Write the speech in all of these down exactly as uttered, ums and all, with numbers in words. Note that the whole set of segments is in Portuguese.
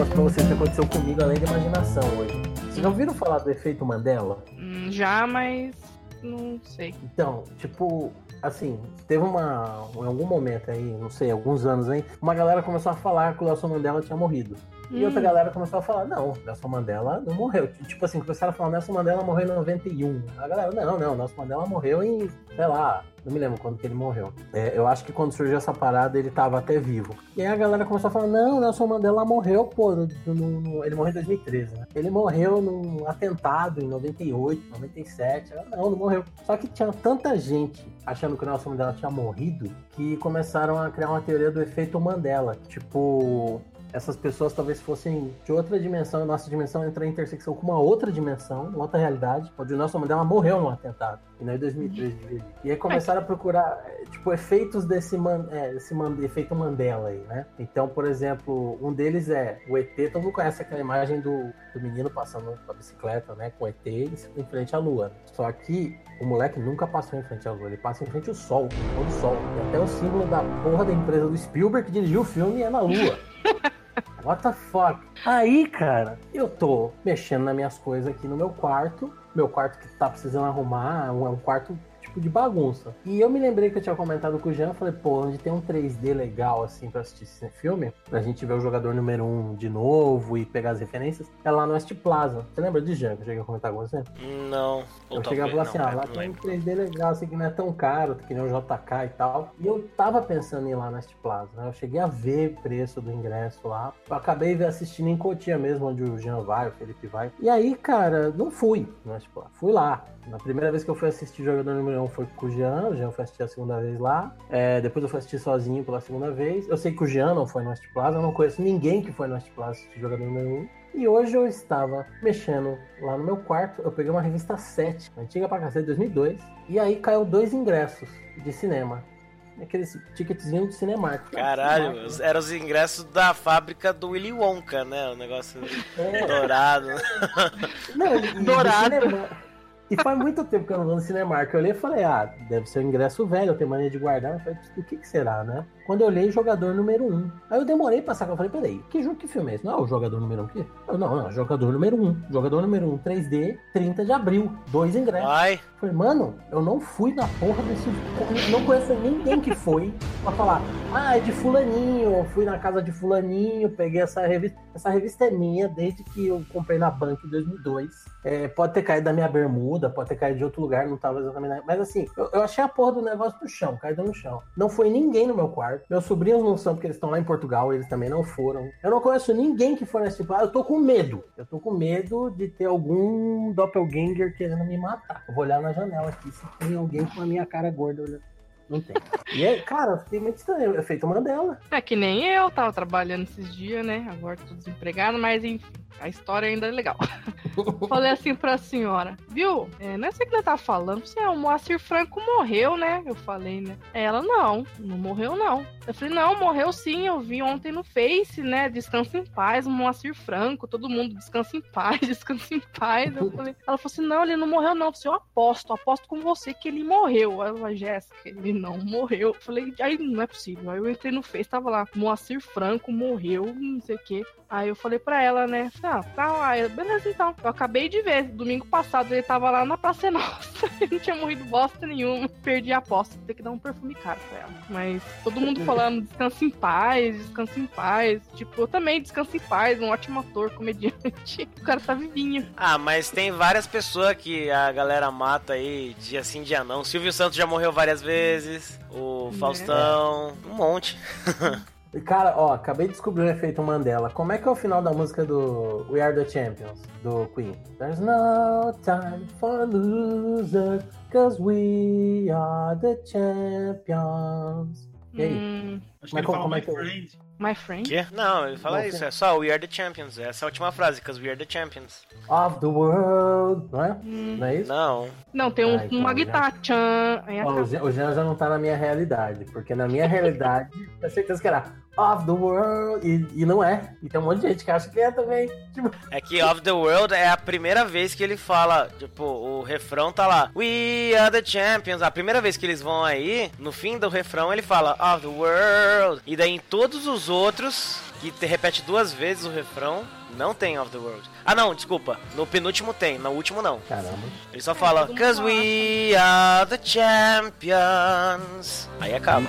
negócio pra vocês que aconteceu comigo além da imaginação hoje. Vocês já ouviram falar do efeito Mandela? Hum, já, mas não sei. Então, tipo, assim, teve uma, em algum momento aí, não sei, alguns anos aí, uma galera começou a falar que o Nelson Mandela tinha morrido. E Hum. outra galera começou a falar, não, Nelson Mandela não morreu. Tipo assim, começaram a falar, Nelson Mandela morreu em noventa e um. A galera, não, não, Nelson Mandela morreu em, sei lá, não me lembro quando que ele morreu. É, eu acho que quando surgiu essa parada, ele tava até vivo. E aí a galera começou a falar, não, Nelson Mandela morreu, pô, no, no, no, ele morreu em dois mil e treze, né? Ele morreu num atentado em noventa e oito, noventa e sete. Não, não morreu. Só que tinha tanta gente achando que o Nelson Mandela tinha morrido que começaram a criar uma teoria do efeito Mandela. Tipo, essas pessoas talvez fossem de outra dimensão, a nossa dimensão entra em intersecção com uma outra dimensão, uma outra realidade, onde o Nelson Mandela morreu num atentado, e não em dois mil e treze de vida. E aí começaram a procurar, tipo, efeitos desse, man, é, desse man, efeito Mandela aí, né? Então, por exemplo, um deles é o E T, todo mundo conhece aquela imagem do, do menino passando com a bicicleta, né, com o E T em frente à Lua. Só que o moleque nunca passou em frente à Lua, ele passa em frente ao Sol, ao Sol. E até o símbolo da porra da empresa do Spielberg que dirigiu o filme é na Lua. What the fuck? Aí, cara, eu tô mexendo nas minhas coisas aqui no meu quarto. Meu quarto que tá precisando arrumar, é um quarto tipo de bagunça. E eu me lembrei que eu tinha comentado com o Jean, falei, pô, onde tem um três D legal, assim, pra assistir esse filme, pra gente ver o jogador número um de novo e pegar as referências, é lá no West Plaza. Você lembra de Jean, que eu cheguei a comentar com você? Não. Eu cheguei a falar assim, ah, lá tem um três D legal, assim, que não é tão caro, que nem o J K e tal. E eu tava pensando em ir lá no West Plaza, né? Eu cheguei a ver o preço do ingresso lá. Eu acabei assistindo em Cotia mesmo, onde o Jean vai, o Felipe vai. E aí, cara, não fui no West Plaza. Fui lá. Na primeira vez que eu fui assistir Jogador Número um foi com o Jean, o Jean foi assistir a segunda vez lá. É, depois eu fui assistir sozinho pela segunda vez. Eu sei que o Jean não foi no West Plaza, eu não conheço ninguém que foi no West Plaza assistir Jogador Número um. E hoje eu estava mexendo lá no meu quarto, eu peguei uma revista sete, antiga pra cacete, dois mil e dois, e aí caiu dois ingressos de cinema. Aqueles ticketzinhos de Cinemark. Caralho, Cinemark, né? Eram os ingressos da fábrica do Willy Wonka, né? O negócio é. dourado. Não, e, dourado. E faz muito tempo que eu não vou no Cinemark. Eu olhei e falei, ah, deve ser um ingresso velho, eu tenho mania de guardar. Eu falei, do que que será, né? Quando eu olhei, jogador número um. Aí eu demorei pra sacar, eu falei, peraí, que jogo que filme é esse? Não é o jogador número um aqui? Eu, não, não, jogador número um. Jogador número um, três D, trinta de abril. Dois ingressos. Ai. Eu falei, mano, eu não fui na porra desse... Eu não conheço ninguém que foi pra falar, ah, é de fulaninho, eu fui na casa de fulaninho, peguei essa revista. Essa revista é minha desde que eu comprei na banca em dois mil e dois. É, pode ter caído da minha bermuda, pode ter caído de outro lugar, não tava exatamente... Na... Mas assim, eu, eu achei a porra do negócio no chão, caído no chão. Não foi ninguém no meu quarto. Meus sobrinhos não são, porque eles estão lá em Portugal, eles também não foram. Eu não conheço ninguém que foi nesse tipo. Ah, eu tô com medo. Eu tô com medo de ter algum doppelganger querendo me matar. Eu vou olhar na janela aqui se tem alguém com a minha cara gorda olhando. Não tem. E aí, cara, eu fiquei muito estranho. Eu feito Mandela. É que nem eu tava trabalhando esses dias, né? Agora tô desempregado, mas enfim, a história ainda é legal. Falei assim pra senhora, viu? É, não é isso que ela tá falando. Você, o Moacir Franco morreu, né? Eu falei, né? Ela, não, não morreu, não. Eu falei, não, morreu sim. Eu vi ontem no Face, né? Descansa em paz, o Moacir Franco. Todo mundo descansa em paz, descansa em paz. Eu falei, ela falou assim, não, ele não morreu, não. Eu falei, eu aposto, aposto com você que ele morreu. Aí eu falei, Jéssica, ele não morreu. Eu falei, aí não é possível. Aí eu entrei no Face, tava lá, Moacir Franco morreu, não sei o quê. Aí eu falei pra ela, né? Ah, tá lá. Eu, beleza, então. Eu acabei de ver. Domingo passado ele tava lá na Praça Nossa. Ele não tinha morrido bosta nenhuma. Perdi a aposta. Tem que dar um perfume caro pra ela. Mas todo mundo falando, descansa em paz, descansa em paz. Tipo, eu também descanso em paz. Um ótimo ator, comediante. O cara tá vivinho. Ah, mas tem várias pessoas que a galera mata aí, dia sim, dia não. Silvio Santos já morreu várias vezes. O Faustão. É. Um monte. Cara, ó, acabei de descobrir o efeito Mandela. Como é que é o final da música do We Are The Champions, do Queen? There's no time for losers, cause we are the champions. E aí? Hum, Acho que ele fala My Friend. My Friend? Que? Não, ele fala Não, isso, sim. é só We Are The Champions. Essa é a última frase, cause we are the champions. Of the world, não é? Hum. Não é isso? Não. Não, tem um, Ai, uma cara, guitarra. Tchan, aí Ó, o acaba. Jean o Jean já não tá na minha realidade, porque na minha realidade, eu certeza que era of the world, e, e não é. E tem um monte de gente que acha que é também. Tipo, É que Of the World é a primeira vez que ele fala, tipo, o refrão tá lá, We are the champions. A primeira vez que eles vão aí, no fim do refrão ele fala Of the world. World. E daí em todos os outros, que te repete duas vezes o refrão, não tem Of the World. Ah não, desculpa, no penúltimo tem, no último não. Caramba. Ele só fala, Cause we are the champions. Aí acaba.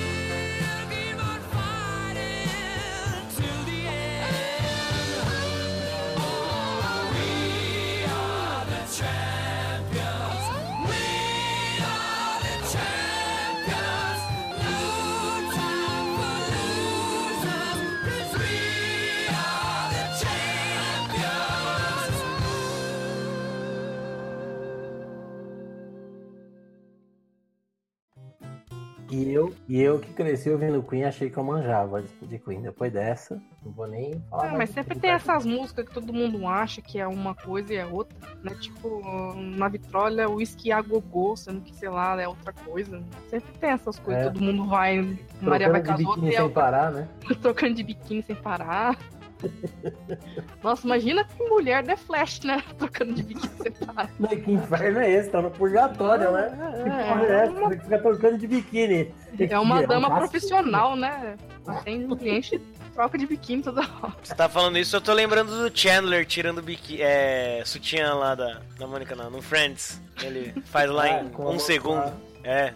E eu, e eu que cresci ouvindo Queen, achei que eu manjava de Queen. Depois dessa, não vou nem falar. É, mas sempre tem essas músicas que todo mundo acha que é uma coisa e é outra, né? Tipo, na vitrola, Whisky a Gogô, sendo que, sei lá, é outra coisa. Sempre tem essas coisas, É. todo mundo vai, Maria vai de casar biquíni sem parar, né? trocando de biquíni sem parar. Nossa, imagina que mulher The Flash, né? Trocando de biquíni sem parar. Não, que inferno é esse? Tá no purgatório, né? Que porra é essa? Tem que ficar trocando de biquíni. É uma É um dama castigo. profissional, né? Atende um cliente e troca de biquíni toda hora. Você tá falando isso, eu tô lembrando do Chandler tirando biqui, é, sutiã lá da, da Mônica, não, no Friends. Ele faz lá Ah, em como um segundo. lá. É.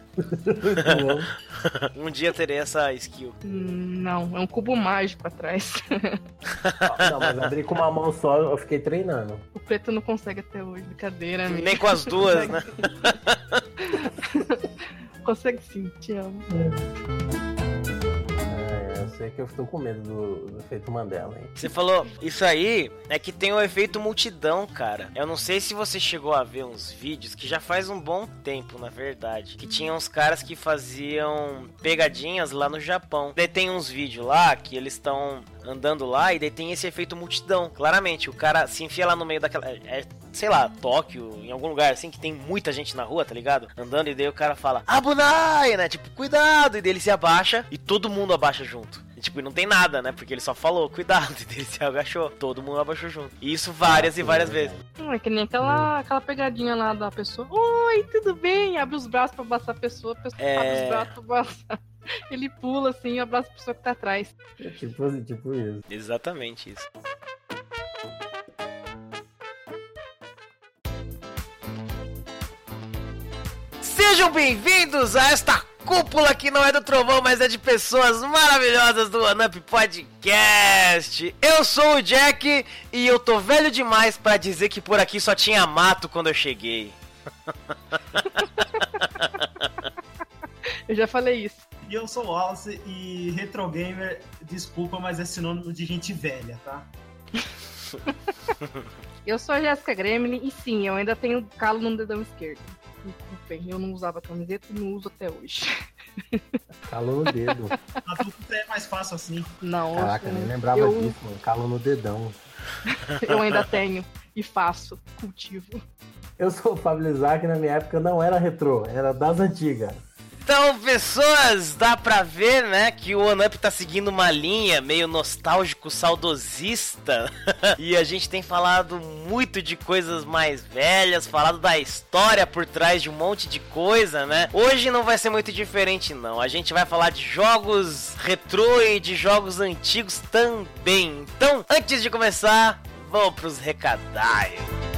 Um dia terei essa skill. Hum, Não, é um cubo mágico atrás. Não, mas abri com uma mão só, eu fiquei treinando. O preto não consegue até hoje, brincadeira, amigo. Nem com as duas, né? Consegue sim, te amo. É, eu sei que eu estou com medo do, do efeito Mandela, hein? Você falou, isso aí é que tem o efeito multidão, cara. Eu não sei se você chegou a ver uns vídeos que já faz um bom tempo, na verdade. Que tinha uns caras que faziam pegadinhas lá no Japão. Daí tem uns vídeos lá que eles estão andando lá e daí tem esse efeito multidão. Claramente, o cara se enfia lá no meio daquela... É, sei lá, Tóquio, em algum lugar assim, que tem muita gente na rua, tá ligado? Andando, e daí o cara fala, Abunai, né? Tipo, cuidado! E daí ele se abaixa e todo mundo abaixa junto. E, tipo, não tem nada, né? Porque ele só falou, cuidado, e daí ele se agachou. Todo mundo abaixou junto. E isso várias e várias vezes. Hum, É que nem aquela, aquela pegadinha lá da pessoa. Oi, tudo bem? Abre os braços pra abraçar a pessoa, a pessoa É. abre os braços pra abraçar. Ele pula assim e abraça a pessoa que tá atrás. É tipo, tipo isso. Exatamente isso. Sejam bem-vindos a esta cúpula que não é do trovão, mas é de pessoas maravilhosas do One Up Podcast. Eu sou o Jack e eu tô velho demais pra dizer que por aqui só tinha mato quando eu cheguei. Eu já falei isso. E eu sou o Wallace e Retro Gamer, desculpa, mas é sinônimo de gente velha, tá? Eu sou a Jéssica Gremlin e sim, eu ainda tenho calo no dedão esquerdo. Desculpem, eu não usava camiseta e não uso até hoje. Calo no dedo. Adulto é mais fácil assim. Não, Caraca, eu, nem lembrava eu, disso, mano. Calo no dedão. eu ainda tenho e faço, cultivo. Eu sou o Fábio Isaac, na minha época não era retrô, era das antigas. Então, pessoas, dá pra ver, né, que o One Up tá seguindo uma linha meio nostálgico, saudosista. E a gente tem falado muito de coisas mais velhas, falado da história por trás de um monte de coisa, né? Hoje não vai ser muito diferente, não. A gente vai falar de jogos retrô e de jogos antigos também. Então, antes de começar, vamos pros recadários.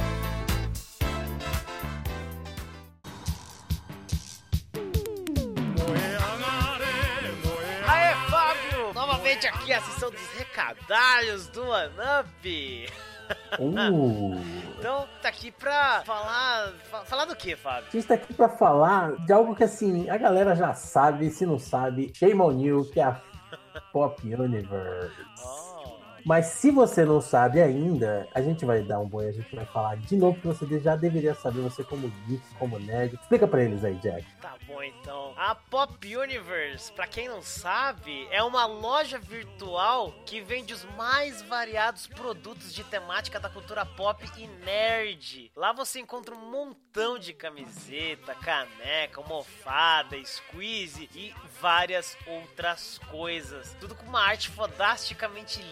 Aê, Fábio! Novamente aqui a sessão dos recadários do One Up. Uh, Então, tá aqui pra falar... fa- Falar do que, Fábio? a gente tá aqui pra falar de algo que, assim, a galera já sabe, se não sabe, shame on you, que é a Pop Universe. Oh. Mas se você não sabe ainda, a gente vai dar um boi, a gente vai falar de novo que você já deveria saber, você como geek, como nerd. Explica pra eles aí, Jack. Tá bom, então. A Pop Universe, pra quem não sabe, é uma loja virtual que vende os mais variados produtos de temática da cultura pop e nerd. Lá você encontra um montão de camiseta, caneca, almofada, squeeze e várias outras coisas. Tudo com uma arte fodasticamente linda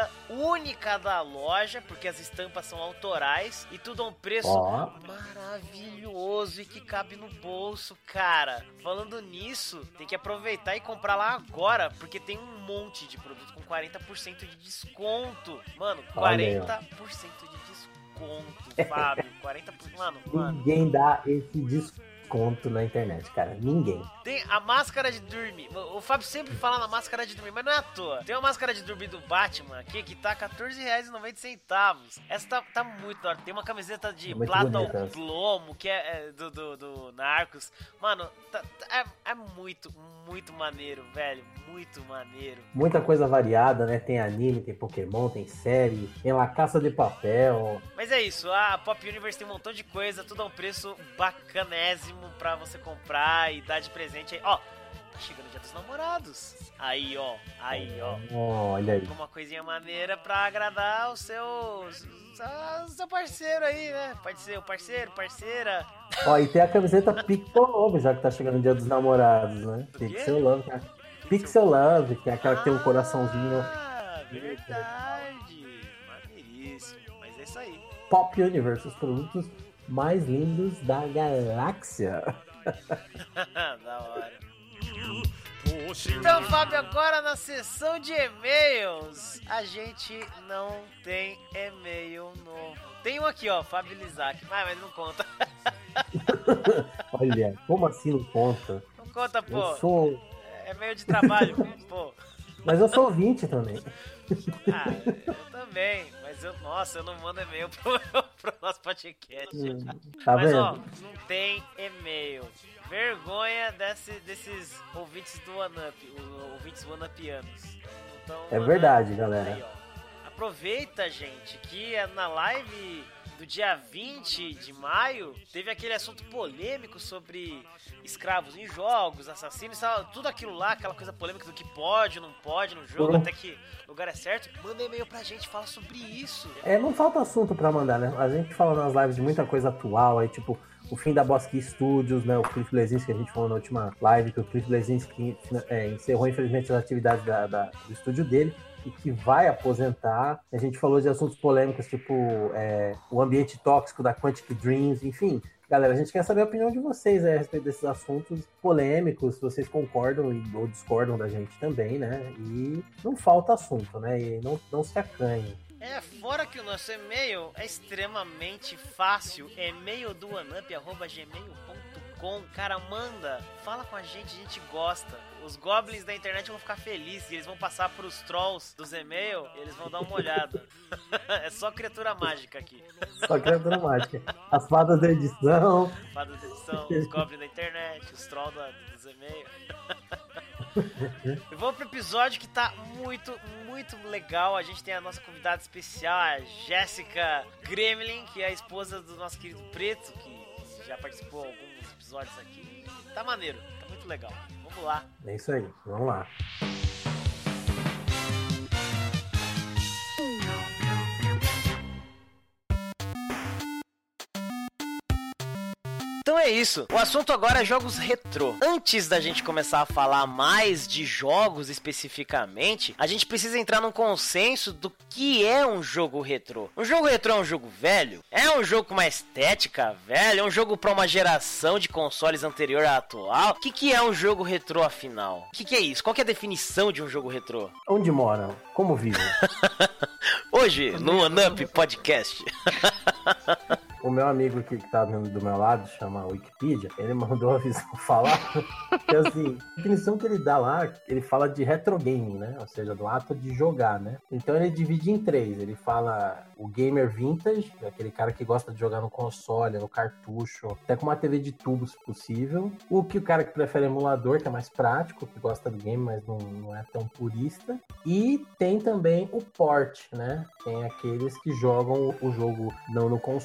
camiseta única da loja, porque as estampas são autorais e tudo a um preço Ó. maravilhoso e que cabe no bolso, cara. Falando nisso, tem que aproveitar e comprar lá agora, porque tem um monte de produto com quarenta por cento de desconto. Mano, quarenta por cento de desconto, Fábio. quarenta por cento. Mano, mano. Ninguém dá esse desconto na internet, cara. Ninguém. Tem a máscara de dormir. O Fábio sempre fala na máscara de dormir, mas não é à toa. Tem uma máscara de dormir do Batman aqui que tá quatorze reais e noventa centavos. Essa tá, tá muito da hora. Tem uma camiseta de É plata ao bonita. plomo, que é, é do, do, do Narcos. Mano, tá, tá- é, é muito, muito maneiro, velho. Muito maneiro. Muita coisa variada, né? Tem anime, tem Pokémon, tem série, tem La Caça de Papel. Mas é isso, a Pop Universe tem um montão de coisa, tudo a um preço bacanésimo pra você comprar e dar de presente aí. Ó, tá chegando o Dia dos Namorados. Aí, ó, aí, ó. Olha aí. Uma coisinha maneira pra agradar o seu, o seu parceiro aí, né? Pode ser o parceiro, parceira. Ó, e tem a camiseta Pixel Love, já que tá chegando o Dia dos Namorados, né? Do quê? Pixel Love, que é... Pixel Love, que é aquela que tem um coraçãozinho. Ah, verdade. Maneiríssimo. Mas é isso aí. Pop Universe, os produtos mais lindos da galáxia. Da hora. Então, Fábio, agora na sessão de e-mails, a gente não tem e-mail novo. Tem um aqui, ó, Fábio Lizac, mas, mas não conta. Olha, como assim não conta? Não conta, pô. Eu sou... É meio de trabalho, pô. Mas eu sou ouvinte também. Ah, eu também, mas eu, nossa, eu não mando e-mail pro, pro nosso podcast. Hum, tá Mas vendo? ó, não tem e-mail. Vergonha desse, desses ouvintes do OneUp, os ouvintes OneUpianos. Então, É One verdade, Up, galera. aí, ó. Aproveita, gente, que é na live do dia vinte de maio teve aquele assunto polêmico sobre escravos em jogos, assassinos, tudo aquilo lá, aquela coisa polêmica do que pode, não pode no jogo, Uhum. até que o lugar é certo. Manda e-mail pra gente, fala sobre isso. É, não falta assunto pra mandar, né? A gente fala nas lives de muita coisa atual, aí tipo, o fim da Boss Key Studios, né? O Cliff Bleszinski, que a gente falou na última live, que o Cliff Bleszinski é, encerrou, infelizmente, as atividades da, da- do estúdio dele e que vai aposentar. A gente falou de assuntos polêmicos, tipo é, o ambiente tóxico da Quantic Dreams, enfim. Galera, a gente quer saber a opinião de vocês é, a respeito desses assuntos polêmicos, se vocês concordam e- ou discordam da gente também, né? E não falta assunto, né? E não, não se acanhem. É, fora que o nosso e-mail é extremamente fácil, e-mail do onup arroba gmail ponto com. Cara, manda, fala com a gente, a gente gosta. Os goblins da internet vão ficar felizes, eles vão passar pros trolls dos e-mails e eles vão dar uma olhada. É só criatura mágica aqui. Só criatura mágica. As fadas da edição. Fadas da edição, os goblins da internet, os trolls da- dos e-mails. E vamos pro episódio que tá muito, muito legal. A gente tem a nossa convidada especial, a Jéssica Gremlin, que é a esposa do nosso querido Preto, que já participou de alguns episódios aqui. Tá maneiro, tá muito legal. Vamos lá. É isso aí, vamos lá. Então é isso. O assunto agora é jogos retrô. Antes da gente começar a falar mais de jogos especificamente, a gente precisa entrar num consenso do que é um jogo retrô. Um jogo retrô é um jogo velho? É um jogo com uma estética velha? É um jogo para uma geração de consoles anterior à atual? O que, que é um jogo retrô, afinal? O que, que é isso? Qual que é a definição de um jogo retrô? Onde moram? Como vivem? Hoje, no OneUp Podcast. O meu amigo que, que tá do do meu lado, chama Wikipedia, ele mandou a visão falar que assim, a definição que ele dá lá, ele fala de retro gaming, né? Ou seja, do ato de jogar, né? Então ele divide em três. Ele fala o gamer vintage, aquele cara que gosta de jogar no console, no cartucho, até com uma T V de tubo, se possível. O que o cara que prefere emulador, que é mais prático, que gosta do game, mas não, não é tão purista. E tem também o port, né? Tem aqueles que jogam o jogo não no console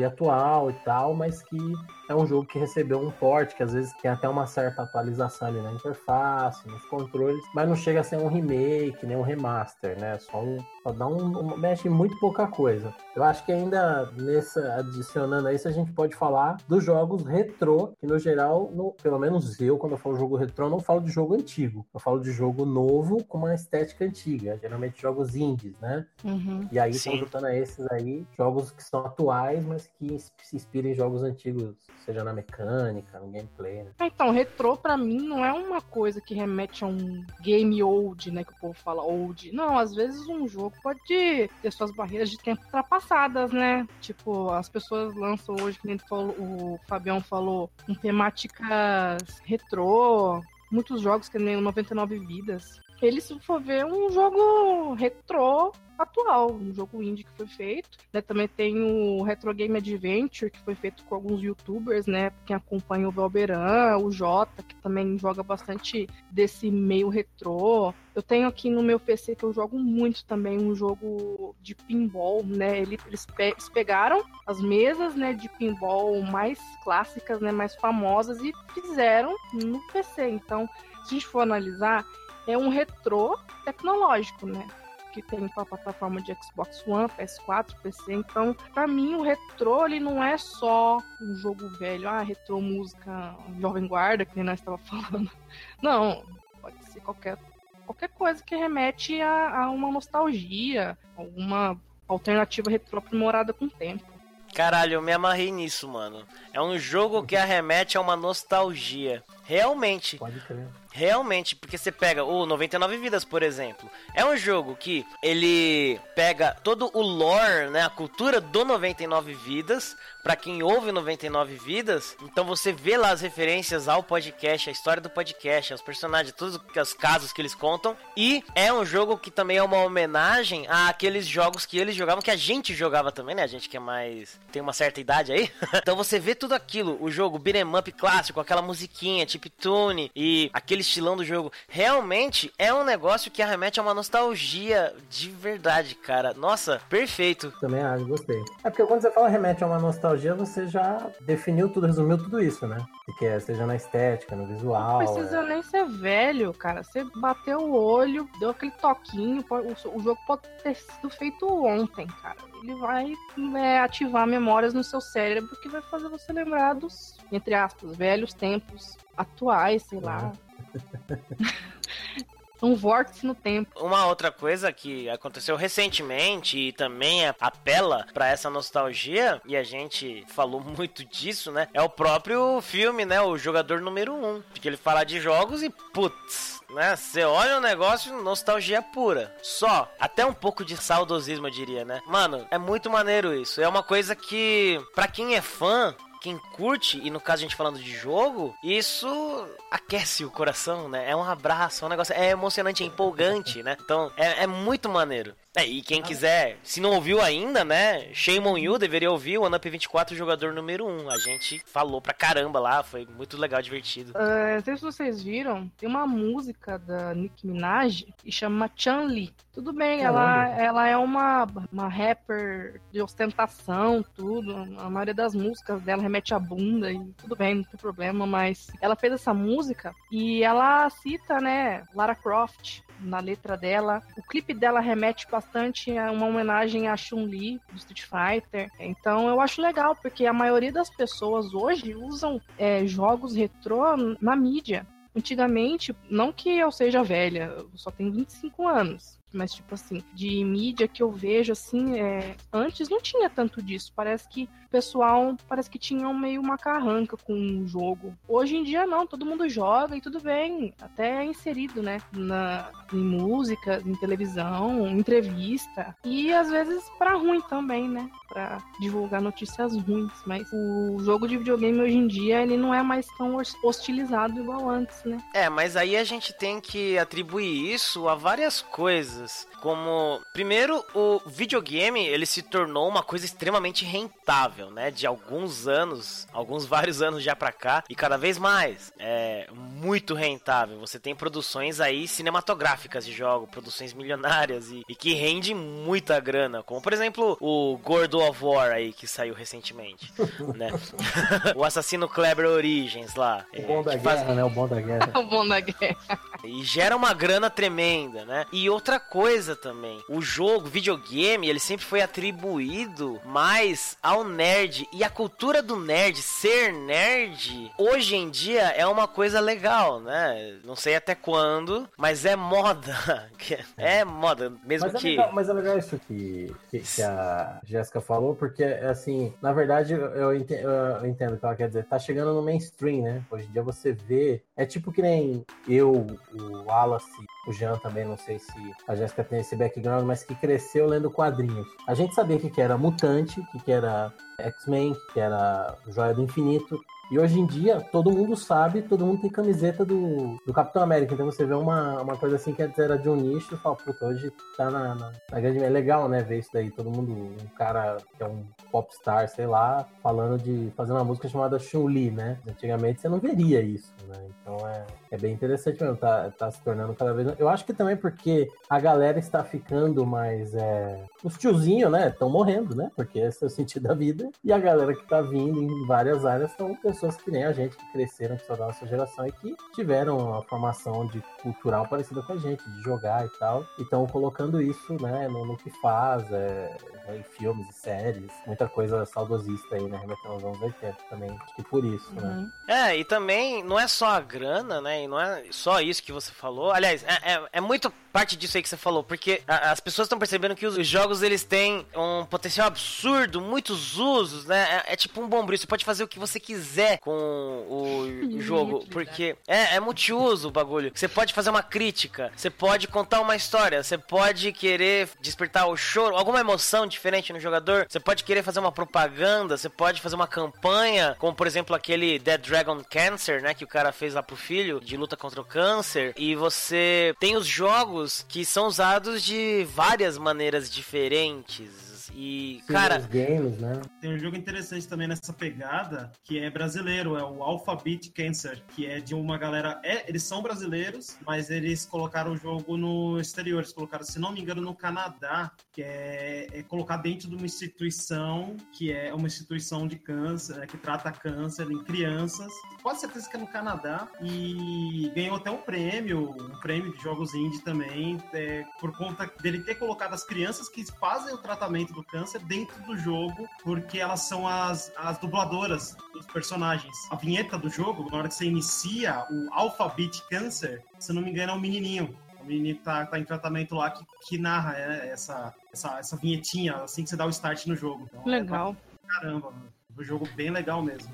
atual e tal, mas que é um jogo que recebeu um port, que às vezes tem até uma certa atualização ali na interface, nos controles, mas não chega a ser um remake, nem um remaster, né? Só um, só dá um, um mexe em muito pouca coisa. Eu acho que ainda nessa, adicionando a isso, a gente pode falar dos jogos retrô, que no geral, no, pelo menos eu, quando eu falo jogo retrô, não falo de jogo antigo. Eu falo de jogo novo com uma estética antiga, geralmente jogos indies, né? Uhum. E aí, Sim. estão juntando a esses aí, jogos que são atuais, mas que se inspiram em jogos antigos, seja na mecânica, no gameplay, né? Então, retrô pra mim não é uma coisa que remete a um game old, né? Que o povo fala old. Não, às vezes um jogo pode ter suas barreiras de tempo ultrapassadas, né? Tipo, as pessoas lançam hoje, que nem falou, o Fabião falou, com temáticas retrô, muitos jogos que nem o noventa e nove Vidas. Ele, se for ver, um jogo retrô atual, um jogo indie que foi feito, né? Também tem o Retro Game Adventure, que foi feito com alguns youtubers, né? Quem acompanha o Valberan, o Jota, que também joga bastante desse meio retrô. Eu tenho aqui no meu P C, que eu jogo muito também, um jogo de pinball, né? Eles, pe- eles pegaram as mesas, né, de pinball mais clássicas, né, mais famosas, e fizeram no P C. Então, se a gente for analisar, é um retrô tecnológico, né? Que tem para a plataforma de Xbox One, P S quatro, P C. Então, para mim, o retrô, ele não é só um jogo velho, ah, retrô música Jovem Guarda, que nós estávamos falando. Não, pode ser qualquer, qualquer coisa que remete a, a uma nostalgia, alguma alternativa retrô aprimorada com o tempo. Caralho, eu me amarrei nisso, mano. É um jogo que arremete a uma nostalgia. Realmente. Pode crer. Realmente, porque você pega o noventa e nove Vidas, por exemplo. É um jogo que ele pega todo o lore, né, a cultura do noventa e nove Vidas, pra quem ouve noventa e nove Vidas. Então você vê lá as referências ao podcast, a história do podcast, os personagens, todos os casos que eles contam. E é um jogo que também é uma homenagem àqueles jogos que eles jogavam, que a gente jogava também, né? A gente que é mais... tem uma certa idade aí. Então você vê tudo aquilo, o jogo beat'em up clássico, aquela musiquinha, chiptune e aquele estilão do jogo. Realmente é um negócio que arremete a uma nostalgia de verdade, cara. Nossa, perfeito. Também acho, gostei. É porque quando você fala remete a uma nostalgia, você já definiu tudo, resumiu tudo isso, né? Que é, seja na estética, no visual. Não precisa é... nem ser velho, cara. Você bateu o olho, deu aquele toquinho, o, o jogo pode ter sido feito ontem, cara. Ele vai é, ativar memórias no seu cérebro que vai fazer você lembrar dos, entre aspas, velhos tempos atuais, sei lá. Um vórtice no tempo. Uma outra coisa que aconteceu recentemente e também apela pra essa nostalgia, e a gente falou muito disso, né? É o próprio filme, né? O Jogador Número um. Porque ele fala de jogos e putz, né? Você olha o negócio, nostalgia pura. Só. Até um pouco de saudosismo, eu diria, né? Mano, é muito maneiro isso. É uma coisa que, pra quem é fã, quem curte, e no caso a gente falando de jogo, isso aquece o coração, né? É um abraço, é um negócio, é emocionante, é empolgante, né? Então, é, é muito maneiro. É, e quem quiser, se não ouviu ainda, né? Shame on you, deveria ouvir o OneUp vinte e quatro, jogador número um. A gente falou pra caramba lá, foi muito legal, divertido. Uh, não sei se vocês viram, tem uma música da Nicki Minaj que chama Chun-Li. Tudo bem, ela, ela é uma, uma rapper de ostentação, tudo. A maioria das músicas dela remete à bunda e tudo bem, não tem problema, mas ela fez essa música e ela cita, né, Lara Croft na letra dela. O clipe dela remete bastante a uma homenagem a Chun-Li do Street Fighter. Então eu acho legal, porque a maioria das pessoas hoje usam é, jogos retrô na mídia. Antigamente, não que eu seja velha, eu só tenho vinte e cinco anos, mas tipo assim, de mídia que eu vejo assim, é... antes não tinha tanto disso. Parece que o pessoal parece que tinha um meio uma carranca com o jogo. Hoje em dia não, todo mundo joga e tudo bem, até é inserido, né, na... em música, em televisão, em entrevista, e às vezes pra ruim também, né, pra divulgar notícias ruins. Mas o jogo de videogame hoje em dia, ele não é mais tão hostilizado igual antes, né? É, mas aí a gente tem que atribuir isso a várias coisas. coisas, como, primeiro, o videogame, ele se tornou uma coisa extremamente rentável, né, de alguns anos, alguns vários anos já pra cá, e cada vez mais, é muito rentável. Você tem produções aí cinematográficas de jogo, produções milionárias e, e que rende muita grana, como, por exemplo, o God of War aí, que saiu recentemente, né, o Assassino Kleber Origins lá. O bom é, da que guerra, faz... né, o bom da guerra. O bom da guerra. E gera uma grana tremenda, né? E outra coisa também, o jogo, o videogame, ele sempre foi atribuído mais ao nerd. E a cultura do nerd, ser nerd, hoje em dia é uma coisa legal, né? Não sei até quando, mas é moda. É moda, mesmo mas que... É legal, mas é legal isso que, que, que a Jéssica falou, porque, assim, na verdade, eu entendo, eu entendo o que ela quer dizer. Tá chegando no mainstream, né? Hoje em dia você vê... É tipo que nem eu, o Wallace, o Jean também, não sei se a Jéssica tem esse background, mas que cresceu lendo quadrinhos. A gente sabia o que, que era Mutante, o que, que era X-Men, que era Joia do Infinito. E hoje em dia, todo mundo sabe, todo mundo tem camiseta do, do Capitão América. Então você vê uma, uma coisa assim que antes era de um nicho e fala, puta, hoje tá na, na, na grande... É legal, né, ver isso daí. Todo mundo, um cara que é um popstar, sei lá, falando de... fazendo uma música chamada Chun-Li, né? Antigamente você não veria isso, né? Então é, é bem interessante mesmo, tá, tá se tornando cada vez... Eu acho que também porque a galera está ficando mais... É... Os tiozinhos, né, estão morrendo, né? Porque esse é o sentido da vida. E a galera que tá vindo em várias áreas são pessoas que nem a gente, que cresceram, que são da nossa geração e que tiveram uma formação de cultural parecida com a gente, de jogar e tal, e estão colocando isso, né, no, no que faz, é, em filmes e séries, muita coisa saudosista aí, né, remetendo aos anos oitenta também, acho que por isso, Uhum. né. É, e também não é só a grana, né, e não é só isso que você falou, aliás, é, é, é muito parte disso aí que você falou, porque a, as pessoas estão percebendo que os jogos, eles têm um potencial absurdo, muitos usos, né, é, é tipo um bombril, você pode fazer o que você quiser com o jogo, porque é, é multiuso o bagulho. Você pode fazer uma crítica, você pode contar uma história, você pode querer despertar o choro, alguma emoção diferente no jogador, você pode querer fazer uma propaganda, você pode fazer uma campanha, como por exemplo aquele Dead Dragon Cancer, né, que o cara fez lá pro filho, de luta contra o câncer, e você tem os jogos que são usados de várias maneiras diferentes. E, Sim, cara... os games, né? Tem um jogo interessante também nessa pegada, que é brasileiro, é o Alphabet Cancer, que é de uma galera... É, eles são brasileiros, mas eles colocaram o jogo no exterior. Eles colocaram, se não me engano, no Canadá, que é, é colocar dentro de uma instituição, que é uma instituição de câncer, né, que trata câncer em crianças. Quase certeza que é no Canadá. E ganhou até um prêmio, um prêmio de jogos indie também, é, por conta dele ter colocado as crianças que fazem o tratamento do câncer dentro do jogo, porque elas são as, as dubladoras dos personagens. A vinheta do jogo, na hora que você inicia o Alphabet Cancer, se não me engano, é um menininho. O menino que tá, tá em tratamento lá que, que narra é, essa, essa, essa vinhetinha assim que você dá o start no jogo. Então, legal. É, caramba, um jogo bem legal mesmo.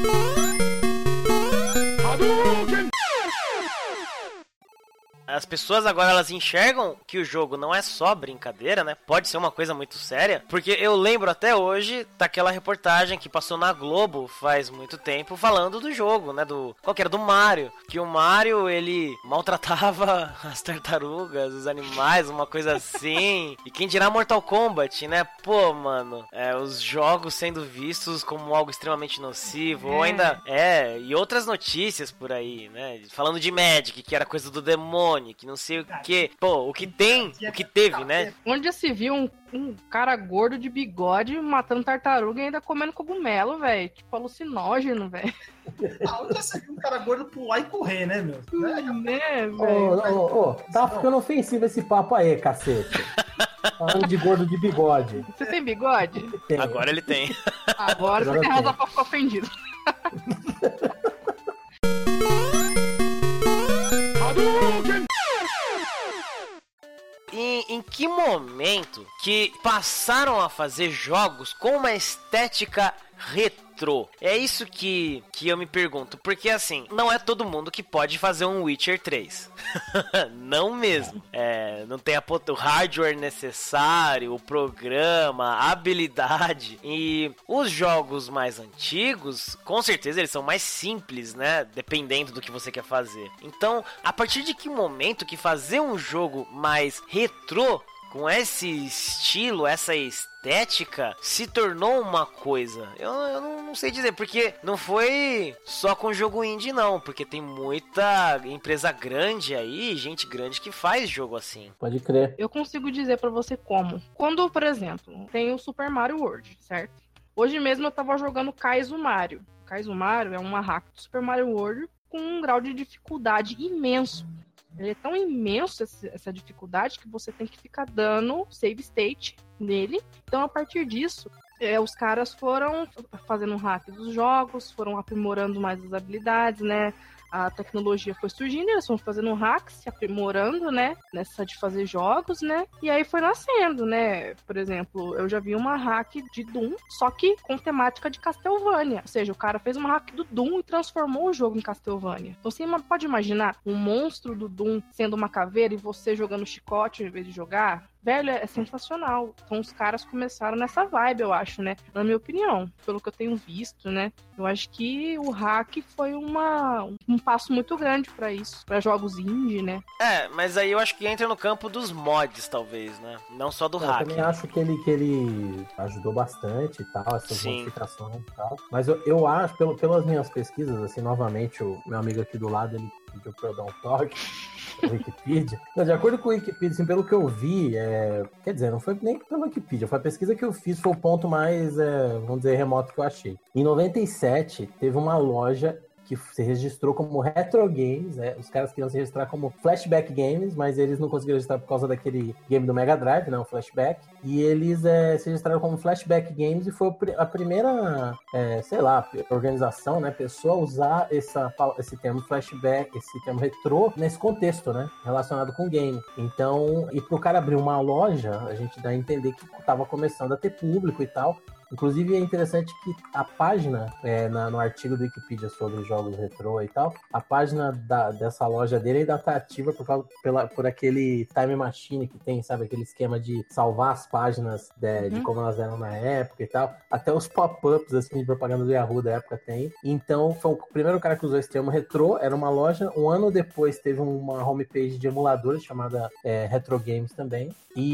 As pessoas agora, elas enxergam que o jogo não é só brincadeira, né? Pode ser uma coisa muito séria. Porque eu lembro até hoje daquela reportagem que passou na Globo faz muito tempo, falando do jogo, né? Do, qual que era? Do Mario. Que o Mario, ele maltratava as tartarugas, os animais, uma coisa assim. E quem dirá Mortal Kombat, né? Pô, mano, é, os jogos sendo vistos como algo extremamente nocivo. É. Ou ainda... É, e outras notícias por aí, né? Falando de Magic, que era coisa do demônio, que não sei o que. Pô, o que tem, o que teve, né? Onde já se viu um, um cara gordo de bigode matando tartaruga e ainda comendo cogumelo, velho. Tipo alucinógeno, velho. Ah, onde já se viu um cara gordo pular e correr, né, meu? Né, Ô, velho? ô, ô, tá ficando ofensivo esse papo aí, cacete. Falando de gordo de bigode. Você tem bigode? Tem. Agora ele tem. Agora você Agora tem tem. razão pra ficar ofendido. Em, em que momento que passaram a fazer jogos com uma estética retrô? retrô? É isso que, que eu me pergunto. Porque, assim, não é todo mundo que pode fazer um Witcher três. Não mesmo. É, não tem a, o hardware necessário, o programa, a habilidade. E os jogos mais antigos, com certeza, eles são mais simples, né? Dependendo do que você quer fazer. Então, a partir de que momento que fazer um jogo mais retrô, com esse estilo, essa estética, se tornou uma coisa? Eu, eu não, não sei dizer, porque não foi só com jogo indie, não. Porque tem muita empresa grande aí, gente grande que faz jogo assim. Pode crer. Eu consigo dizer pra você como. Quando, por exemplo, tem o Super Mario World, certo? Hoje mesmo eu tava jogando Kaizo Mario. Kaizo Mario é uma hack do Super Mario World com um grau de dificuldade imenso. Ele é tão imenso, essa dificuldade, que você tem que ficar dando save state nele. Então, a partir disso, é, os caras foram fazendo um hack dos jogos, foram aprimorando mais as habilidades, né? A tecnologia foi surgindo, eles foram fazendo hacks, se aprimorando, né? Nessa de fazer jogos, né? E aí foi nascendo, né? Por exemplo, eu já vi uma hack de Doom, só que com temática de Castlevania. Ou seja, o cara fez uma hack do Doom e transformou o jogo em Castlevania. Então você pode imaginar um monstro do Doom sendo uma caveira e você jogando chicote em vez de jogar? Velho, é sensacional. Então os caras começaram nessa vibe, eu acho, né? Na minha opinião, pelo que eu tenho visto, né? Eu acho que o hack foi uma, um passo muito grande pra isso, pra jogos indie, né? É, mas aí eu acho que entra no campo dos mods, talvez, né? Não só do eu hack. Eu também acho que ele, que ele ajudou bastante e tal, essas Sim. modificações e tal. Mas eu, eu acho, pelo, pelas minhas pesquisas, assim, novamente, o meu amigo aqui do lado, ele pediu pra eu dar um toque. Wikipedia. Não, de acordo com o Wikipedia, assim, pelo que eu vi, é... quer dizer, não foi nem pela Wikipedia, foi a pesquisa que eu fiz, foi o ponto mais, é, vamos dizer, remoto que eu achei. Em noventa e sete, teve uma loja que se registrou como Retro Games, né? Os caras queriam se registrar como Flashback Games, mas eles não conseguiram registrar por causa daquele game do Mega Drive, né? O Flashback. E eles é, se registraram como Flashback Games e foi a primeira, é, sei lá, organização, né? Pessoa a usar essa, esse termo flashback, esse termo retrô nesse contexto, né? Relacionado com game. Então, e pro cara abrir uma loja, a gente dá a entender que tava começando a ter público e tal. Inclusive é interessante que a página, é, na, no artigo do Wikipedia sobre jogos retrô e tal, a página da, dessa loja dele ainda tá ativa por, causa, pela, por aquele time machine que tem, sabe? Aquele esquema de salvar as páginas de, uhum. de como elas eram na época e tal. Até os pop-ups, assim, de propaganda do Yahoo da época tem. Então, foi o primeiro cara que usou esse termo retrô, era uma loja. Um ano depois teve uma homepage de emuladores chamada é, Retro Games também.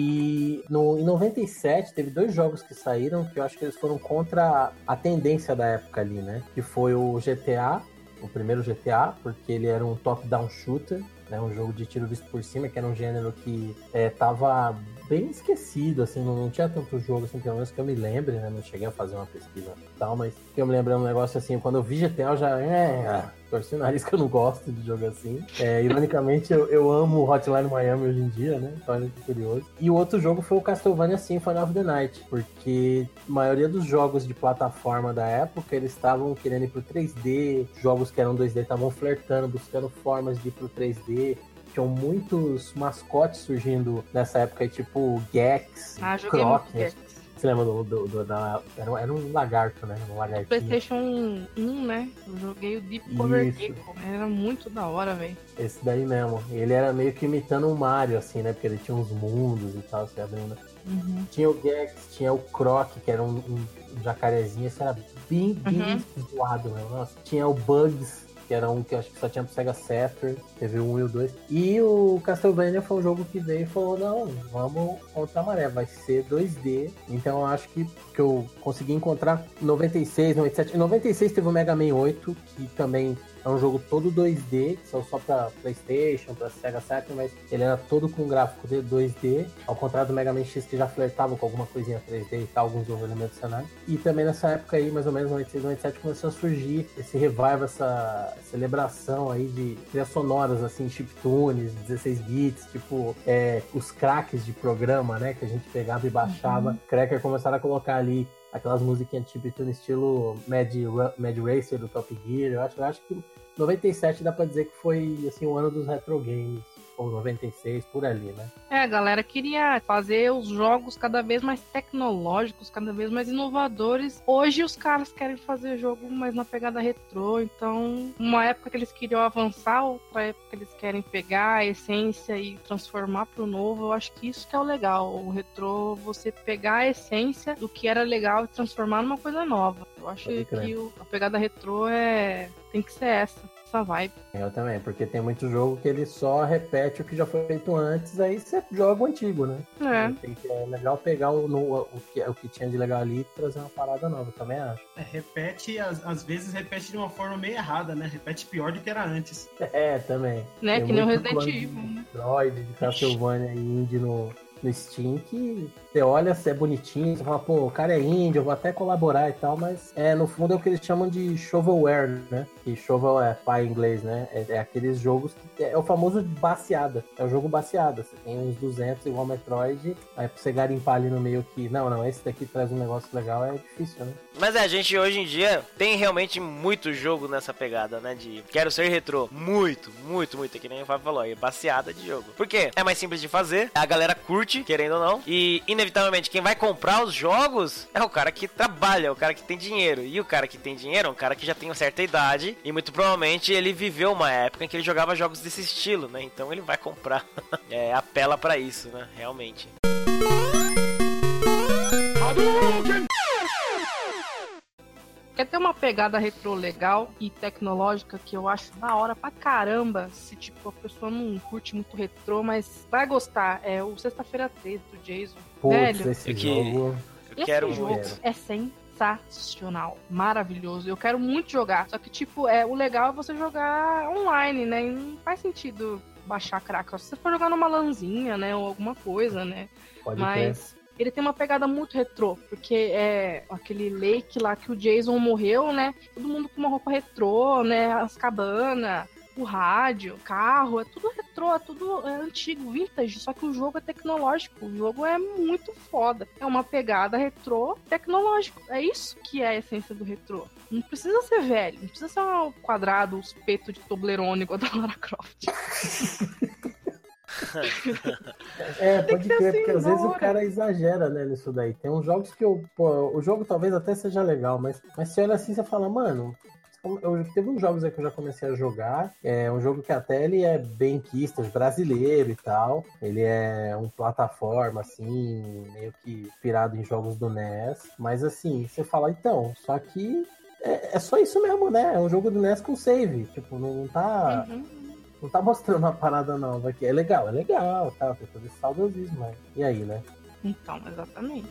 E no, em noventa e sete teve dois jogos que saíram que eu acho que eles foram contra a tendência da época ali, né? Que foi o G T A, o primeiro G T A, porque ele era um top-down shooter, né? Um jogo de tiro visto por cima, que era um gênero que é, tava bem esquecido, assim, não, não tinha tanto jogo, assim, pelo menos que eu me lembre, né? Não cheguei a fazer uma pesquisa e tal, mas que eu me lembro um negócio assim, quando eu vi G T A eu já, é, torci o nariz que eu não gosto de jogo assim. É, ironicamente, eu, eu amo Hotline Miami hoje em dia, né? Então, olha que curioso. E o outro jogo foi o Castlevania Symphony of the Night, porque a maioria dos jogos de plataforma da época, eles estavam querendo ir pro três D, jogos que eram dois D estavam flertando, buscando formas de ir pro três D. Tinham muitos mascotes surgindo nessa época, tipo Gex, ah, joguei Croc. Muito Gex. Você lembra do, do, do da... Era, era um lagarto, né? Um lagartinho. PlayStation um, né? Eu joguei o Deep Cover Gecko. Era muito da hora, velho. Esse daí mesmo. Ele era meio que imitando o Mario, assim, né? Porque ele tinha uns mundos e tal, se abrindo. Uhum. Tinha o Gex, tinha o Croc, que era um, um jacarezinho. Esse era bem, bem uhum. zoado, né? Nossa. Tinha o Bugs, que era um que eu acho que só tinha pro Sega Saturn, teve o um e o dois. E o Castlevania foi um jogo que veio e falou, não, vamos contra a maré, vai ser dois D. Então eu acho que, que eu consegui encontrar noventa e seis, noventa e sete. Em noventa e seis teve o Mega Man oito, que também é um jogo todo dois D, que são só pra PlayStation, pra Sega Saturn, mas ele era todo com gráfico de dois D, ao contrário do Mega Man X, que já flertava com alguma coisinha três D e tal, alguns elementos do cenário. E também nessa época aí, mais ou menos, noventa e seis, noventa e sete, começou a surgir esse revival, essa celebração aí de trilhas sonoras, assim, chiptunes, dezesseis bits, tipo, é, os craques de programa, né, que a gente pegava e baixava. Uhum. Cracker começaram a colocar ali aquelas musiquinhas chiptune estilo Mad, Mad Racer do Top Gear. Eu acho, eu acho que noventa e sete dá pra dizer que foi, assim, o ano dos retro games. ou noventa e seis, por ali, né? É, a galera queria fazer os jogos cada vez mais tecnológicos, cada vez mais inovadores. Hoje os caras querem fazer jogo mais na pegada retrô, então uma época que eles queriam avançar, outra época que eles querem pegar a essência e transformar pro novo. Eu acho que isso que é o legal, o retrô, você pegar a essência do que era legal e transformar numa coisa nova. Eu acho que o, a pegada retrô é, tem que ser essa, essa vibe. Eu também, porque tem muito jogo que ele só repete o que já foi feito antes, aí você joga o antigo, né? É. Tem que, é legal pegar o, no, o, que, o que tinha de legal ali e trazer uma parada nova, também acho. É, repete, às, às vezes repete de uma forma meio errada, né? Repete pior do que era antes. É, também. Né? Tem que nem o muito Resident clone Evil, de né? Android, de Castlevania e indie no, no Steam, que você olha, você é bonitinho, você fala, pô, o cara é indie, eu vou até colaborar e tal, mas é, no fundo é o que eles chamam de shovelware, né? Que shovel é pá em inglês, né? É, é aqueles jogos que é, é o famoso baseada. É o jogo baseada. Você tem uns duzentos igual Metroid, aí pra você garimpar ali no meio que, não, não, esse daqui traz um negócio legal, é difícil, né? Mas é, a gente hoje em dia tem realmente muito jogo nessa pegada, né? De quero ser retrô. Muito, muito, muito. É que nem o Fábio falou, é baseada de jogo. Por quê? É mais simples de fazer, a galera curte, querendo ou não, e inevitavelmente quem vai comprar os jogos é o cara que trabalha, o cara que tem dinheiro. E o cara que tem dinheiro é um cara que já tem uma certa idade e muito provavelmente ele viveu uma época em que ele jogava jogos desse estilo, né? Então ele vai comprar. É, apela pra isso, né? Realmente. Quer ter uma pegada retrô legal e tecnológica que eu acho da hora pra caramba, se tipo a pessoa não curte muito retrô, mas vai gostar, é o Sexta-feira treze do Jason. Putz, Velho, esse eu que- jogo... Eu esse quero jogo muito. é sensacional, maravilhoso. Eu quero muito jogar, só que tipo, é, o legal é você jogar online, né? E não faz sentido baixar crack. Se você for jogar numa lanzinha, né, ou alguma coisa, né? Pode Mas crer. ele tem uma pegada muito retrô, porque é aquele lake lá que o Jason morreu, né? Todo mundo com uma roupa retrô, né? As cabanas, o rádio, o carro, é tudo retrô, é tudo é antigo, vintage, só que o jogo é tecnológico, o jogo é muito foda. É uma pegada retrô tecnológico. É isso que é a essência do retrô. Não precisa ser velho, não precisa ser um quadrado, os peitos de Toblerone igual da Lara Croft. É, Tem pode que ser crer, assim, porque às da vezes o hora. cara exagera, né, nisso daí. Tem uns jogos que eu, pô, o jogo talvez até seja legal, mas, mas você olha assim e você fala, mano, eu, teve uns jogos aí que eu já comecei a jogar, é um jogo que até ele é bem quistas, brasileiro e tal, ele é um plataforma, assim, meio que inspirado em jogos do N E S, mas assim, você fala, então, só que é, é só isso mesmo, né, é um jogo do N E S com save, tipo, não tá... Uhum. Não tá mostrando uma parada nova aqui. É legal, é legal, tá? Tem todo esse saudosismo, mas... E aí, né? Então, exatamente.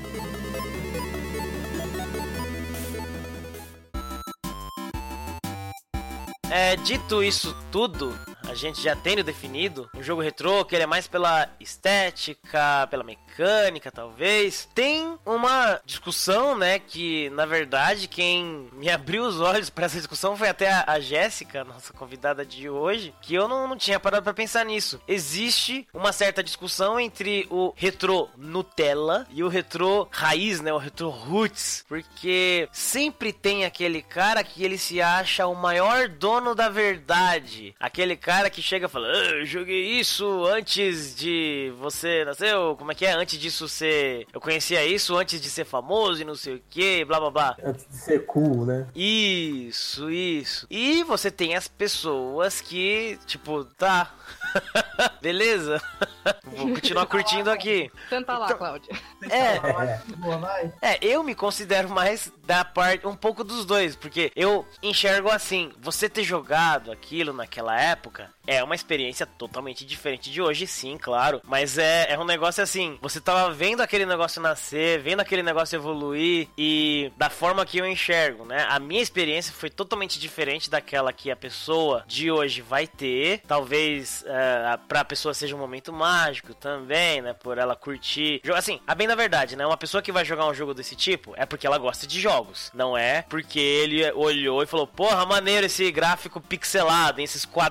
É, dito isso tudo, a gente já tendo definido um jogo retrô, que ele é mais pela estética, pela mecânica, talvez. Tem uma discussão, né, que, na verdade, quem me abriu os olhos para essa discussão foi até a, a Jéssica, nossa convidada de hoje, que eu não, não tinha parado para pensar nisso. Existe uma certa discussão entre o retrô Nutella e o retrô raiz, né, o retrô roots, porque sempre tem aquele cara que ele se acha o maior dono da verdade. Aquele cara que chega e fala, ah, eu joguei isso antes de você nascer, como é que é? Antes disso ser... Eu conhecia isso antes de ser famoso e não sei o que, blá blá blá. Antes de ser cool, né? Isso, isso. E você tem as pessoas que, tipo, tá... Beleza? Vou continuar curtindo aqui. Senta lá, Então- Cláudia. É. Vai, boa, vai. É, eu me considero mais da parte, um pouco dos dois, porque eu enxergo assim, você ter jogado aquilo naquela época é uma experiência totalmente diferente de hoje, sim, claro, mas é, é um negócio assim, você tava vendo aquele negócio nascer, vendo aquele negócio evoluir e da forma que eu enxergo, né, a minha experiência foi totalmente diferente daquela que a pessoa de hoje vai ter, talvez é, pra pessoa seja um momento mágico também, né, por ela curtir, assim, a bem da verdade, né, uma pessoa que vai jogar um jogo desse tipo é porque ela gosta de jogos, não é porque ele olhou e falou, porra, maneiro esse gráfico pixelado, esses quadrados.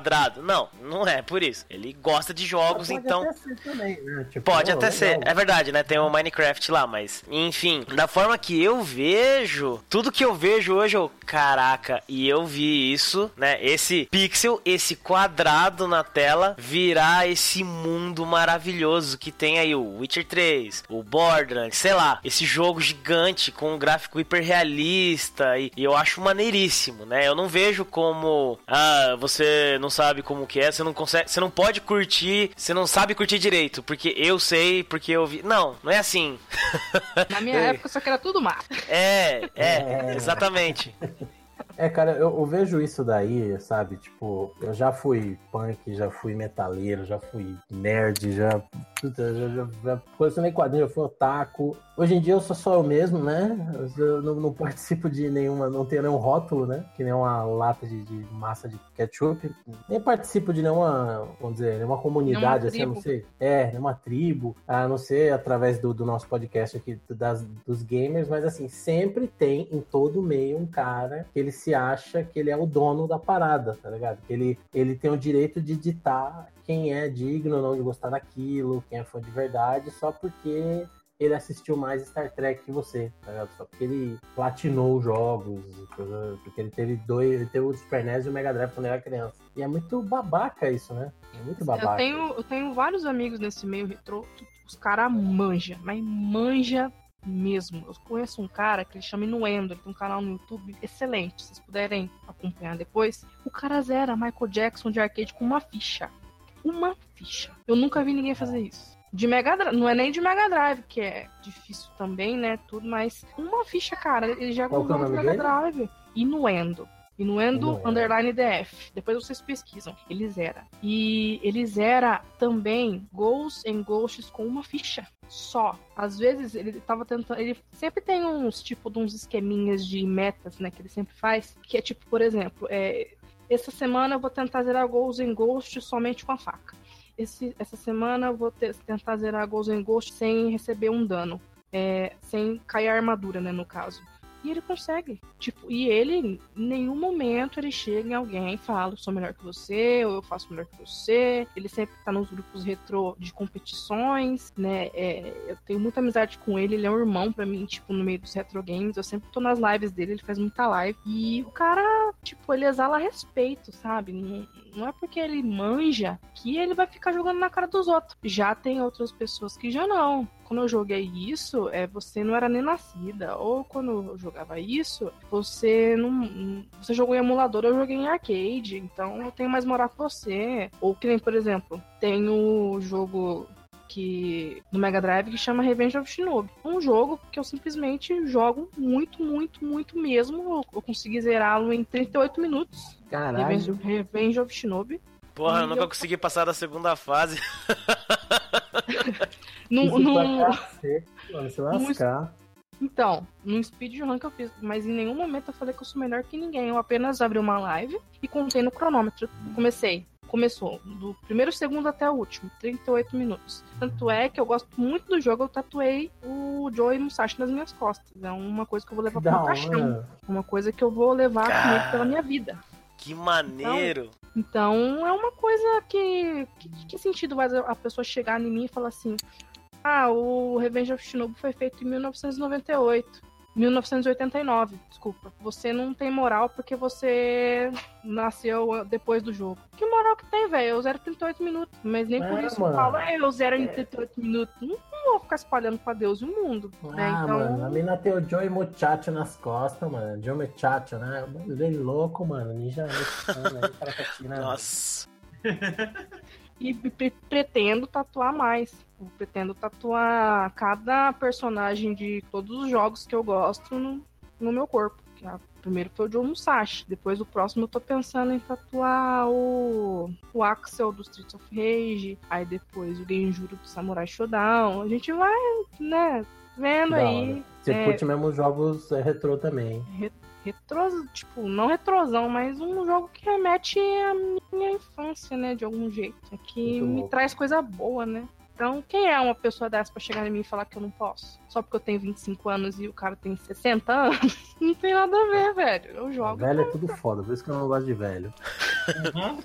Não, não é por isso. Ele gosta de jogos, pode então... Até ser também, né? Tipo, Pode oh, até legal. ser, é verdade, né? Tem o Minecraft lá, mas... Enfim, da forma que eu vejo... Tudo que eu vejo hoje, eu... Caraca, e eu vi isso, né? Esse pixel, esse quadrado na tela, virar esse mundo maravilhoso que tem aí o Witcher três, o Borderlands, sei lá. Esse jogo gigante com um gráfico hiperrealista e, e eu acho maneiríssimo, né? Eu não vejo como... Ah, você não sabe como que é, você não consegue... Você não pode curtir, você não sabe curtir direito, porque eu sei, porque eu vi... Não, não é assim. Na minha época, só que era tudo mato. É, é, é, exatamente. É, cara, eu, eu vejo isso daí, sabe? Tipo, eu já fui punk, já fui metaleiro, já fui nerd, já... Puta, já, já, já colecionei quadrinhos, já fui otaku. Hoje em dia eu sou só eu mesmo, né? Eu não, não participo de nenhuma... Não tenho nenhum rótulo, né? Que nem uma lata de, de massa de ketchup. Nem participo de nenhuma, vamos dizer, nenhuma comunidade, assim, eu não sei. É, nenhuma tribo. A não ser através do, do nosso podcast aqui, das, dos gamers. Mas, assim, sempre tem em todo meio um cara que ele se acha que ele é o dono da parada, tá ligado? Que ele, ele tem o direito de ditar quem é digno ou não de gostar daquilo, quem é fã de verdade, só porque ele assistiu mais Star Trek que você, tá ligado? Só porque ele platinou os jogos, porque ele teve dois, ele teve o Super N E S e o Mega Drive quando ele era criança. E é muito babaca isso, né? É muito babaca. Eu tenho, eu tenho vários amigos nesse meio retrô, os caras manja, mas manja mesmo. Eu conheço um cara que ele chama Inuendo, ele tem um canal no YouTube excelente, se vocês puderem acompanhar depois. O cara zera Michael Jackson de arcade com uma ficha. Uma ficha. Eu nunca vi ninguém fazer isso. De Mega Drive, não é nem de Mega Drive, que é difícil também, né, tudo, mas uma ficha, cara, ele já ganhou de Mega Drive. Inuendo. Inuendo, Inuendo, underline D F. Depois vocês pesquisam. Ele zera. E ele zera também Ghosts and Ghosts com uma ficha só. Às vezes ele tava tentando... Ele sempre tem uns, tipo, de uns esqueminhas de metas, né, que ele sempre faz. Que é tipo, por exemplo, é, essa semana eu vou tentar zerar Ghosts and Ghosts somente com a faca. Esse, essa semana eu vou ter, tentar zerar Ghosts and Ghosts sem receber um dano. É, sem cair a armadura, né, no caso. E ele consegue. Tipo, e ele, em nenhum momento, ele chega em alguém e fala, eu sou melhor que você, ou eu faço melhor que você. Ele sempre tá nos grupos retrô de competições, né? É, eu tenho muita amizade com ele, ele é um irmão pra mim, tipo, no meio dos retro games. Eu sempre tô nas lives dele, ele faz muita live. E o cara, tipo, ele exala respeito, sabe? Não, não é porque ele manja que ele vai ficar jogando na cara dos outros. Já tem outras pessoas que já não. Quando eu joguei isso, é, você não era nem nascida. Ou quando eu jogava isso, você não. Você jogou em emulador, eu joguei em arcade. Então eu tenho mais moral que você. Ou que nem, por exemplo, tem o jogo que no Mega Drive que chama Revenge of Shinobi. Um jogo que eu simplesmente jogo muito, muito, muito mesmo. Eu, eu consegui zerá-lo em trinta e oito minutos. Caralho. Revenge, Revenge of Shinobi. Porra, eu e nunca eu... consegui passar da segunda fase. Num, num... Mano, se lascar. Então, no speedrun que eu fiz, mas em nenhum momento eu falei que eu sou melhor que ninguém. Eu apenas abri uma live e contei no cronômetro. Comecei. Começou do primeiro segundo até o último, trinta e oito minutos. Tanto é que eu gosto muito do jogo, eu tatuei o Joey Musashi nas minhas costas. É uma coisa que eu vou levar pra paixão. Uma coisa que eu vou levar Car... comigo pela minha vida. Que maneiro! Então, então é uma coisa que, que... Que sentido vai a pessoa chegar em mim e falar assim... Ah, o Revenge of Shinobi foi feito em mil novecentos e noventa e oito. mil novecentos e oitenta e nove, desculpa. Você não tem moral porque você nasceu depois do jogo. Que moral que tem, velho? Eu zero trinta e oito minutos. Mas nem por é, isso mano. eu falo, é, eu zero em trinta e oito minutos. Não, não vou ficar espalhando pra Deus e o mundo. Ah, né? Então... mano, a mina tem o Joey Muchacho nas costas, mano. Joey Muchacho, né? Ele louco, mano. Ninja mexicano, aí, Nossa. E pretendo tatuar mais. Eu pretendo tatuar cada personagem de todos os jogos que eu gosto no, no meu corpo. O primeiro foi o Joe Musashi. Depois o próximo eu tô pensando em tatuar o, o Axel do Streets of Rage. Aí depois o Genjuro do Samurai Shodown. A gente vai, né, vendo da aí. Hora. Você é, curte mesmo os jogos é, retrô também. Re, retro, tipo, não retrosão, mas um jogo que remete à minha infância, né, de algum jeito. É que Muito me louco. Traz coisa boa, né? Então, quem é uma pessoa dessa pra chegar em mim e falar que eu não posso? Só porque eu tenho vinte e cinco anos e o cara tem sessenta anos? Não tem nada a ver, velho. Eu jogo. Velho é tudo foda, por isso que eu não gosto de velho. Uhum.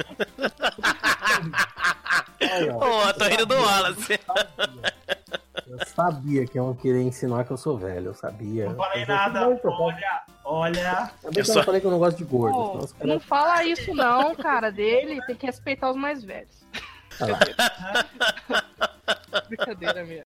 Aí, ó. Ô, tô rindo do Wallace. Eu sabia que iam querer insinuar que eu sou velho, eu sabia. Não falei Eu nada. muito, eu posso- Olha, olha. Ainda bem Eu que eu só- não falei que eu não gosto de gordo. Pô, senão os caras- não fala isso não, cara, dele. Tem que respeitar os mais velhos. Ah lá. Brincadeira mesmo.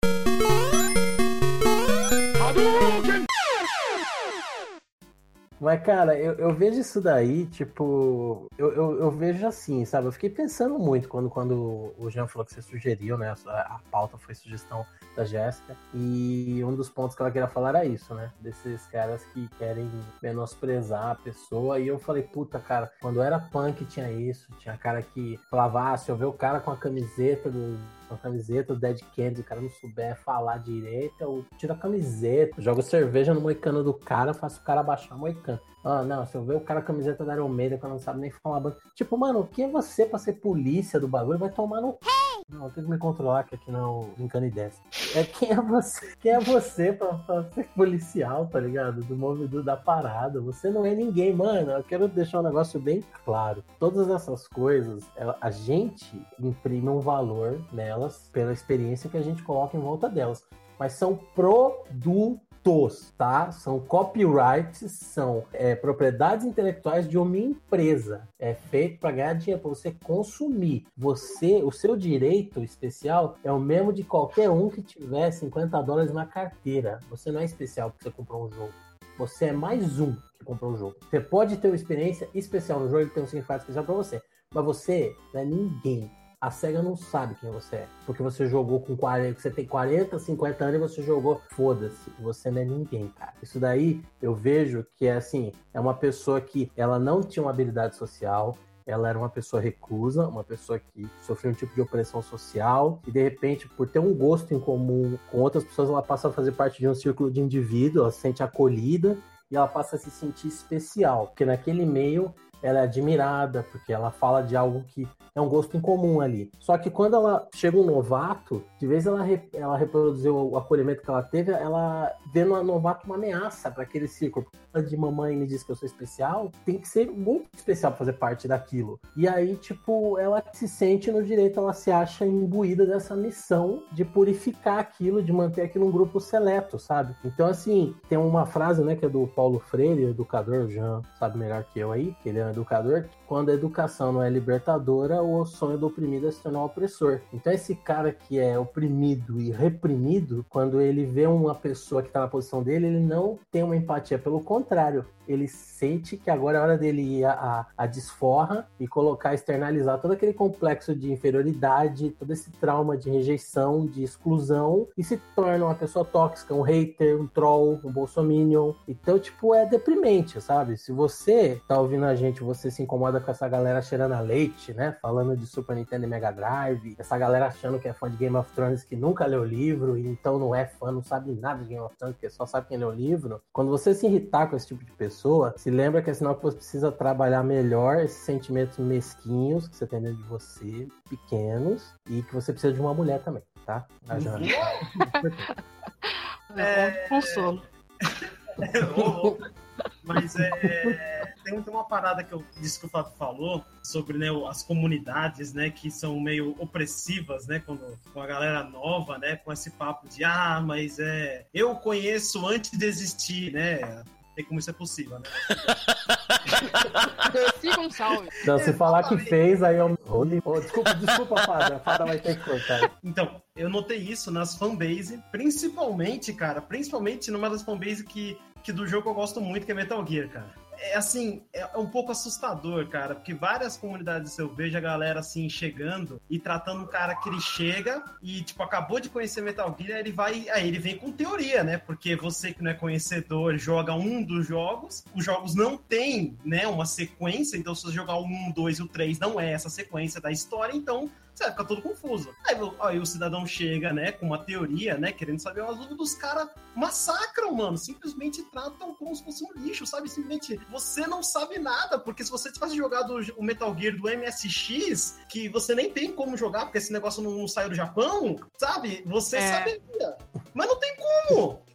Mas, cara, eu, eu vejo isso daí, tipo, eu, eu, eu vejo assim, sabe? Eu fiquei pensando muito quando, quando o Jean falou que você sugeriu, né? A, a pauta foi sugestão da Jéssica. E um dos pontos que ela queria falar era isso, né? Desses caras que querem menosprezar a pessoa. E eu falei, puta, cara, quando eu era punk tinha isso. Tinha cara que falava, ah, se eu ver o cara com a camiseta do. Com a camiseta do Dead Kennedy, o cara não souber falar direito, eu tiro a camiseta, jogo cerveja no moicano do cara, faço o cara abaixar o moicano. Ah, não, se eu ver o cara com a camiseta da Iron Maiden, que eu não sabe nem falar banda. Tipo, mano, quem é você pra ser polícia do bagulho? Vai tomar no... Não, eu tenho que me controlar, que aqui não brincando e desce. É, quem é você? Quem é você pra, pra ser policial, tá ligado? Do movimento da parada. Você não é ninguém, mano. Eu quero deixar um negócio bem claro. Todas essas coisas, ela- a gente imprime um valor nelas pela experiência que a gente coloca em volta delas. Mas são produtos, tá? São copyrights, são é, propriedades intelectuais de uma empresa. É feito para ganhar dinheiro, para você consumir. Você, o seu direito especial é o mesmo de qualquer um que tiver cinquenta dólares na carteira. Você não é especial porque você comprou um jogo. Você é mais um que comprou um jogo. Você pode ter uma experiência especial no jogo, que tem um significado especial para você. Mas você não é ninguém. A SEGA não sabe quem você é. Porque você jogou com quarenta, você tem quarenta, cinquenta anos e você jogou, foda-se, você não é ninguém, cara. Isso daí eu vejo que é assim, é uma pessoa que ela não tinha uma habilidade social, ela era uma pessoa reclusa, uma pessoa que sofreu um tipo de opressão social e de repente, por ter um gosto em comum com outras pessoas, ela passa a fazer parte de um círculo de indivíduos, ela se sente acolhida e ela passa a se sentir especial, porque naquele meio ela é admirada, porque ela fala de algo que é um gosto em comum ali. Só que quando ela chega um novato, de vez ela, re, ela reproduziu o acolhimento que ela teve, ela vê no novato uma ameaça para aquele círculo. De mamãe me diz que eu sou especial, tem que ser muito especial para fazer parte daquilo. E aí, tipo, ela se sente no direito, ela se acha imbuída dessa missão de purificar aquilo, de manter aquilo um grupo seleto, sabe? Então, assim, tem uma frase, né, que é do Paulo Freire, educador, o Jean sabe melhor que eu aí, que ele é um educador, que quando a educação não é libertadora, o sonho do oprimido é se tornar um opressor. Então, esse cara que é oprimido e reprimido, quando ele vê uma pessoa que tá na posição dele, ele não tem uma empatia, pelo contrário, contrário, ele sente que agora é hora dele ir a, a desforra e colocar, externalizar todo aquele complexo de inferioridade, todo esse trauma de rejeição, de exclusão, e se torna uma pessoa tóxica, um hater, um troll, um bolsominion. Então, tipo, é deprimente, sabe? Se você tá ouvindo a gente, você se incomoda com essa galera cheirando a leite, né? Falando de Super Nintendo e Mega Drive, essa galera achando que é fã de Game of Thrones, que nunca leu o livro, e então não é fã, não sabe nada de Game of Thrones, porque só sabe quem leu o livro. Quando você se irritar com esse tipo de pessoa, se lembra que é sinal que você precisa trabalhar melhor esses sentimentos mesquinhos que você tem dentro de você, pequenos, e que você precisa de uma mulher também, tá? A Jana. É... Consolo. Mas é, tem, tem uma parada que eu disse que o Fábio falou sobre, né, as comunidades, né, que são meio opressivas, né, quando, com a galera nova, né, com esse papo de ah, mas é eu conheço antes de existir, né? Tem como isso é possível, né? Dercy Gonçalves. Então, se falar que fez, aí eu... Oh, desculpa, desculpa, Fada. A Fada vai ter que cortar. Então, eu notei isso nas fanbase, principalmente, cara, principalmente numa das fanbase que, que do jogo eu gosto muito, que é Metal Gear, cara. É assim, é um pouco assustador, cara, porque várias comunidades eu vejo a galera assim chegando e tratando um cara que ele chega e tipo acabou de conhecer Metal Gear, aí ele vai, aí ele vem com teoria, né? Porque você que não é conhecedor joga um dos jogos, os jogos não tem, né, uma sequência, então se você jogar o um, dois e o três não é essa sequência da história, então você vai ficar todo confuso. Aí, aí o cidadão chega, né, com uma teoria, né, querendo saber umas dúvidas, dos caras massacram, mano, simplesmente tratam como se fosse um lixo, sabe? Simplesmente você não sabe nada, porque se você tivesse jogado o Metal Gear do M S X, que você nem tem como jogar, porque esse negócio não, não saiu do Japão, sabe? Você é. saberia. Mas não tem como!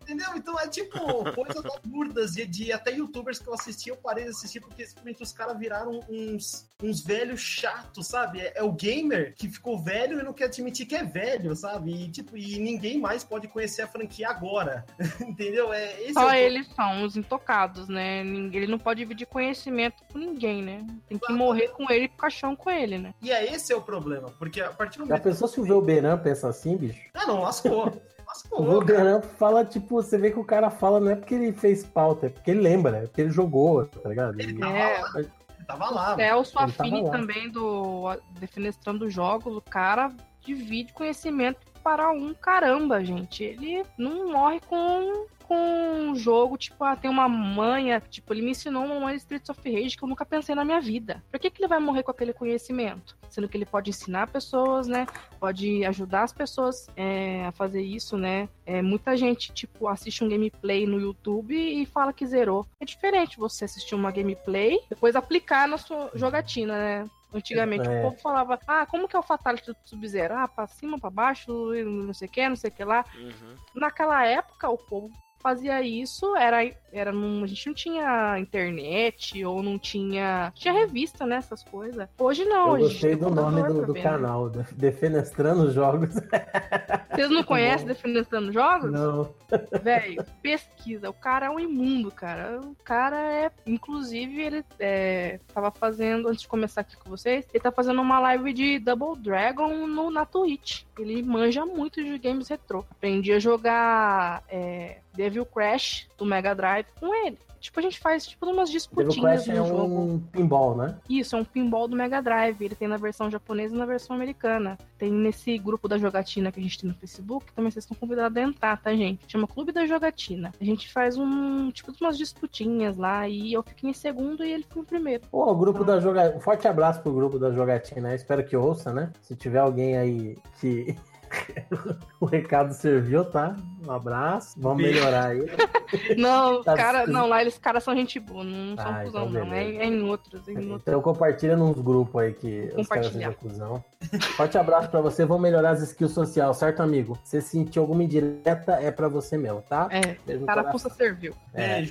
Entendeu? Então é tipo, coisas absurdas de, de até youtubers que eu assisti, eu parei de assistir porque simplesmente os caras viraram uns, uns velhos chatos, sabe? É, é o gamer que ficou velho e não quer admitir que é velho, sabe? E, tipo, e ninguém mais pode conhecer a franquia agora. Entendeu? É, esse Só é o... eles são os intocados, né? Ele não pode dividir conhecimento com ninguém, né? Tem que morrer com ele e pro caixão com ele, né? E é esse é o problema, porque a partir do Já momento... pensou se o Velberan pensa assim, bicho? Ah, não, lascou. Lascou, O Velberan fala, tipo, você vê que o cara fala não é porque ele fez pauta, é porque ele lembra, é porque ele jogou, tá ligado? Ele tava É. lá. Ele tava lá. O Celso Ele tava Affini lá. também do Defenestrando Jogos, o cara divide conhecimento para um caramba, gente. Ele não morre com, com um jogo, tipo, ah, tem uma manha, tipo, ele me ensinou uma manha de Streets of Rage que eu nunca pensei na minha vida. Por que que ele vai morrer com aquele conhecimento? Sendo que ele pode ensinar pessoas, né? Pode ajudar as pessoas é, a fazer isso, né? É, muita gente, tipo, assiste um gameplay no YouTube e fala que zerou. É diferente você assistir uma gameplay, depois aplicar na sua jogatina, né? Antigamente É. o povo falava, ah, como que é o Fatality do Sub-Zero? Ah, pra cima, pra baixo, não sei o que, não sei o que lá. Uhum. Naquela época, o povo fazia isso, era, era num, a gente não tinha internet, ou não tinha... Tinha revista, né, essas coisas. Hoje não, Eu hoje gostei tem do nome computador do, pra do ver, né? canal, de- Defenestrando Jogos. Vocês não conhecem bom. Defenestrando Jogos? Não. Velho, pesquisa. O cara é um imundo, cara. O cara é... Inclusive, ele é, tava fazendo, antes de começar aqui com vocês, ele tá fazendo uma live de Double Dragon no, na Twitch. Ele manja muito de games retrô. Aprendi a jogar é, Devil Crash do Mega Drive com ele. Tipo, a gente faz tipo umas Devil disputinhas Crash no é jogo. um pinball, né? Isso, é um pinball do Mega Drive. Ele tem na versão japonesa e na versão americana. Tem nesse grupo da jogatina que a gente tem no Facebook. Também vocês estão convidados a entrar, tá, gente? Chama Clube da Jogatina. A gente faz um, tipo, umas disputinhas lá. E eu fiquei em segundo e ele ficou em primeiro. Pô, o grupo da jogatina. Um forte abraço pro grupo da jogatina. Espero que ouça, né? Se tiver alguém aí que o recado serviu, tá? Um abraço. Vamos melhorar aí. Não, os Tá cara, precisando. não, lá eles caras são gente boa. Não são Ah, cuzão, então não. É, beleza. é em outros. É em outros. Então compartilha nos grupos aí que os caras Compartilhar. sejam cuzão. Forte abraço pra você. Vamos melhorar as skills sociais, certo, amigo? Se sentir alguma indireta, é pra você mesmo, tá? É, Beijo no carapuça coração. serviu. É. Beijo.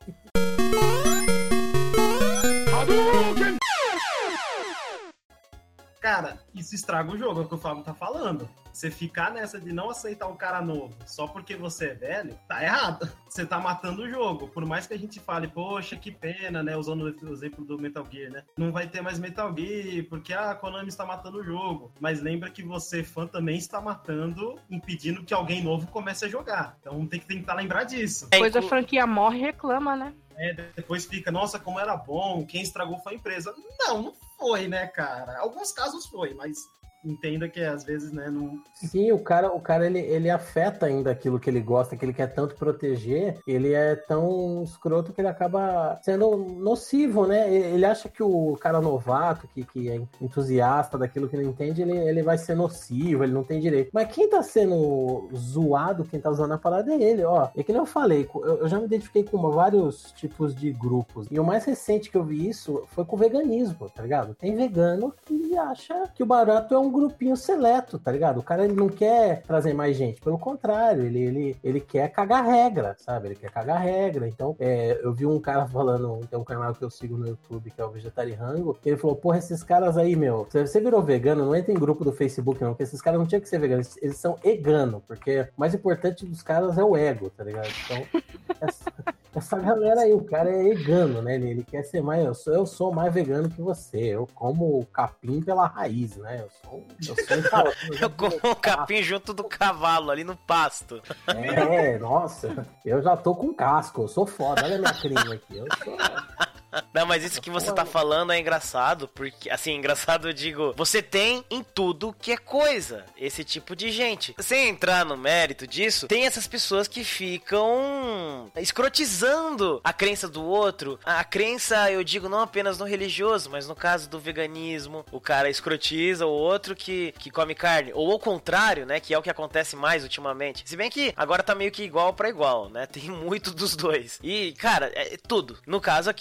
Cara, isso estraga o jogo, é o que o Fábio tá falando. Você ficar nessa de não aceitar um cara novo só porque você é velho, tá errado. Você tá matando o jogo. Por mais que a gente fale, poxa, que pena, né? Usando o exemplo do Metal Gear, né? Não vai ter mais Metal Gear, porque ah, a Konami está matando o jogo. Mas lembra que você, fã, também está matando, impedindo que alguém novo comece a jogar. Então tem que tentar lembrar disso. É, Depois a inclu- franquia morre e reclama, né? É, depois fica, nossa, como era bom, quem estragou foi a empresa. Não, não foi, né, cara? Alguns casos foi, mas entenda que às vezes, né, não... Sim, o cara, o cara ele, ele afeta ainda aquilo que ele gosta, que ele quer tanto proteger, ele é tão escroto que ele acaba sendo nocivo, né? Ele acha que o cara novato, que, que é entusiasta daquilo que não entende, ele, ele vai ser nocivo, ele não tem direito. Mas quem tá sendo zoado, quem tá usando a parada é ele, ó. É que nem eu falei, eu, eu já me identifiquei com vários tipos de grupos. E o mais recente que eu vi isso foi com o veganismo, tá ligado? Tem vegano que acha que o barato é um grupinho seleto, tá ligado? O cara ele não quer trazer mais gente, pelo contrário, ele, ele, ele quer cagar regra, sabe? Ele quer cagar regra. Então, é, eu vi um cara falando, tem um canal que eu sigo no YouTube, que é o Vegetariango, ele falou, porra, esses caras aí, meu, você, você virou vegano, não entra em grupo do Facebook não, porque esses caras não tinham que ser veganos, eles, eles são egano, porque o mais importante dos caras é o ego, tá ligado? Então, essa, essa galera aí, o cara é egano, né? Ele, ele quer ser mais, eu sou, eu sou mais vegano que você, eu como o capim pela raiz, né? Eu sou Eu, sou encalado, Eu como um capim junto do cavalo ali no pasto. É, nossa, eu já tô com casco, eu sou foda, olha a minha crina aqui, eu sou... Não, mas isso que você tá falando é engraçado, porque, assim, engraçado eu digo, você tem em tudo que é coisa, esse tipo de gente. Sem entrar no mérito disso, tem essas pessoas que ficam escrotizando a crença do outro. A crença, eu digo, não apenas no religioso, mas no caso do veganismo, o cara escrotiza o outro que, que come carne. Ou ao contrário, né, que é o que acontece mais ultimamente. Se bem que agora tá meio que igual pra igual, né, tem muito dos dois. E, cara, é tudo. No caso aqui, o cara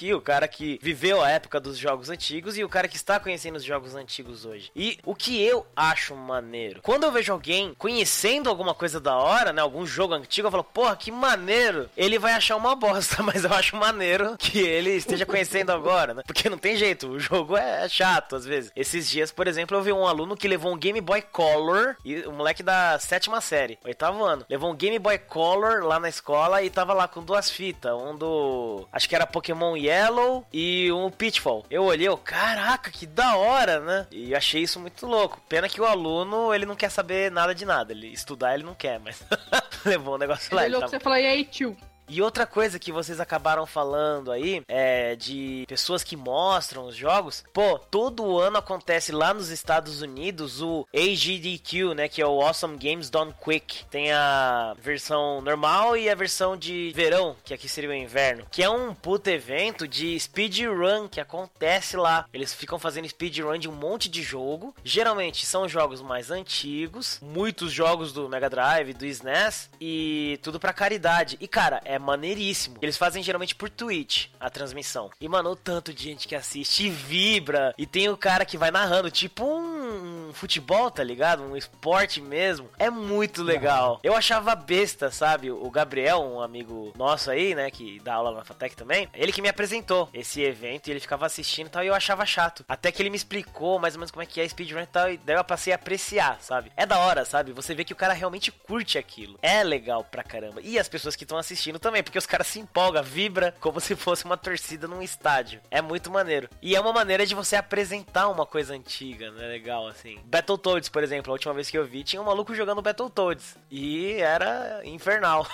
cara que viveu a época dos jogos antigos e o cara que está conhecendo os jogos antigos hoje. E o que eu acho maneiro, quando eu vejo alguém conhecendo alguma coisa da hora, né, algum jogo antigo, eu falo, porra, que maneiro. Ele vai achar uma bosta, mas eu acho maneiro que ele esteja conhecendo agora, né? Porque não tem jeito, o jogo é chato às vezes. Esses dias, por exemplo, eu vi um aluno que levou um Game Boy Color, e o moleque da sétima série, oitavo ano, levou um Game Boy Color lá na escola e tava lá com duas fitas, um do, acho que era Pokémon Yellow e um Pitfall. Eu olhei, eu, caraca, que da hora, né? E achei isso muito louco. Pena que o aluno, ele não quer saber nada de nada, ele estudar ele não quer, mas levou um negócio lá. Ele olhou pra você e falou, e aí, tio? E outra coisa que vocês acabaram falando aí, é de pessoas que mostram os jogos. Pô, todo ano acontece lá nos Estados Unidos o A G D Q, né, que é o Awesome Games Done Quick. Tem a versão normal e a versão de verão, que aqui seria o inverno, que é um puto evento de speedrun que acontece lá. Eles ficam fazendo speedrun de um monte de jogo. Geralmente são jogos mais antigos, muitos jogos do Mega Drive, do S N E S, e tudo pra caridade. E cara, é maneiríssimo. Eles fazem geralmente por Twitch a transmissão. E, mano, o tanto de gente que assiste e vibra. E tem o cara que vai narrando, tipo um, um futebol, tá ligado? Um esporte mesmo. É muito legal. Eu achava besta, sabe? O Gabriel, um amigo nosso aí, né, que dá aula na FATEC também, ele que me apresentou esse evento e ele ficava assistindo e tal, e eu achava chato. Até que ele me explicou mais ou menos como é que é speedrun e tal, e daí eu passei a apreciar, sabe? É da hora, sabe? Você vê que o cara realmente curte aquilo. É legal pra caramba. E as pessoas que estão assistindo também, porque os caras se empolgam, vibra como se fosse uma torcida num estádio. É muito maneiro. E é uma maneira de você apresentar uma coisa antiga, né? Legal, assim. Battletoads, por exemplo, a última vez que eu vi, tinha um maluco jogando Battletoads. E era infernal.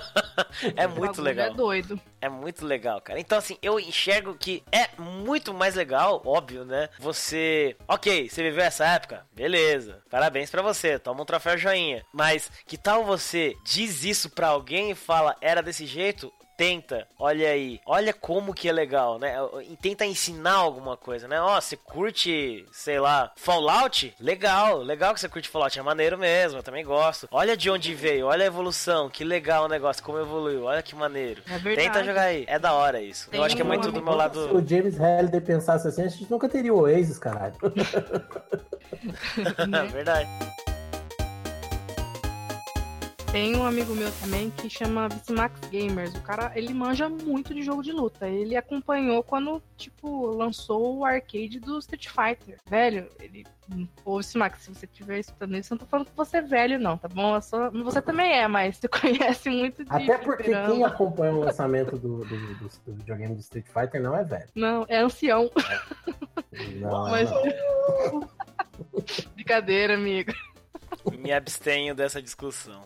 É muito legal. É doido. É muito legal, cara. Então, assim, eu enxergo que é muito mais legal, óbvio, né? Você... Ok, você viveu essa época? Beleza. Parabéns pra você. Toma um troféu joinha. Mas que tal você diz isso pra alguém e fala, era desse jeito? Tenta, olha aí, olha como que é legal, né? E tenta ensinar alguma coisa, né? Ó, oh, você curte, sei lá, Fallout? Legal, legal que você curte Fallout, é maneiro mesmo, eu também gosto. Olha de onde veio, olha a evolução, que legal o negócio, como evoluiu, olha que maneiro. É verdade. Tenta jogar aí, é da hora isso. Tem eu acho que é muito do meu lado... Se o James Halliday pensasse assim, a gente nunca teria o Oasis, caralho. É verdade. Tem um amigo meu também que chama Vicimax Gamers. O cara, ele manja muito de jogo de luta. Ele acompanhou quando, tipo, lançou o arcade do Street Fighter. Velho, ele... Ô, Vicimax, se você estiver escutando isso, eu não tô falando que você é velho, não, tá bom? Só... Você também é, mas você conhece muito de... Até porque fliperama. Quem acompanha o lançamento do, do, do, do videogame do Street Fighter não é velho. Não, é ancião. É. Não, mas... não. Brincadeira, amigo. Me abstenho dessa discussão.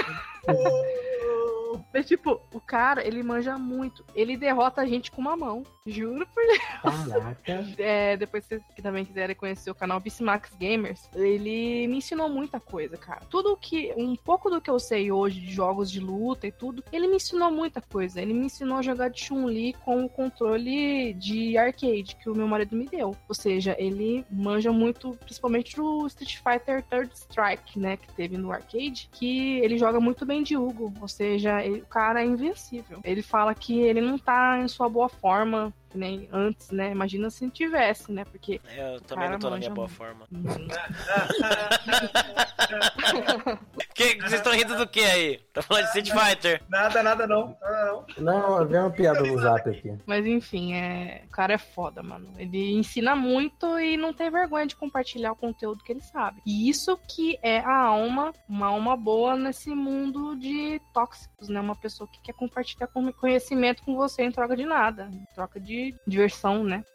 Mas, tipo, o cara, ele manja muito. Ele derrota a gente com uma mão. Juro por Deus. Caraca. É, depois se vocês também quiserem conhecer o canal Vicimax Gamers, ele me ensinou muita coisa, cara. Tudo que... Um pouco do que eu sei hoje de jogos de luta e tudo, ele me ensinou muita coisa. Ele me ensinou a jogar de Chun-Li com o controle de arcade que o meu marido me deu. Ou seja, ele manja muito, principalmente do Street Fighter Third Strike, né, que teve no arcade, que ele joga muito bem de Hugo. Ou seja, ele, o cara é invencível. Ele fala que ele não tá em sua boa forma, que nem antes, né? Imagina se tivesse, né? Porque eu também não tô na minha boa forma. que, vocês estão rindo do que aí? Tá falando de Street Fighter? Nada, nada não. Nada não. Não, veio uma piada no zap aqui. Mas enfim, é... o cara é foda, mano. Ele ensina muito e não tem vergonha de compartilhar o conteúdo que ele sabe. E isso que é a alma, uma alma boa nesse mundo de tóxicos, né? Uma pessoa que quer compartilhar conhecimento com você em troca de nada, em troca de diversão, né?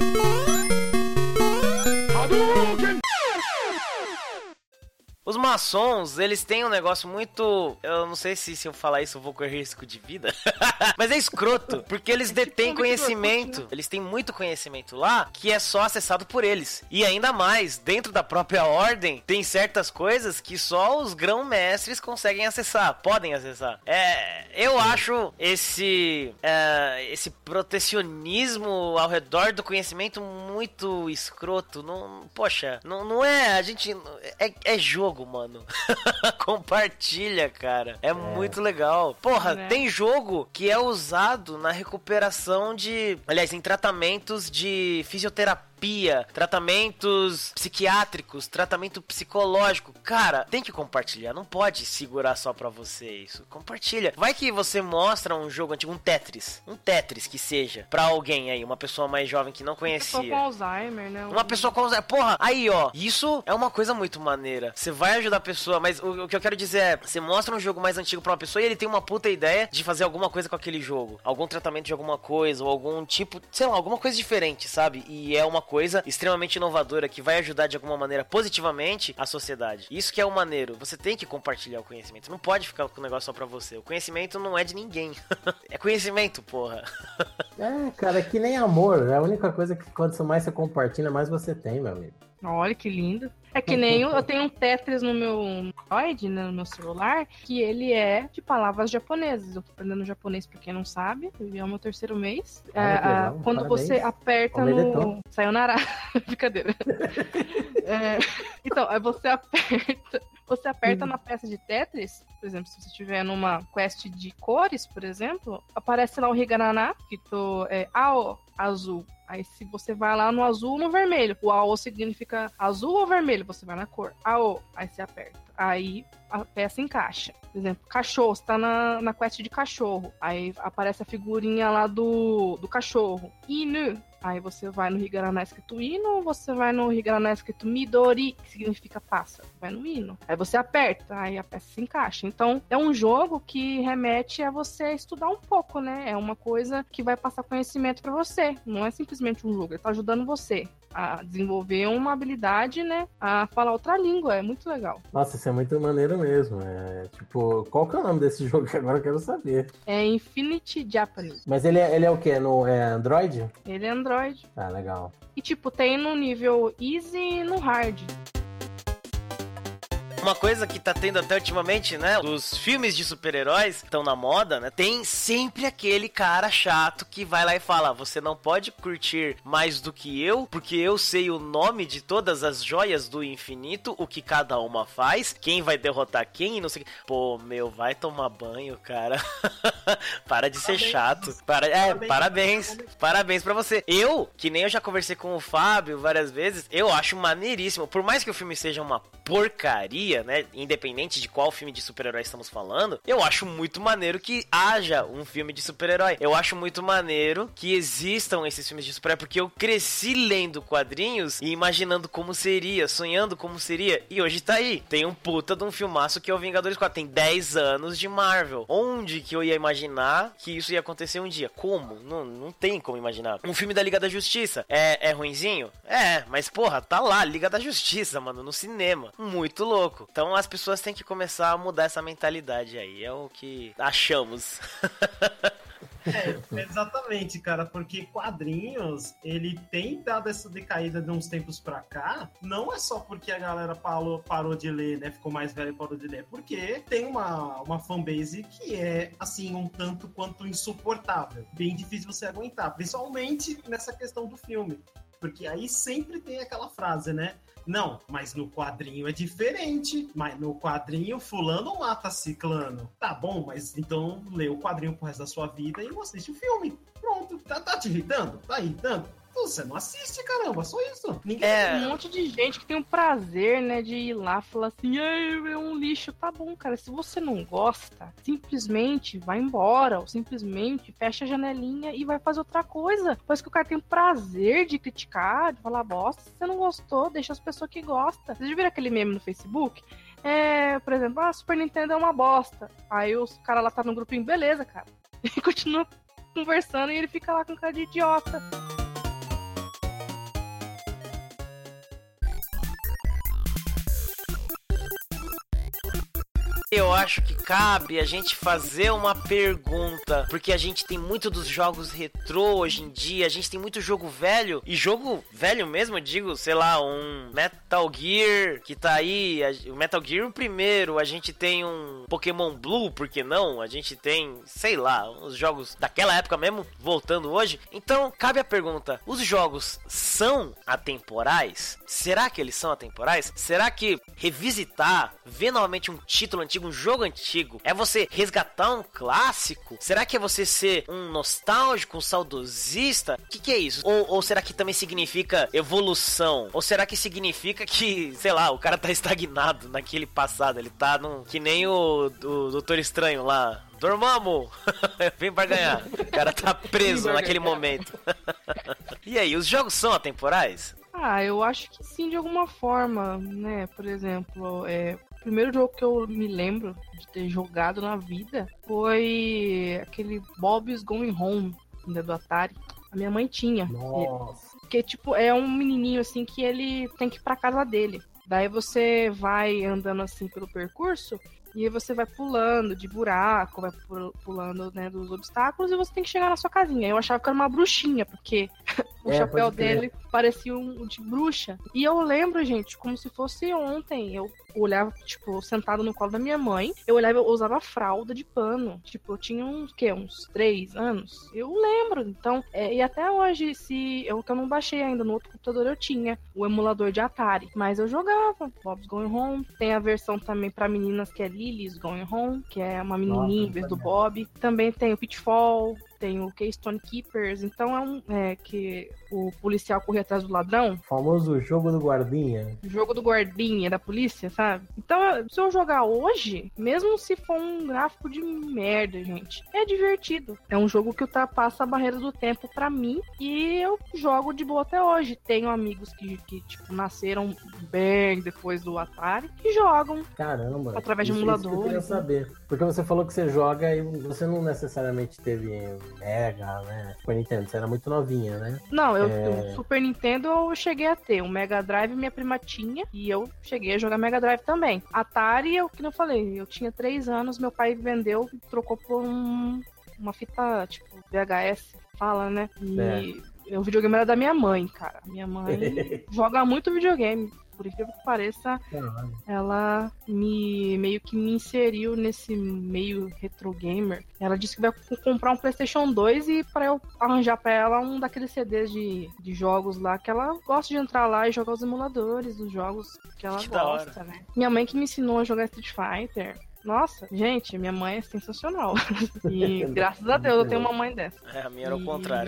Os maçons, eles têm um negócio muito... Eu não sei se se eu falar isso eu vou correr risco de vida. Mas é escroto, porque eles detêm conhecimento. Eles têm muito conhecimento lá que é só acessado por eles. E ainda mais, dentro da própria ordem, tem certas coisas que só os grão-mestres conseguem acessar. Podem acessar. É, eu acho esse, é, esse protecionismo ao redor do conhecimento muito muito escroto. Não, poxa, não, não é. A gente. É, é jogo, mano. Compartilha, cara. É, é muito legal. Porra, é. Tem jogo que é usado na recuperação de. Aliás, em tratamentos de fisioterapia, tratamentos psiquiátricos, tratamento psicológico. Cara, tem que compartilhar, não pode segurar só pra você isso. Compartilha. Vai que você mostra um jogo antigo, um Tetris, um Tetris que seja, pra alguém aí, uma pessoa mais jovem que não conhecia. Uma pessoa com Alzheimer, né? Uma pessoa com Alzheimer. Porra, aí ó, isso é uma coisa muito maneira. Você vai ajudar a pessoa, mas o, o que eu quero dizer é, você mostra um jogo mais antigo pra uma pessoa e ele tem uma puta ideia de fazer alguma coisa com aquele jogo. Algum tratamento de alguma coisa, ou algum tipo, sei lá, alguma coisa diferente, sabe? E é uma coisa extremamente inovadora que vai ajudar de alguma maneira positivamente a sociedade. Isso que é o maneiro. Você tem que compartilhar o conhecimento. Não pode ficar com o negócio só pra você. O conhecimento não é de ninguém. É conhecimento, porra. É, cara, é que nem amor. É a única coisa que quanto mais você compartilha, mais você tem, meu amigo. Olha que lindo. É que nem eu, eu tenho um Tetris no meu Android, né, no meu celular, que ele é de palavras japonesas. Eu tô aprendendo japonês pra quem não sabe. É o meu terceiro mês. Ah, é, legal, quando parabéns. Você aperta Omedetou. no... Sayonara. Brincadeira. É, então, aí você aperta... Você aperta hum. na peça de Tetris, por exemplo, se você estiver numa quest de cores, por exemplo, aparece lá o Higarana, que tô, é Ao, azul. Aí se você vai lá no azul ou no vermelho, o Ao significa azul ou vermelho, você vai na cor Ao, aí você aperta. Aí a peça encaixa. Por exemplo, cachorro, você tá na, na quest de cachorro, aí aparece a figurinha lá do, do cachorro. Inu. Aí você vai no Higarana escrito Ino, ou você vai no Higarana escrito Midori, que significa pássaro. Vai no Ino. Aí você aperta, aí a peça se encaixa. Então, é um jogo que remete a você estudar um pouco, né? É uma coisa que vai passar conhecimento pra você. Não é simplesmente um jogo, ele tá ajudando você a desenvolver uma habilidade, né? A falar outra língua. É muito legal. Nossa, isso é muito maneiro mesmo. É, tipo, qual que é o nome desse jogo que agora eu quero saber? É Infinity Japanese. Mas ele é, ele é o quê? No, é Android? Ele é Android. Ah, legal. E tipo, tem no nível easy e no hard. Uma coisa que tá tendo até ultimamente, né? Os filmes de super-heróis que estão na moda, né? Tem sempre aquele cara chato que vai lá e fala: você não pode curtir mais do que eu, porque eu sei o nome de todas as joias do infinito, o que cada uma faz, quem vai derrotar quem e não sei o que. Pô, meu, vai tomar banho, cara. Para de ser parabéns. chato. Para... É, parabéns. parabéns. Parabéns pra você. Eu, que nem eu já conversei com o Fábio várias vezes, eu acho maneiríssimo. Por mais que o filme seja uma porcaria, né, independente de qual filme de super-herói estamos falando, eu acho muito maneiro que haja um filme de super-herói. Eu acho muito maneiro que existam esses filmes de super-herói, porque eu cresci lendo quadrinhos e imaginando como seria, sonhando como seria, e hoje tá aí. Tem um puta de um filmaço que é o Vingadores quatro. Tem dez anos de Marvel. Onde que eu ia imaginar que isso ia acontecer um dia? Como? Não, não tem como imaginar. Um filme da Liga da Justiça. É, é ruinzinho? É, mas porra, tá lá, Liga da Justiça, mano, no cinema. Muito louco. Então as pessoas têm que começar a mudar essa mentalidade aí. É o que achamos. É, exatamente, cara, porque quadrinhos, ele tem dado essa decaída de uns tempos pra cá, não é só porque a galera parou, parou de ler, né, ficou mais velho e parou de ler, porque tem uma, uma fanbase que é, assim, um tanto quanto insuportável, bem difícil você aguentar, principalmente nessa questão do filme, porque aí sempre tem aquela frase, né, não, mas no quadrinho é diferente. Mas no quadrinho, fulano mata ciclano. Tá bom, mas então lê o quadrinho pro resto da sua vida e não assiste o filme. Pronto, tá, tá te irritando? Tá irritando? Você não assiste, caramba, só isso. Ninguém é um monte de gente que tem o prazer, né, de ir lá e falar assim, é um lixo. Tá bom, cara, se você não gosta, simplesmente vai embora, ou simplesmente fecha a janelinha e vai fazer outra coisa. Pois que o cara tem o prazer de criticar, de falar bosta. Se você não gostou, deixa as pessoas que gostam. Vocês já viram aquele meme no Facebook? É, por exemplo, ah, Super Nintendo é uma bosta. Aí os caras lá tá no grupinho, beleza, cara. E continua conversando e ele fica lá com cara de idiota. Eu acho que cabe a gente fazer uma pergunta, porque a gente tem muito dos jogos retrô hoje em dia, a gente tem muito jogo velho, e jogo velho mesmo, eu digo, sei lá, um Metal Gear que tá aí, o Metal Gear o primeiro, a gente tem um Pokémon Blue, por que não? A gente tem, sei lá, os jogos daquela época mesmo, voltando hoje. Então, cabe a pergunta, os jogos são atemporais? Será que eles são atemporais? Será que revisitar, ver novamente um título antigo, um jogo antigo, é você resgatar um clássico? Será que é você ser um nostálgico, um saudosista? O que, que é isso? Ou, ou será que também significa evolução? Ou será que significa que, sei lá, o cara tá estagnado naquele passado? Ele tá num... que nem o, o Doutor Estranho lá. Dormamo! Vem pra ganhar. O cara tá preso naquele momento. E aí, os jogos são atemporais? Ah, eu acho que sim, de alguma forma, né? Por exemplo, é, o primeiro jogo que eu me lembro de ter jogado na vida foi aquele Bob's Going Home, ainda do Atari. A minha mãe tinha. Nossa. Porque, tipo, é um menininho, assim, que ele tem que ir pra casa dele. Daí você vai andando, assim, pelo percurso... E aí você vai pulando de buraco, vai pulando, né, dos obstáculos e você tem que chegar na sua casinha. Eu achava que era uma bruxinha, porque o é, chapéu dele parecia um de bruxa. E eu lembro, gente, como se fosse ontem. Eu olhava, tipo, sentado no colo da minha mãe. Eu olhava, eu usava fralda de pano. Tipo, eu tinha uns, o quê? Uns três anos? Eu lembro. Então, é, e até hoje, se eu que eu não baixei ainda no outro computador, eu tinha o emulador de Atari. Mas eu jogava Bob's Going Home. Tem a versão também pra meninas que é Lily's Going Home, que é uma menininha em vez do Bob. Também tem o Pitfall, tem o Keystone Keepers. Então é um é, que o policial corria atrás do ladrão. O famoso jogo do guardinha. Jogo do guardinha da polícia, sabe? Então, se eu jogar hoje, mesmo se for um gráfico de merda, gente, é divertido. É um jogo que ultrapassa a barreira do tempo pra mim e eu jogo de boa até hoje. Tenho amigos que, que tipo, nasceram bem depois do Atari que jogam. Caramba. Através de emuladores. Isso que eu queria saber. Porque você falou que você joga e você não necessariamente teve Mega, né? Super Nintendo, você era muito novinha, né? Não, eu, é... o Super Nintendo eu cheguei a ter. O Mega Drive minha prima tinha e eu cheguei a jogar Mega Drive também. Atari, eu que não falei, eu tinha três anos, meu pai vendeu e trocou por um, uma fita, tipo, V H S, fala, né? E é. o videogame era da minha mãe, cara. Minha mãe joga muito videogame. Por incrível que pareça, Caramba. ela me meio que me inseriu nesse meio retro gamer. Ela disse que vai comprar um PlayStation dois e para eu arranjar para ela um daqueles C Ds de, de jogos lá, que ela gosta de entrar lá e jogar os emuladores dos jogos que ela que gosta, né? Minha mãe que me ensinou a jogar Street Fighter. Nossa, gente, minha mãe é sensacional. E graças a Deus eu tenho uma mãe dessa. É, a minha era e... o contrário.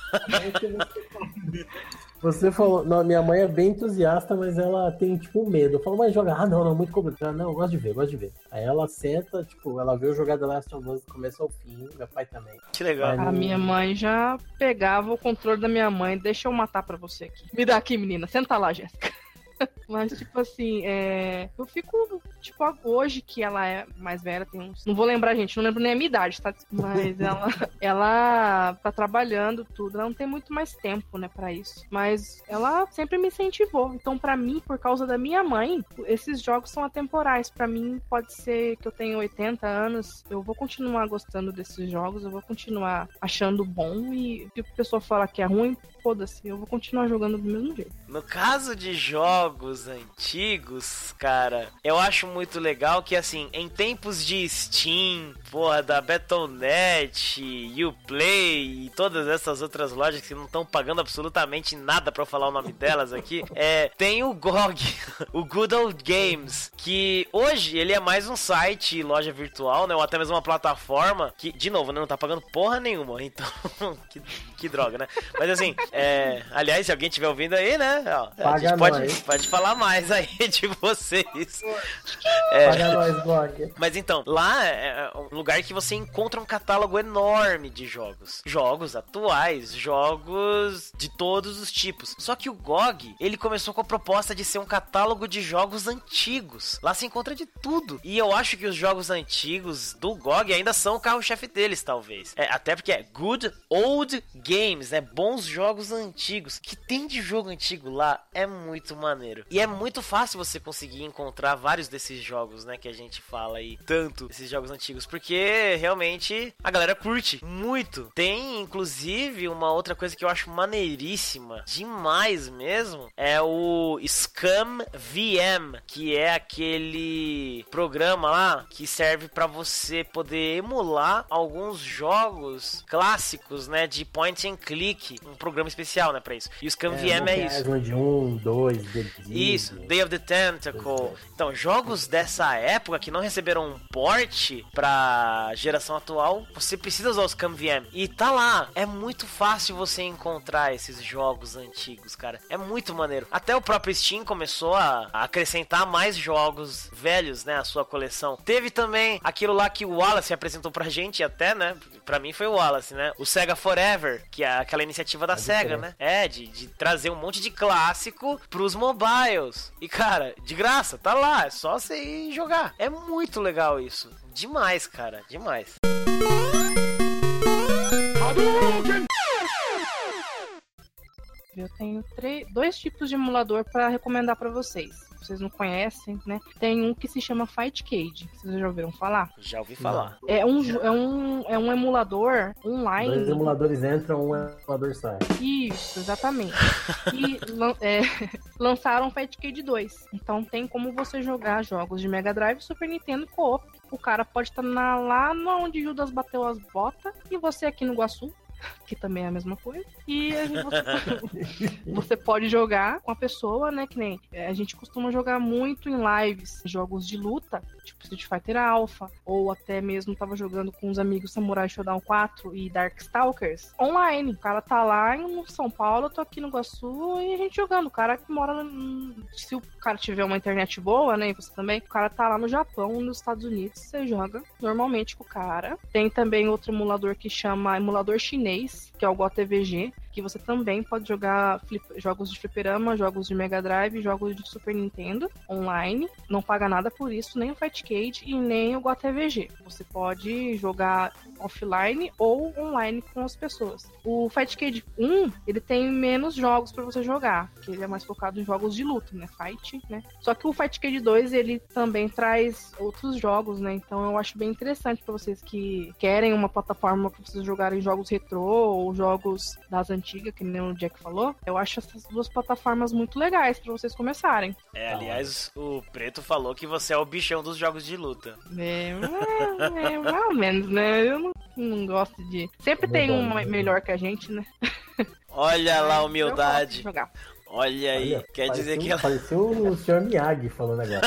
Você falou, não, minha mãe é bem entusiasta, mas ela tem, tipo, medo. Eu falo, mas joga, ah, não, não, muito complicado. Não, eu gosto de ver, gosto de ver. Aí ela senta, tipo, ela vê o jogar The Last of Us do começo ao fim, meu pai também. Que legal. Aí, a minha mãe já pegava o controle da minha mãe, deixa eu matar pra você aqui. Me dá aqui, menina, senta lá, Jéssica. Mas, tipo assim, é... eu fico, tipo, hoje que ela é mais velha, tem uns... Não vou lembrar, gente, não lembro nem a minha idade, tá? Mas ela, ela tá trabalhando tudo, ela não tem muito mais tempo, né, pra isso. Mas ela sempre me incentivou. Então, pra mim, por causa da minha mãe, esses jogos são atemporais. Pra mim, pode ser que eu tenha oitenta anos, eu vou continuar gostando desses jogos, eu vou continuar achando bom e se a pessoa fala que é ruim, foda-se, eu vou continuar jogando do mesmo jeito. No caso de jogos antigos, cara, eu acho muito legal que, assim, em tempos de Steam, porra, da Battle ponto net, Uplay e todas essas outras lojas que não estão pagando absolutamente nada pra eu falar o nome delas aqui, é, tem o G O G, o Good Old Games, que hoje ele é mais um site, loja virtual, né, ou até mesmo uma plataforma que, de novo, né, não tá pagando porra nenhuma, então, que, que droga, né? Mas assim, é, aliás, se alguém estiver ouvindo aí, né, ó, a gente pode, pode falar mais aí de vocês. É, Paga nós, G O G. Mas então, lá é um lugar que você encontra um catálogo enorme de jogos. Jogos atuais, jogos de todos os tipos. Só que o G O G, ele começou com a proposta de ser um catálogo de jogos antigos. Lá se encontra de tudo. E eu acho que os jogos antigos do G O G ainda são o carro-chefe deles, talvez. É, até porque é Good Old Games, né? Bons jogos jogos antigos. Que tem de jogo antigo lá é muito maneiro. E é muito fácil você conseguir encontrar vários desses jogos, né, que a gente fala aí, tanto esses jogos antigos, porque realmente a galera curte muito. Tem, inclusive, uma outra coisa que eu acho maneiríssima, demais mesmo, é o Scum V M, que é aquele programa lá que serve pra você poder emular alguns jogos clássicos, né, de point and click, um programa especial, né, pra isso. E o Scum É, V M é isso. De um, dois, The Isso, Day of the Tentacle. Então, jogos dessa época que não receberam um port pra geração atual, você precisa usar o Scum V M. E tá lá, é muito fácil você encontrar esses jogos antigos, cara. É muito maneiro. Até o próprio Steam começou a acrescentar mais jogos velhos, né, à sua coleção. Teve também aquilo lá que o Wallace apresentou pra gente até, né, pra mim foi o Wallace, né, o Sega Forever, que é aquela iniciativa da Sega, né, é, de, de trazer um monte de clássico pros mobiles. E, cara, de graça, tá lá, é só você ir jogar. É muito legal isso. Demais, cara, demais. Eu tenho três, dois tipos de emulador para recomendar para vocês. Vocês não conhecem, né? Tem um que se chama Fightcade. Vocês já ouviram falar? Já ouvi falar. É um, é um, é um emulador online. Dois emuladores entram, um emulador sai. Isso, exatamente. E lan- é, lançaram o Fightcade dois. Então tem como você jogar jogos de Mega Drive, Super Nintendo e Co-op. O cara pode estar na, lá onde Judas bateu as botas e você aqui no Iguaçu, que também é a mesma coisa. E a gente, você, você pode jogar com a pessoa, né? Que nem a gente costuma jogar muito em lives, jogos de luta, tipo Street Fighter Alpha, ou até mesmo tava jogando com os amigos Samurai Shodown quatro e Darkstalkers online. O cara tá lá em São Paulo, eu tô aqui no Iguaçu e a gente jogando. O cara que mora no... Se o cara tiver uma internet boa, né? E você também, o cara tá lá no Japão, nos Estados Unidos, você joga normalmente com o cara. Tem também outro emulador que chama emulador chinês, que é o Go T V G, que você também pode jogar flip, jogos de fliperama, jogos de Mega Drive, jogos de Super Nintendo online. Não paga nada por isso, nem o Fightcade e nem o Go T V G. Você pode jogar offline ou online com as pessoas. O Fightcade um, ele tem menos jogos para você jogar, porque ele é mais focado em jogos de luta, né? Fight, né? Só que o Fightcade dois, ele também traz outros jogos, né? Então eu acho bem interessante para vocês que querem uma plataforma para vocês jogarem jogos retrô ou jogos das antigas, que nem o Jack falou. Eu acho essas duas plataformas muito legais para vocês começarem. É, aliás, o Preto falou que você é o bichão dos jogos de luta. É, é, é mais ou menos, né? Eu não, não gosto de... Sempre tem um melhor que a gente, né? Olha lá a humildade. Jogar. Olha aí, Olha, quer dizer que ela... Pareceu o senhor Miyagi falando agora.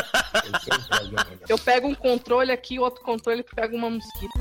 Eu pego um controle aqui, outro controle pega uma mosquita.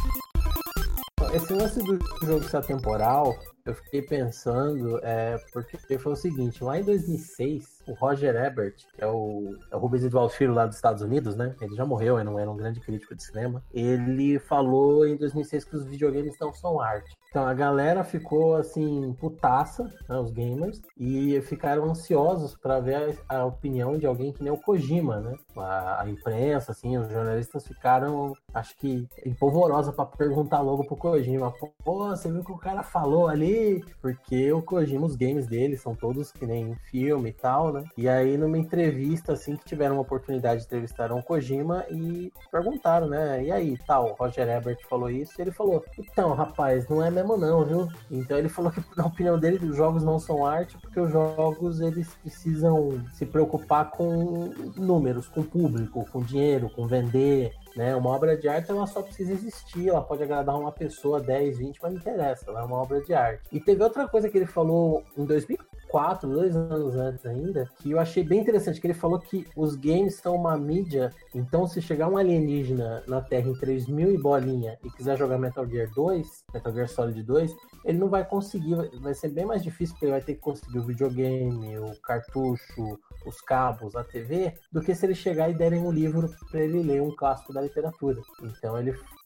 Esse lance do jogo ser atemporal, eu fiquei pensando, é, porque foi o seguinte, lá em dois mil e seis, o Roger Ebert, que é o, é o Rubens Eduardo Filho lá dos Estados Unidos, né? Ele já morreu, ele não era um grande crítico de cinema. Ele falou em dois mil e seis que os videogames não são arte. Então a galera ficou assim, putaça, né, os gamers, e ficaram ansiosos para ver a, a opinião de alguém que nem o Kojima, né? A, a imprensa, assim, os jornalistas ficaram, acho que, empolvorosa para perguntar logo pro Kojima, pô, você viu o que o cara falou ali? Porque o Kojima, os games dele são todos que nem filme e tal, né? E aí numa entrevista, assim, que tiveram uma oportunidade de entrevistar o Kojima e perguntaram, né? E aí, tal, o Roger Ebert falou isso, e ele falou, então, rapaz, não é mesmo não, viu? Então ele falou que, na opinião dele, os jogos não são arte porque os jogos, eles precisam se preocupar com números, com público, com dinheiro, com vender, né? Uma obra de arte, ela só precisa existir, ela pode agradar uma pessoa dez, vinte, mas não interessa, ela é uma obra de arte. E teve outra coisa que ele falou em dois mil e quatro, dois anos antes ainda, que eu achei bem interessante, que ele falou que os games são uma mídia, então se chegar um alienígena na Terra em três mil e bolinha e quiser jogar Metal Gear dois, Metal Gear Solid dois, ele não vai conseguir, vai ser bem mais difícil, porque ele vai ter que conseguir o videogame, o cartucho, os cabos, a T V, do que se ele chegar e derem um livro para ele ler um clássico da literatura. Então ele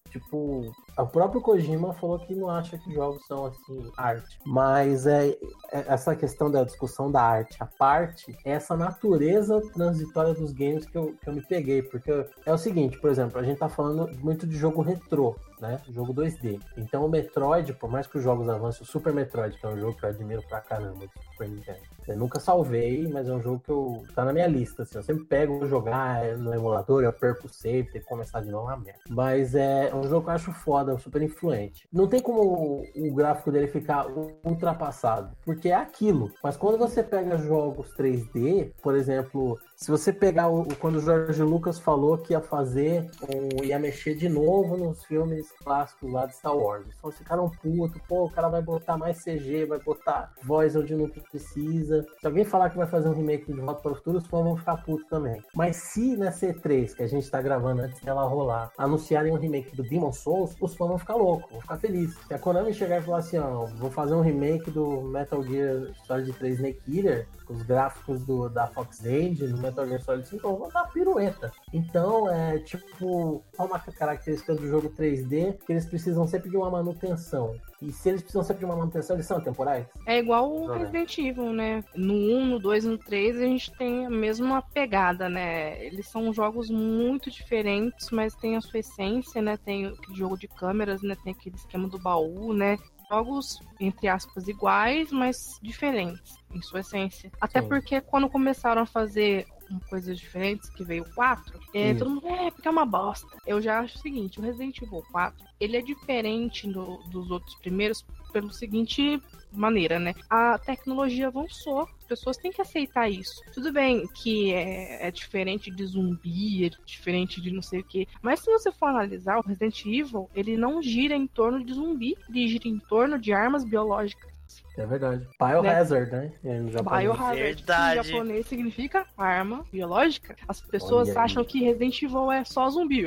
tipo, o próprio Kojima falou que não acha que jogos são, assim, arte. Mas é, é essa questão da discussão da arte, a parte, é essa natureza transitória dos games que eu, que eu me peguei. Porque é o seguinte, por exemplo, a gente tá falando muito de jogo retrô, né? Jogo dois D. Então o Metroid, por mais que os jogos avancem, o Super Metroid, que é um jogo que eu admiro pra caramba, do Super Nintendo. Eu nunca salvei, mas é um jogo que eu tá na minha lista, assim. Eu sempre pego jogar no emulador, eu perco o save, tem que começar de novo, uma merda. Mas é um jogo que eu acho foda, super influente. Não tem como o, o gráfico dele ficar ultrapassado, porque é aquilo. Mas quando você pega jogos três D, por exemplo, se você pegar o, quando o George Lucas falou que ia fazer, um, ia mexer de novo nos filmes clássicos lá de Star Wars. Então ficaram putos, pô, o cara vai botar mais C G, vai botar voz onde não precisa. Se alguém falar que vai fazer um remake de Volta para o Futuro, os fãs vão ficar putos também. Mas se na C três, que a gente tá gravando antes dela rolar, anunciarem um remake do Demon's Souls, os fãs vão ficar loucos, vão ficar felizes. Se a Konami chegar e falar assim, ó, vou fazer um remake do Metal Gear Solid três Snake Eater, com os gráficos do, da Fox Engine, no Metal Gear Solid cinco, eu vou dar pirueta. Então, é tipo, qual uma característica do jogo três D, que eles precisam sempre de uma manutenção. E se eles precisam sempre de uma manutenção, eles são temporais? É igual o Resident Evil, né? No um, no dois, no três, a gente tem a mesma pegada, né? Eles são jogos muito diferentes, mas tem a sua essência, né? Tem o jogo de câmeras, né? Tem aquele esquema do baú, né? Jogos, entre aspas, iguais, mas diferentes em sua essência. Até Sim. porque quando começaram a fazer coisas diferentes, que veio o quatro, é, todo mundo, é, porque é uma bosta. Eu já acho o seguinte, o Resident Evil quatro, ele é diferente do, dos outros primeiros pelo seguinte maneira, né? A tecnologia avançou, as pessoas têm que aceitar isso. Tudo bem que é, é diferente de zumbi, é diferente de não sei o que, mas se você for analisar, o Resident Evil, ele não gira em torno de zumbi, ele gira em torno de armas biológicas. É verdade. Biohazard, né? né? Biohazard, verdade. Em japonês significa arma biológica. As pessoas Olha acham aí. que Resident Evil é só zumbi.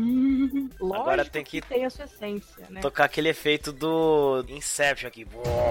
Lógico Agora tem que, que tem a sua essência, né? Tocar aquele efeito do Inception aqui.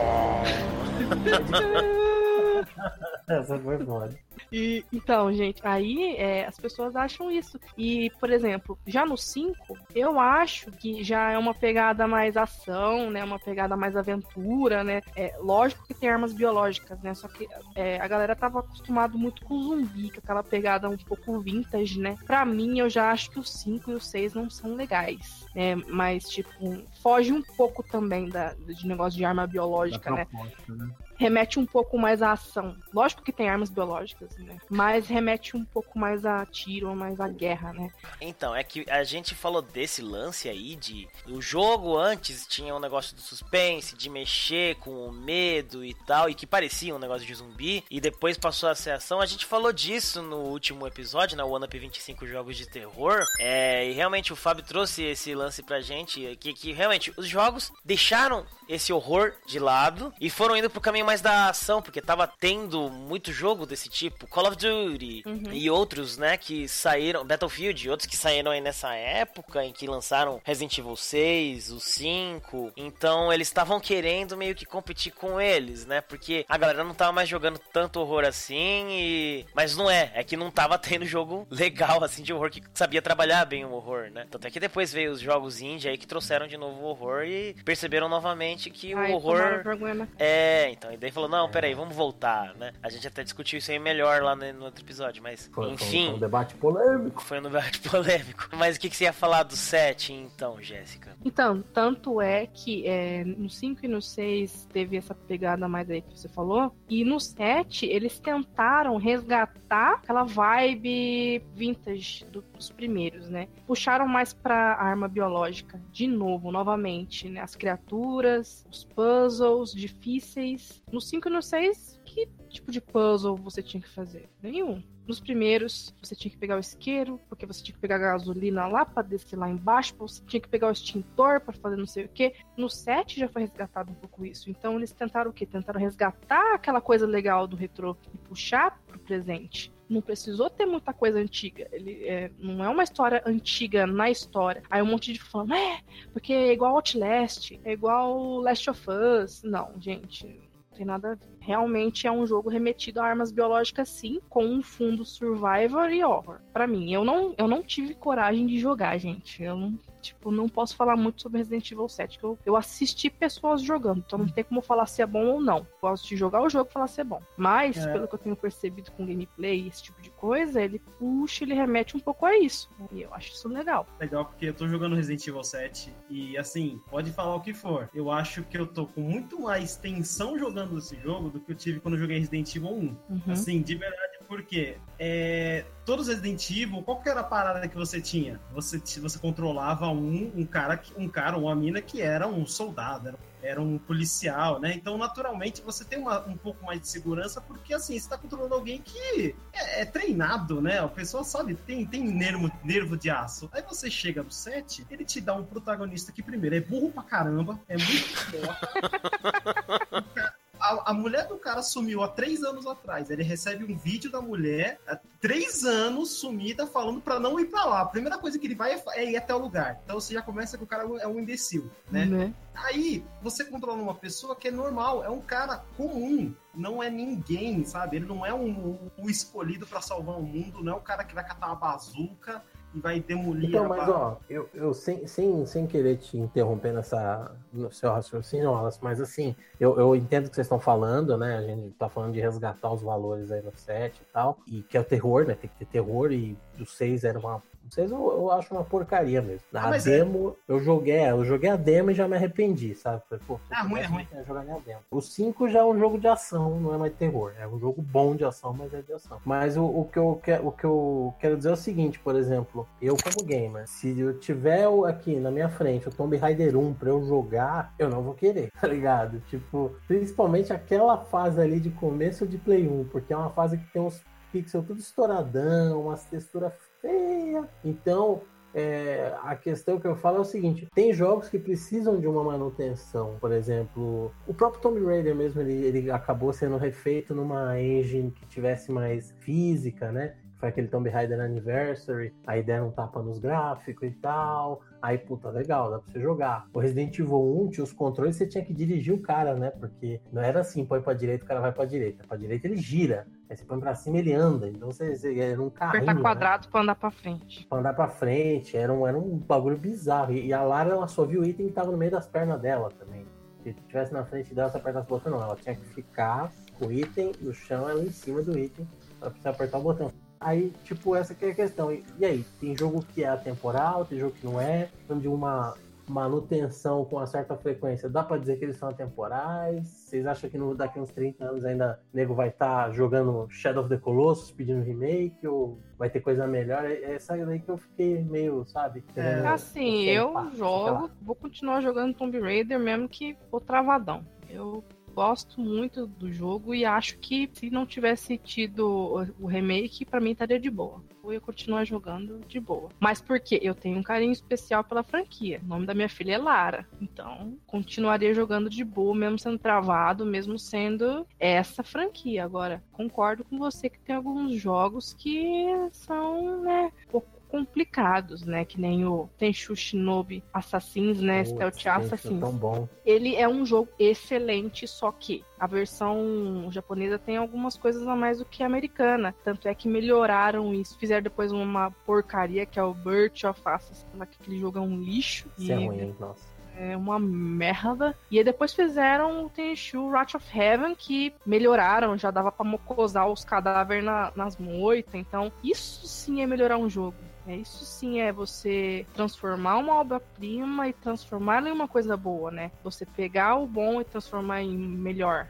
Essa foi foda. E, então, gente, aí é, as pessoas acham isso. E, por exemplo, já no cinco, eu acho que já é uma pegada mais ação, né? Uma pegada mais aventura, né? É, lógico que tem armas biológicas, né? Só que é, a galera tava acostumado muito com zumbi, com aquela pegada um pouco vintage, né? Pra mim, eu já acho que o cinco e o seis não são legais, né? Mas, tipo, foge um pouco também da, de negócio de arma biológica, né? Proposta, né? Remete um pouco mais à ação. Lógico que tem armas biológicas, né? Mas remete um pouco mais a tiro, mais à guerra, né? Então, é que a gente falou desse lance aí de... O jogo antes tinha um negócio do suspense, de mexer com o medo e tal, e que parecia um negócio de zumbi, e depois passou a ser ação. A gente falou disso no último episódio, na One Up vinte e cinco Jogos de Terror, é, e realmente o Fábio trouxe esse lance pra gente, que, que realmente os jogos deixaram esse horror de lado e foram indo pro caminho mais da ação, porque tava tendo muito jogo desse tipo, Call of Duty uhum. e outros, né, que saíram, Battlefield, outros que saíram aí nessa época em que lançaram Resident Evil seis, o cinco, então eles estavam querendo meio que competir com eles, né, porque a galera não tava mais jogando tanto horror assim, e... mas não é, é que não tava tendo jogo legal, assim, de horror, que sabia trabalhar bem o horror, né, tanto é que depois veio os jogos indie aí que trouxeram de novo o horror e perceberam novamente que Ai, o horror... É, então, e daí falou, não, peraí, vamos voltar, né? A gente até discutiu isso aí melhor lá no, no outro episódio, mas, foi, enfim... Foi um debate polêmico. Foi um debate polêmico. Mas o que, que você ia falar do sete, então, Jéssica? Então, tanto é que é, no cinco e no seis teve essa pegada mais aí que você falou, e no sete eles tentaram resgatar aquela vibe vintage do, dos primeiros, né? Puxaram mais pra arma biológica, de novo, novamente, né? As criaturas, os puzzles difíceis. No cinco e no seis, que tipo de puzzle você tinha que fazer? Nenhum. Nos primeiros, você tinha que pegar o isqueiro, porque você tinha que pegar a gasolina lá pra descer lá embaixo, você tinha que pegar o extintor pra fazer não sei o quê. No sete já foi resgatado um pouco isso. Então eles tentaram o quê? Tentaram resgatar aquela coisa legal do retrô e puxar pro presente. Não precisou ter muita coisa antiga. Ele é, não é uma história antiga na história. Aí um monte de falando, é, porque é igual Outlast, é igual Last of Us. Não, gente, não tem nada a ver. realmente é um jogo remetido a armas biológicas, sim, com um fundo survivor e horror. Pra mim, eu não, eu não tive coragem de jogar, gente. Eu não, tipo, não posso falar muito sobre Resident Evil sete, que eu, eu assisti pessoas jogando, então não tem como falar se é bom ou não. Posso de jogar o jogo e falar se é bom. Mas, é. pelo que eu tenho percebido com gameplay, esse tipo de coisa, ele puxa, ele remete um pouco a isso. E eu acho isso legal. Legal, porque eu tô jogando Resident Evil sete e, assim, pode falar o que for. Eu acho que eu tô com muito mais tensão jogando esse jogo do que eu tive quando eu joguei Resident Evil um. Uhum. Assim, de verdade, porque é, todos os Resident Evil, qual que era a parada que você tinha? Você, você controlava um, um cara, um cara ou uma mina que era um soldado, era, era um policial, né? Então, naturalmente, você tem uma, um pouco mais de segurança, porque, assim, você tá controlando alguém que é, é treinado, né? A pessoa sabe, tem, tem nervo, nervo de aço. Aí você chega no set, ele te dá um protagonista que, primeiro, é burro pra caramba, é muito forte. A, a mulher do cara sumiu há três anos atrás. Ele recebe um vídeo da mulher há três anos sumida falando pra não ir pra lá. A primeira coisa que ele vai é, é ir até o lugar. Então você já começa que o cara é um imbecil, né? Uhum. Aí você controla uma pessoa que é normal, é um cara comum, não é ninguém, sabe? Ele não é um, um escolhido pra salvar o mundo, não é o cara que vai catar uma bazuca e vai demolir. Então, mas ó, eu, eu sem, sem, sem querer te interromper nessa, no seu raciocínio, mas assim, eu, eu entendo o que vocês estão falando, né? A gente tá falando de resgatar os valores aí no set e tal, e que é o terror, né? Tem que ter terror, e o seis era uma. Vocês eu, eu acho uma porcaria mesmo. A ah, demo, é. eu joguei, eu joguei a demo e já me arrependi, sabe? Falei, pô, ah, ruim, é ruim. Jogar minha demo. O cinco já é um jogo de ação, não é mais terror. É um jogo bom de ação, mas é de ação. Mas o, o, que, eu, o que eu quero dizer é o seguinte, por exemplo, eu como gamer, se eu tiver aqui na minha frente o Tomb Raider um pra eu jogar, eu não vou querer, tá ligado? Tipo, principalmente aquela fase ali de começo de Play um, porque é uma fase que tem uns pixels tudo estouradão, umas texturas feia. Então, é, a questão que eu falo é o seguinte, tem jogos que precisam de uma manutenção, por exemplo, o próprio Tomb Raider mesmo, ele, ele acabou sendo refeito numa engine que tivesse mais física, né? Foi aquele Tomb Raider Anniversary, aí deram um tapa nos gráficos e tal, aí puta, legal, dá pra você jogar. O Resident Evil um tinha os controles, você tinha que dirigir o cara, né? Porque não era assim, põe pra direita, o cara vai pra direita, pra direita ele gira. Aí você põe pra cima, ele anda. Então você, você era um carrinho. Apertar quadrado, né? Pra andar pra frente. Pra andar pra frente. Era um, era um bagulho bizarro. E, e a Lara, ela só viu o item que tava no meio das pernas dela também. Se tivesse na frente dela, você apertasse o botão, não. Ela tinha que ficar com o item no chão, ela em cima do item, pra precisar apertar o botão. Aí, tipo, essa que é a questão. E, e aí? Tem jogo que é atemporal, tem jogo que não é. De uma manutenção com uma certa frequência, dá pra dizer que eles são atemporais? Vocês acham que no, daqui uns trinta anos ainda o nego vai estar tá jogando Shadow of the Colossus, pedindo remake, ou vai ter coisa melhor? É essa aí que eu fiquei meio, sabe? É, assim, eu pá, jogo, vou continuar jogando Tomb Raider mesmo que o travadão. Eu gosto muito do jogo e acho que se não tivesse tido o remake, pra mim estaria de boa. Eu ia continuar jogando de boa. Mas por quê? Eu tenho um carinho especial pela franquia. O nome da minha filha é Lara. Então, continuaria jogando de boa, mesmo sendo travado, mesmo sendo essa franquia. Agora, concordo com você que tem alguns jogos que são, né, um pouco complicados, né? Que nem o Tenchu Shinobi Assassins, né? Stealth Assassins. Tão bom. Ele é um jogo excelente, só que a versão japonesa tem algumas coisas a mais do que a americana. Tanto é que melhoraram isso. Fizeram depois uma porcaria que é o Birth of Assassins. Aquele jogo é um lixo. Isso e... é ruim, hein? Nossa. É uma merda. E aí depois fizeram o Tenchu Wrath of Heaven, que melhoraram, já dava pra mocosar os cadáveres na, nas moitas. Então, isso sim é melhorar um jogo. É, isso sim é você transformar uma obra-prima e transformá-la em uma coisa boa, né? Você pegar o bom e transformar em melhor.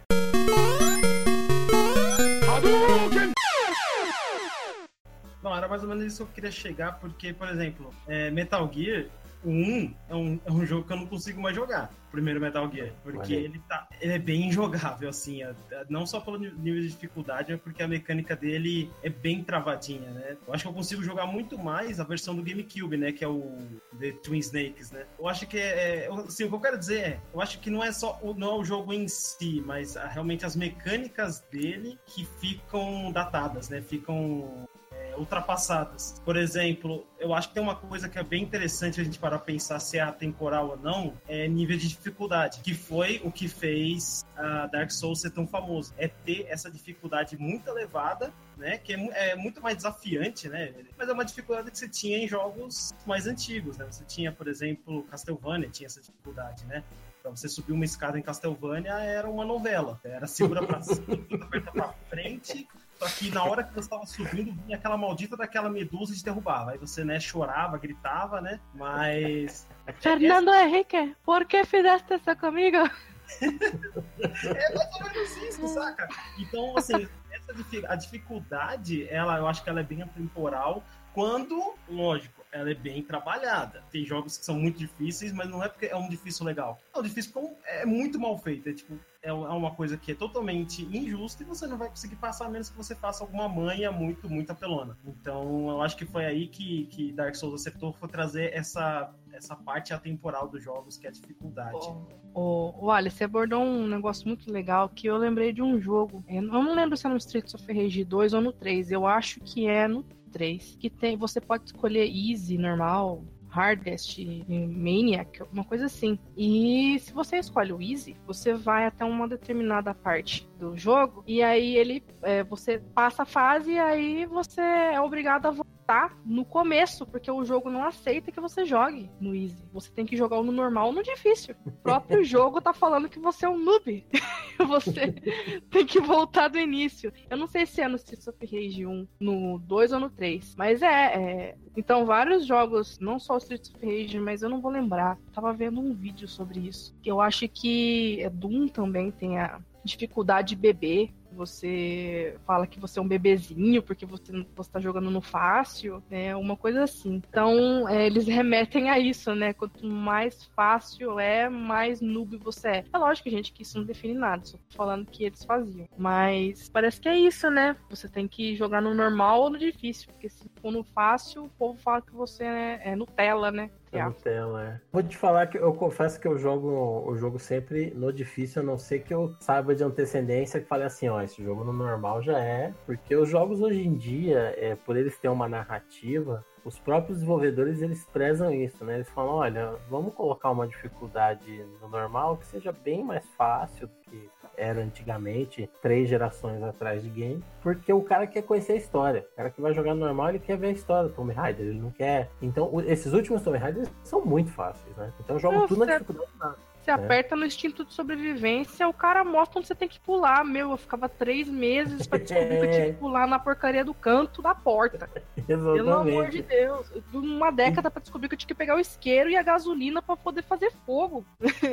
Bom, era mais ou menos isso que eu queria chegar, porque, por exemplo, é, Metal Gear, o um é um, é um jogo que eu não consigo mais jogar, o primeiro Metal Gear, porque ele, tá, ele é bem injogável, assim, é, não só pelo nível de dificuldade, mas porque a mecânica dele é bem travadinha, né? Eu acho que eu consigo jogar muito mais a versão do GameCube, né, que é o The Twin Snakes, né? Eu acho que é, assim, o que eu quero dizer é, eu acho que não é só o, não é o jogo em si, mas a, realmente as mecânicas dele que ficam datadas, né, ficam... é, ultrapassadas. Por exemplo, eu acho que tem uma coisa que é bem interessante a gente parar pra pensar se é atemporal ou não, é nível de dificuldade, que foi o que fez a Dark Souls ser tão famoso. É ter essa dificuldade muito elevada, né, que é, é muito mais desafiante, né, mas é uma dificuldade que você tinha em jogos mais antigos, né, você tinha, por exemplo, Castlevania tinha essa dificuldade, né, pra você subir uma escada em Castlevania era uma novela, era segura pra cima, aperta pra frente, só que na hora que você estava subindo, vinha aquela maldita daquela medusa e te derrubava. Aí você, né, chorava, gritava, né? Mas... Fernando essa... Henrique, por que fizeste isso comigo? É mais ou menos isso, saca? Então, assim, essa, a dificuldade, ela, eu acho que ela é bem atemporal, quando, lógico, ela é bem trabalhada. Tem jogos que são muito difíceis, mas não é porque é um difícil legal. É um difícil porque é muito mal feito. É tipo, é uma coisa que é totalmente injusta e você não vai conseguir passar a menos que você faça alguma manha muito, muito apelona. Então, eu acho que foi aí que, que Dark Souls acertou, foi trazer essa, essa parte atemporal dos jogos, que é a dificuldade. O, o Alice, você abordou um negócio muito legal que eu lembrei de um jogo. Eu não lembro se é no Streets of Rage dois ou no três. Eu acho que é no três, que tem, você pode escolher easy, normal, hardest, maniac, uma coisa assim. E se você escolhe o easy, você vai até uma determinada parte do jogo e aí ele, é, você passa a fase e aí você é obrigado a voltar no começo, porque o jogo não aceita que você jogue no easy. Você tem que jogar no normal ou no difícil. O próprio jogo tá falando que você é um noob. Você tem que voltar do início. Eu não sei se é no Streets of Rage um, no dois ou no três, mas é, é... Então, vários jogos, não só o Streets of Rage, mas eu não vou lembrar. Tava vendo um vídeo sobre isso. Eu acho que Doom também tem a dificuldade de beber. Você fala que você é um bebezinho porque você, você tá jogando no fácil, né? Uma coisa assim. Então, é, eles remetem a isso, né? Quanto mais fácil é, mais noob você é. É lógico, gente, que isso não define nada. Só tô falando que eles faziam. Mas parece que é isso, né? Você tem que jogar no normal ou no difícil. Porque se for no fácil, o povo fala que você é, é Nutella, né? É Nutella, é. Vou te falar que eu confesso que eu jogo o jogo sempre no difícil, a não ser que eu saiba de antecedência que fale assim, ó, esse jogo no normal já é, porque os jogos hoje em dia, é, por eles terem uma narrativa, os próprios desenvolvedores, eles prezam isso, né? Eles falam, olha, vamos colocar uma dificuldade no normal que seja bem mais fácil do que era antigamente, três gerações atrás de game, porque o cara quer conhecer a história. O cara que vai jogar no normal, ele quer ver a história do Tomb Raider, ele não quer... Então, esses últimos Tomb Raiders são muito fáceis, né? Então eu jogo Nossa, tudo na dificuldade nada. Você é. aperta no instinto de sobrevivência, o cara mostra onde você tem que pular. Meu, eu ficava três meses pra descobrir é. que eu tinha que pular na porcaria do canto da porta. Exatamente. Pelo amor de Deus. Uma década pra descobrir que eu tinha que pegar o isqueiro e a gasolina pra poder fazer fogo.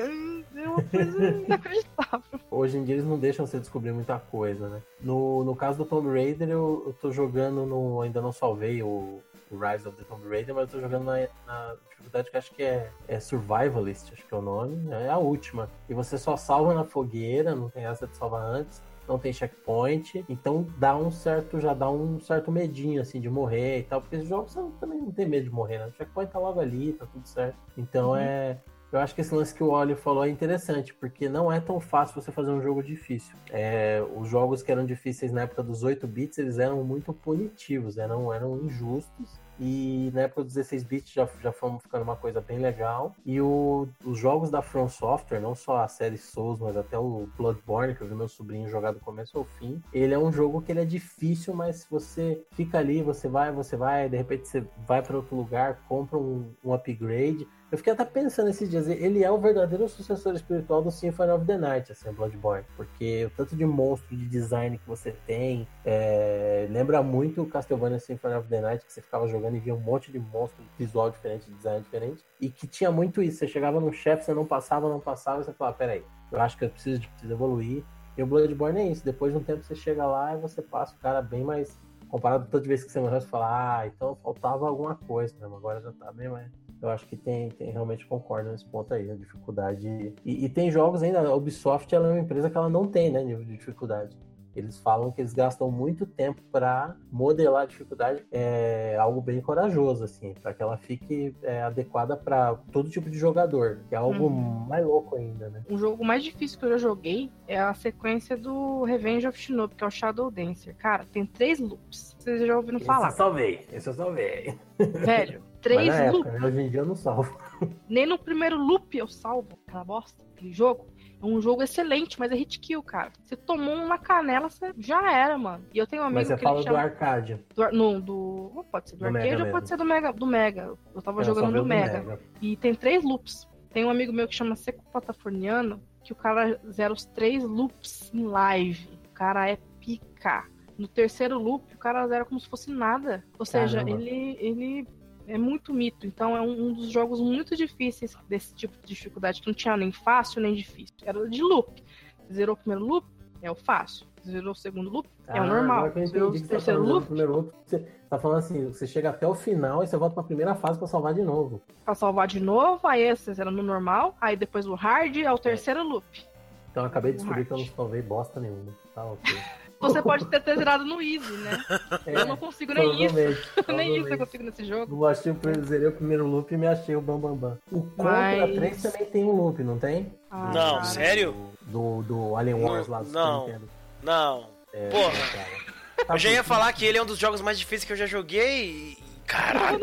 É uma coisa inacreditável. Hoje em dia eles não deixam você descobrir muita coisa, né? No, no caso do Tomb Raider, eu, eu tô jogando no... Ainda não salvei o... o Rise of the Tomb Raider, mas eu tô jogando na, na dificuldade que acho que é, é Survivalist, acho que é o nome, é a última. E você só salva na fogueira, não tem essa de salvar antes, não tem checkpoint, então dá um certo, já dá um certo medinho, assim, de morrer e tal, porque esses jogos você também não tem medo de morrer, né? O checkpoint tá logo ali, tá tudo certo. Então uhum. é... Eu acho que esse lance que o Oli falou é interessante, porque não é tão fácil você fazer um jogo difícil. É, os jogos que eram difíceis na época dos oito bits, eles eram muito punitivos, eram, eram injustos. E na época dos dezesseis bits já, já fomos ficando uma coisa bem legal. E o, os jogos da From Software, não só a série Souls, mas até o Bloodborne, que eu vi meu sobrinho jogar do começo ao fim, ele é um jogo que ele é difícil, mas você fica ali, você vai, você vai, de repente você vai para outro lugar, compra um, um upgrade. Eu fiquei até pensando esses dias, ele é o verdadeiro sucessor espiritual do Symphony of the Night, assim, Bloodborne, porque o tanto de monstro, de design que você tem, é... lembra muito o Castlevania Symphony of the Night, que você ficava jogando e via um monte de monstro, de visual diferente, de design diferente, e que tinha muito isso, você chegava num chefe, você não passava, não passava, e você falava, peraí, eu acho que eu preciso, preciso evoluir, e o Bloodborne é isso, depois de um tempo você chega lá e você passa o cara bem mais, comparado com toda vez que você morreu, você fala, ah, então faltava alguma coisa, né? Agora já tá bem mais... Eu acho que tem, tem realmente concordo nesse ponto aí, a dificuldade. E, e tem jogos ainda, a Ubisoft ela é uma empresa que ela não tem, né, nível de dificuldade. eles falam que eles gastam muito tempo para modelar a dificuldade, é algo bem corajoso, assim, para que ela fique é, adequada para todo tipo de jogador, que é algo Uhum. mais louco ainda, né? O jogo mais difícil que eu já joguei é a sequência do Revenge of Shinobi, que é o Shadow Dancer. Cara, tem três loops. Vocês já ouviram falar? Esse eu salvei, esse eu salvei. Velho, Mas três na época, loops. né? Hoje em dia eu não salvo. Nem no primeiro loop eu salvo aquela bosta, aquele jogo. É um jogo excelente, mas é hit kill, cara. Você tomou um na canela, você já era, mano. E eu tenho um amigo Mas você que fala ele do chama... arcade. Do, no, do... Ou pode ser do, Do arcade Mega ou pode mesmo. ser do Mega. Do Mega. Eu tava Eu só jogando vi o no Mega. E tem três loops. Tem um amigo meu que chama Seco Patafoniano, que o cara zera os três loops em live. O cara é pica. No terceiro loop, o cara zera como se fosse nada. Ou seja, Caramba. ele, ele é muito mito. Então é um, um dos jogos muito difíceis desse tipo de dificuldade, que não tinha nem fácil nem difícil. Era de loop. Você zerou o primeiro loop, é o fácil. Você zerou o segundo loop, é o Ah, normal. agora que eu Zerou entendi o que você tá terceiro falando do loop, primeiro loop. Você tá falando assim, você chega até o final e você volta pra primeira fase pra salvar de novo. pra salvar de novo, aí você zera no normal, aí depois o hard é o terceiro loop. Então eu acabei de descobrir Hard. que eu não salvei bosta nenhuma. Tá ok. Você pode ter, ter zerado no easy, né? É, Eu não consigo nem isso. provavelmente, Nem isso eu provavelmente. consigo nesse jogo. Eu achei, eu zerei o primeiro loop e me achei o Bam Bam Bam. O Contra Mas- três também tem um loop, não tem? Ah, Não, cara. sério? Do, do Alien Wars Não, lá do Super não. Nintendo. Não. É, Porra. cara. Tá Eu já ia por- falar que ele é um dos jogos mais difíceis que eu já joguei e... Caraca!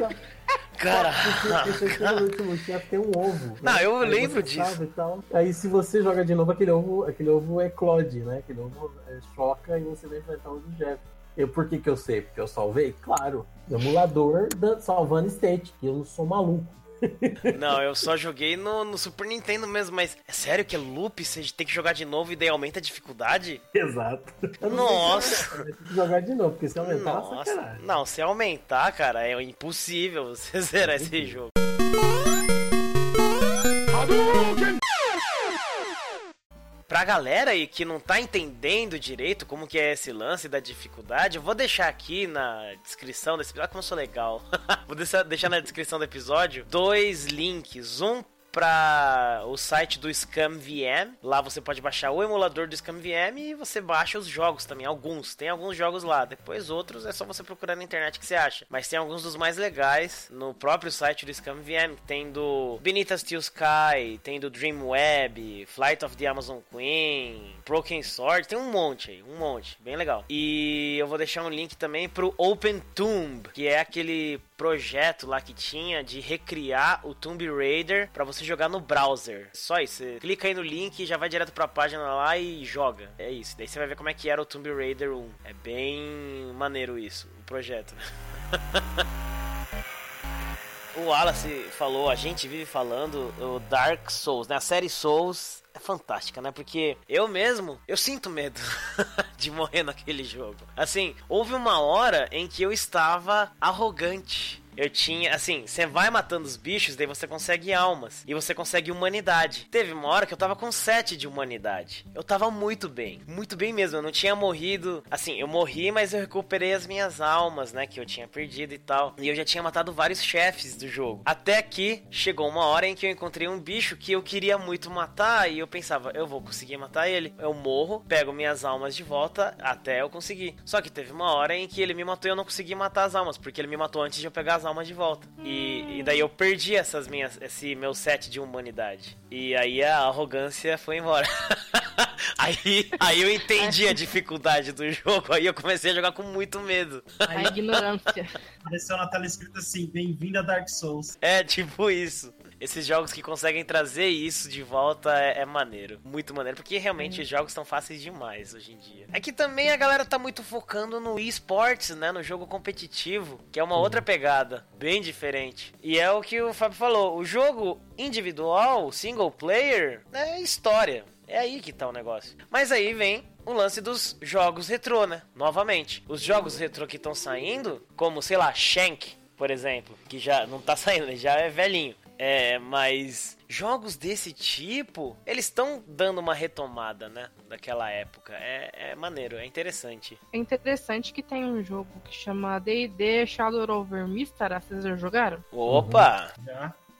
Cara! Porque você chega no último chefe, tem um ovo. Não, né? eu Aí lembro você disso. salva e tal. Aí se você joga de novo, aquele ovo, aquele ovo eclode, né? Aquele ovo é, choca e você vai enfrentar um chefe. Eu, por que que eu sei? Porque eu salvei? Claro. Emulador da, salvando state, que eu não sou maluco. Não, eu só joguei no, no Super Nintendo mesmo, mas é sério que é loop? Você tem que jogar de novo e daí aumenta a dificuldade? Exato. Eu não Nossa. sei se eu tenho que jogar de novo, porque se aumentar, é Nossa, sacanagem. não, se aumentar, cara, é impossível você zerar esse jogo. Pra galera aí que não tá entendendo direito como que é esse lance da dificuldade, eu vou deixar aqui na descrição desse episódio, como eu sou legal, vou deixar, deixar na descrição do episódio dois links, um para o site do ScumVM. Lá você pode baixar o emulador do ScumVM e você baixa os jogos também, alguns. Tem alguns jogos lá, depois outros é só você procurar na internet que você acha. Mas tem alguns dos mais legais no próprio site do ScumVM. Tem do Beneath a Steel Sky, tem do Dreamweb, Flight of the Amazon Queen, Broken Sword, tem um monte aí, um monte, bem legal. E eu vou deixar um link também pro Open Tomb, que é aquele projeto lá que tinha de recriar o Tomb Raider pra você jogar no browser. Só isso, você clica aí no link e já vai direto pra página lá e joga. É isso, daí você vai ver como é que era o Tomb Raider um. É bem maneiro isso, o projeto. O Wallace falou, a gente vive falando o Dark Souls, né? A série Souls é fantástica, né? Porque eu mesmo, eu sinto medo de morrer naquele jogo. Assim, houve uma hora em que eu estava arrogante. Eu tinha, assim, você vai matando os bichos, daí você consegue almas. E você consegue humanidade. Teve uma hora que eu tava com sete de humanidade. Eu tava muito bem. Muito bem mesmo. Eu não tinha morrido. Assim, eu morri, mas eu recuperei as minhas almas, né? Que eu tinha perdido e tal. E eu já tinha matado vários chefes do jogo. Até que chegou uma hora em que eu encontrei um bicho que eu queria muito matar. E eu pensava, eu vou conseguir matar ele. Eu morro, pego minhas almas de volta até eu conseguir. Só que teve uma hora em que ele me matou e eu não consegui matar as almas. Porque ele me matou antes de eu pegar as almas de volta. E, e daí eu perdi essas minhas, esse meu set de humanidade. E aí a arrogância foi embora. aí, aí eu entendi a dificuldade do jogo. Aí eu comecei a jogar com muito medo. A ignorância. Apareceu na tela escrita assim, bem-vindo a Dark Souls. É, tipo isso. Esses jogos que conseguem trazer isso de volta é, é maneiro. Muito maneiro. Porque realmente Hum. os jogos estão fáceis demais hoje em dia. É que também a galera tá muito focando no eSports, né? No jogo competitivo. Que é uma outra pegada. Bem diferente. E é o que o Fábio falou. O jogo individual, single player, é história. É aí que tá o negócio. Mas aí vem o lance dos jogos retrô, né? Novamente. Os jogos retrô que estão saindo, como, sei lá, Shank, por exemplo. Que já não tá saindo, ele já é velhinho. É, mas jogos desse tipo, eles estão dando uma retomada, né? Daquela época. É, é maneiro, é interessante. É interessante que tem um jogo que chama D e D Shadow Over Mistara, vocês já jogaram? Opa! Já.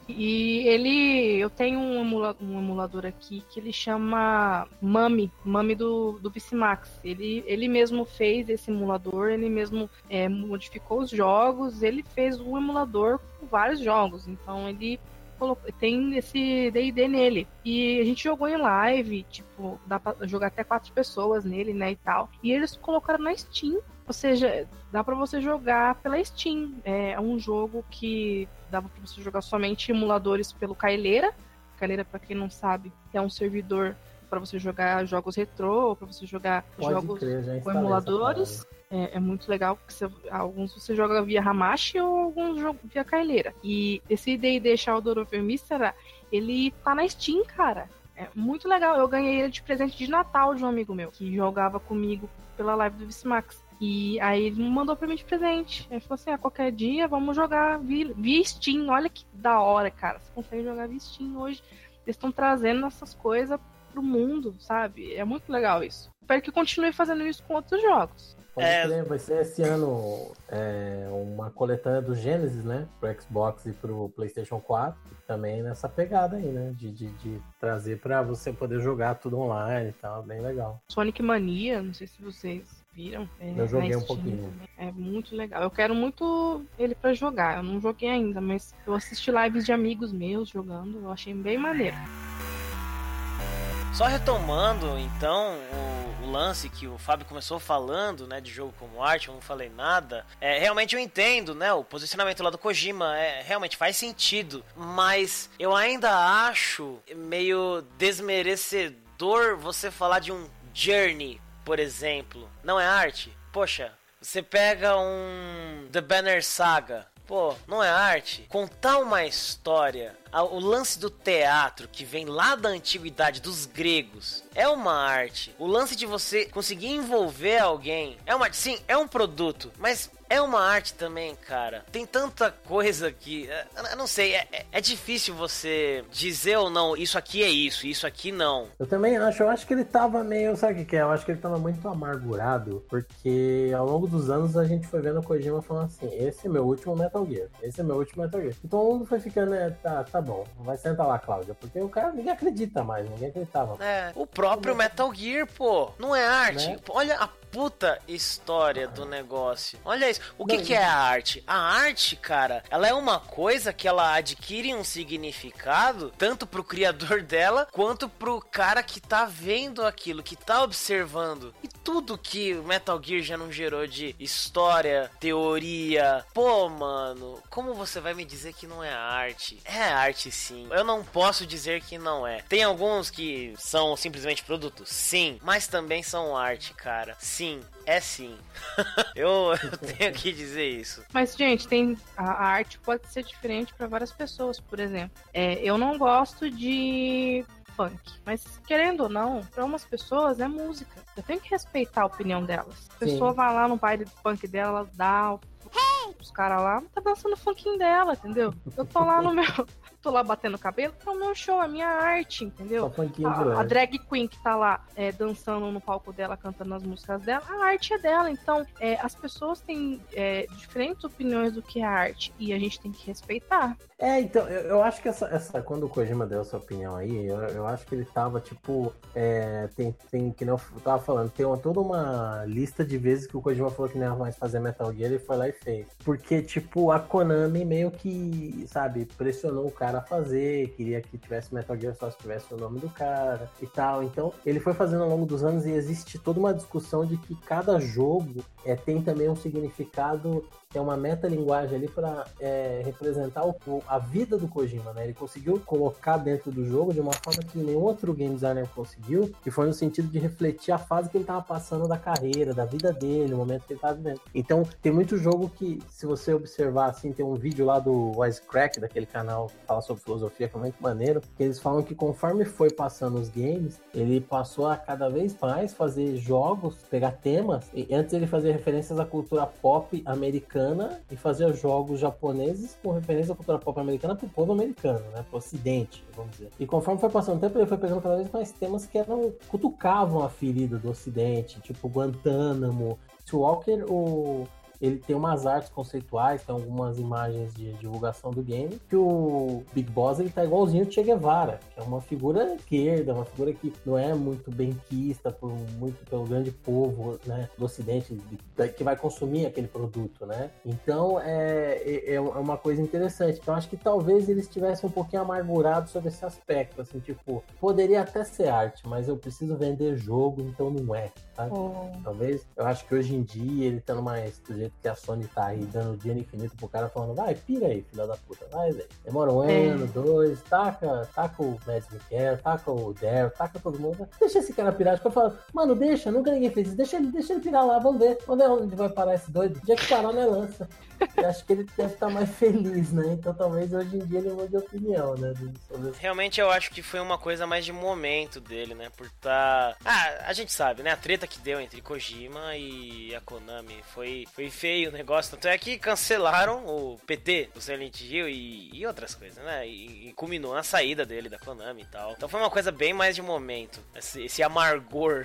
E ele, eu tenho um, emula, um emulador aqui que ele chama Mami, Mami do, do V C Max. Ele, ele mesmo fez esse emulador, ele mesmo é, modificou os jogos, ele fez um emulador com vários jogos, então ele colocou, tem esse D e D nele. E a gente jogou em live, tipo, dá pra jogar até quatro pessoas nele, né, e tal. E eles colocaram na Steam, ou seja, dá pra você jogar pela Steam. É um jogo que dava pra você jogar somente emuladores pelo Caileira. Caileira, pra quem não sabe, é um servidor para você jogar jogos retrô, para você jogar Pode jogos crer, com emuladores. É, é muito legal, porque você, alguns você joga via Hamashi ou alguns jogam via Caileira. E esse D e D Shadow of Mystara, ele tá na Steam, cara. É muito legal. Eu ganhei ele de presente de Natal de um amigo meu, que jogava comigo pela live do V C Max. E aí ele me mandou pra mim de presente. Ele falou assim, a ah, qualquer dia vamos jogar via, via Steam. Olha que da hora, cara. Você consegue jogar via Steam hoje. Eles estão trazendo essas coisas pro mundo, sabe? É muito legal isso. Espero que continue fazendo isso com outros jogos. Pode é... crer, vai ser esse ano é, uma coletânea do Genesis, né? Pro Xbox e pro PlayStation quatro. Também nessa pegada aí, né? De, de, de trazer pra você poder jogar tudo online e tal. Bem legal. Sonic Mania, não sei se vocês viram. É, eu joguei um pouquinho. Também. É muito legal. Eu quero muito ele pra jogar. Eu não joguei ainda, mas eu assisti lives de amigos meus jogando. Eu achei bem maneiro. Só retomando, então, o, o lance que o Fábio começou falando, né, de jogo como arte, eu não falei nada. É, realmente eu entendo, né, o posicionamento lá do Kojima é, realmente faz sentido, mas eu ainda acho meio desmerecedor você falar de um Journey, por exemplo. Não é arte? Poxa, você pega um The Banner Saga. Pô, não é arte? Contar uma história, o lance do teatro que vem lá da antiguidade dos gregos é uma arte. O lance de você conseguir envolver alguém é uma, sim, é um produto, mas é uma arte também, cara. Tem tanta coisa que, eu não sei, é, é difícil você dizer ou não, isso aqui é isso, isso aqui não. Eu também acho, eu acho que ele tava meio, sabe o que que é? Eu acho que ele tava muito amargurado, porque ao longo dos anos a gente foi vendo o Kojima falando assim, esse é meu último Metal Gear, esse é meu último Metal Gear. Então o mundo foi ficando, né, tá, tá bom, vai sentar lá, Cláudia, porque o cara, ninguém acredita mais, ninguém acreditava. É, o próprio Metal Gear, pô, não é arte. Né? Olha a puta história do negócio. Olha isso. O que, que é a arte? A arte, cara, ela é uma coisa que ela adquire um significado tanto pro criador dela quanto pro cara que tá vendo aquilo, que tá observando. E tudo que o Metal Gear já não gerou de história, teoria. Pô, mano, como você vai me dizer que não é arte? É arte, sim. Eu não posso dizer que não é. Tem alguns que são simplesmente produtos, sim, mas também são arte, cara. Sim, é sim. eu, eu tenho que dizer isso. Mas, gente, tem a, a arte pode ser diferente para várias pessoas. Por exemplo, é, eu não gosto de funk, mas querendo ou não, para umas pessoas é música. Eu tenho que respeitar a opinião delas. A pessoa sim. vai lá no baile do funk dela, dá os caras lá, tá dançando o funkinho dela, entendeu? Eu tô lá no meu... tô lá batendo cabelo, é o meu show, é a minha arte, entendeu? A, a drag queen que tá lá é, dançando no palco dela, cantando as músicas dela, a arte é dela. Então, é, as pessoas têm é, diferentes opiniões do que é arte e a gente tem que respeitar. É, então, eu, eu acho que essa, essa, quando o Kojima deu essa opinião aí, eu, eu acho que ele tava, tipo, é, tem, tem, que não eu tava falando, tem uma, toda uma lista de vezes que o Kojima falou que não ia mais fazer Metal Gear, ele foi lá e fez. Porque, tipo, a Konami meio que, sabe, pressionou o cara a fazer, queria que tivesse Metal Gear só se tivesse o nome do cara e tal. Então, ele foi fazendo ao longo dos anos e existe toda uma discussão de que cada jogo é, tem também um significado, que é uma metalinguagem ali para é, representar o, a vida do Kojima, né? Ele conseguiu colocar dentro do jogo de uma forma que nenhum outro game designer conseguiu, que foi no sentido de refletir a fase que ele estava passando da carreira, da vida dele, o momento que ele estava vivendo. Então, tem muito jogo que, se você observar, assim, tem um vídeo lá do Wisecrack, daquele canal que fala sobre filosofia, que é muito maneiro, que eles falam que conforme foi passando os games, ele passou a cada vez mais fazer jogos, pegar temas, e antes ele fazia referências à cultura pop americana e fazia jogos japoneses com referência à cultura pop americana pro povo americano, né, pro ocidente, vamos dizer. E conforme foi passando o tempo, ele foi pegando cada vez mais temas que eram, cutucavam a ferida do ocidente, tipo Guantánamo, Walker, o ele tem umas artes conceituais, tem algumas imagens de divulgação do game, que o Big Boss ele tá igualzinho o Che Guevara, que é uma figura esquerda, uma figura que não é muito bem quista por, muito pelo grande povo, né, do Ocidente, de, que vai consumir aquele produto, né? Então é, é, é uma coisa interessante. Então acho que talvez eles estivessem um pouquinho amargurados sobre esse aspecto, assim, tipo, poderia até ser arte, mas eu preciso vender jogo, então não é, tá? Oh. Talvez, eu acho que hoje em dia ele tá numa, do jeito que a Sony tá aí, dando dinheiro infinito pro cara, falando, vai, pira aí, filha da puta, vai, velho. Demora um é. ano, dois, taca, taca o Mads Mikkel, taca o Daryl, taca todo mundo, deixa esse cara pirar. Acho que eu falo, mano, deixa, nunca ninguém fez isso, deixa ele, deixa ele pirar lá, vamos ver, vamos ver onde vai parar esse doido. O dia que parar, né, lança. Eu acho que ele deve estar mais feliz, né? Então talvez hoje em dia ele mude de opinião, né? Sobre... Realmente eu acho que foi uma coisa mais de momento dele, né? Por tá... Ah, a gente sabe, né? A treta que deu entre Kojima e a Konami foi, foi feio o negócio. Tanto é que cancelaram o P T do Silent Hill e, e outras coisas, né? E, e culminou na saída dele da Konami e tal. Então foi uma coisa bem mais de momento. Esse, esse amargor.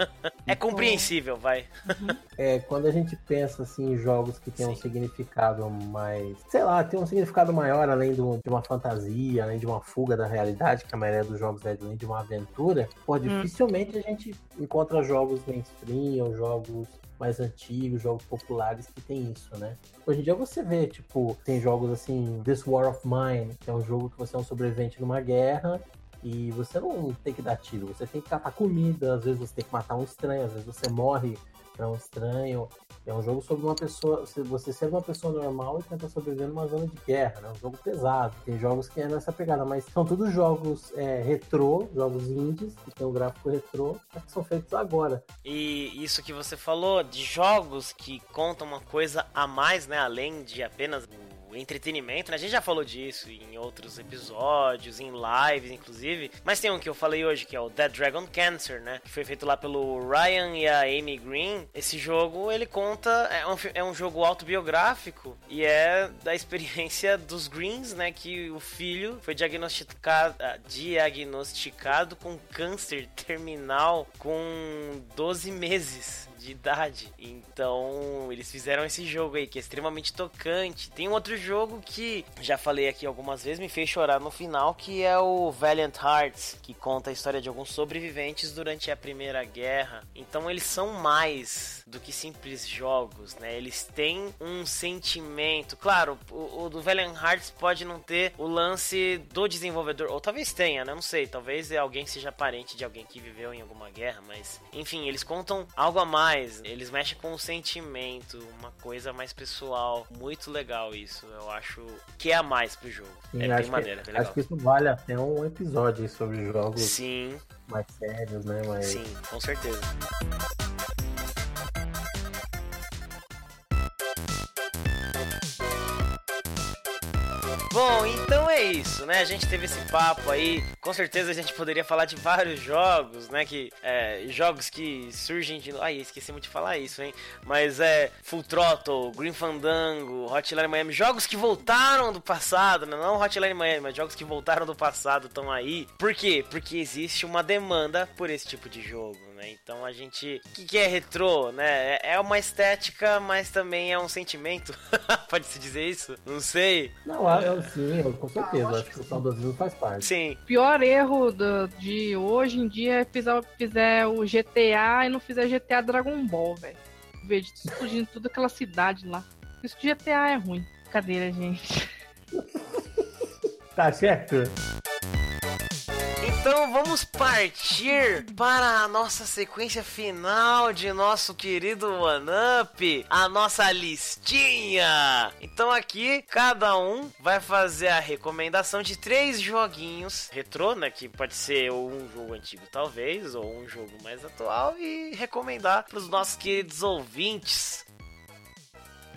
É compreensível, vai. É, quando a gente pensa assim em jogos que tem Sim. um significado mais, sei lá, tem um significado maior além do, de uma fantasia, além de uma fuga da realidade, que a maioria dos jogos é além de uma aventura, pô, dificilmente hum. a gente encontra jogos mainstream ou jogos mais antigos, jogos populares que tem isso, né? Hoje em dia você vê, tipo, tem jogos assim, This War of Mine, que é um jogo que você é um sobrevivente numa guerra e você não tem que dar tiro, você tem que catar comida, às vezes você tem que matar um estranho, às vezes você morre pra um estranho. É um jogo sobre uma pessoa, você ser uma pessoa normal e tentar sobreviver numa zona de guerra, né? Um jogo pesado. Tem jogos que é nessa pegada, mas são todos jogos é, retrô, jogos indies, que tem um gráfico retrô, mas que são feitos agora. E isso que você falou, de jogos que contam uma coisa a mais, né? Além de apenas o entretenimento, né? A gente já falou disso em outros episódios, em lives, inclusive. Mas tem um que eu falei hoje, que é o Dead Dragon Cancer, né? Que foi feito lá pelo Ryan e a Amy Green. Esse jogo, ele conta... É um, é um jogo autobiográfico e é da experiência dos Greens, né? Que o filho foi diagnosticado, diagnosticado com câncer terminal com doze meses de idade. Então, eles fizeram esse jogo aí, que é extremamente tocante. Tem um outro jogo que, já falei aqui algumas vezes, me fez chorar no final, que é o Valiant Hearts, que conta a história de alguns sobreviventes durante a Primeira Guerra. Então, eles são mais do que simples jogos, né? Eles têm um sentimento. Claro, o, o do Valiant Hearts pode não ter o lance do desenvolvedor, ou talvez tenha, né? Não sei, talvez alguém seja parente de alguém que viveu em alguma guerra, mas, enfim, eles contam algo a mais. Eles mexem com o sentimento, uma coisa mais pessoal. Muito legal isso. Eu acho que é a mais pro jogo. Sim, é bem bem maneiro, que, bem legal. Acho que isso vale até um episódio sobre jogos Sim. mais sérios, né? Mas... Sim, com certeza. Bom, então é isso, né? A gente teve esse papo aí. Com certeza a gente poderia falar de vários jogos, né? Que, é, jogos que surgem de... Ai, esqueci muito de falar isso, hein? Mas é Full Throttle, Grim Fandango, Hotline Miami. Jogos que voltaram do passado, né? Não Hotline Miami, mas jogos que voltaram do passado estão aí. Por quê? Porque existe uma demanda por esse tipo de jogo, né? Então a gente... O que, que é retrô, né? É uma estética, mas também é um sentimento. Pode-se dizer isso? Não sei. Não, eu, sim, eu, com certeza. Ah, acho que o saudosismo faz parte. Sim. O pior erro do, de hoje em dia é fizer, fizer o G T A e não fizer G T A Dragon Ball, velho. Vejo explodindo toda aquela cidade lá. Isso que G T A é ruim. Cadeira, gente. Tá certo? Então vamos partir para a nossa sequência final de nosso querido One Up, a nossa listinha. Então aqui cada um vai fazer a recomendação de três joguinhos retrô, né, que pode ser um jogo antigo talvez, ou um jogo mais atual, e recomendar para os nossos queridos ouvintes.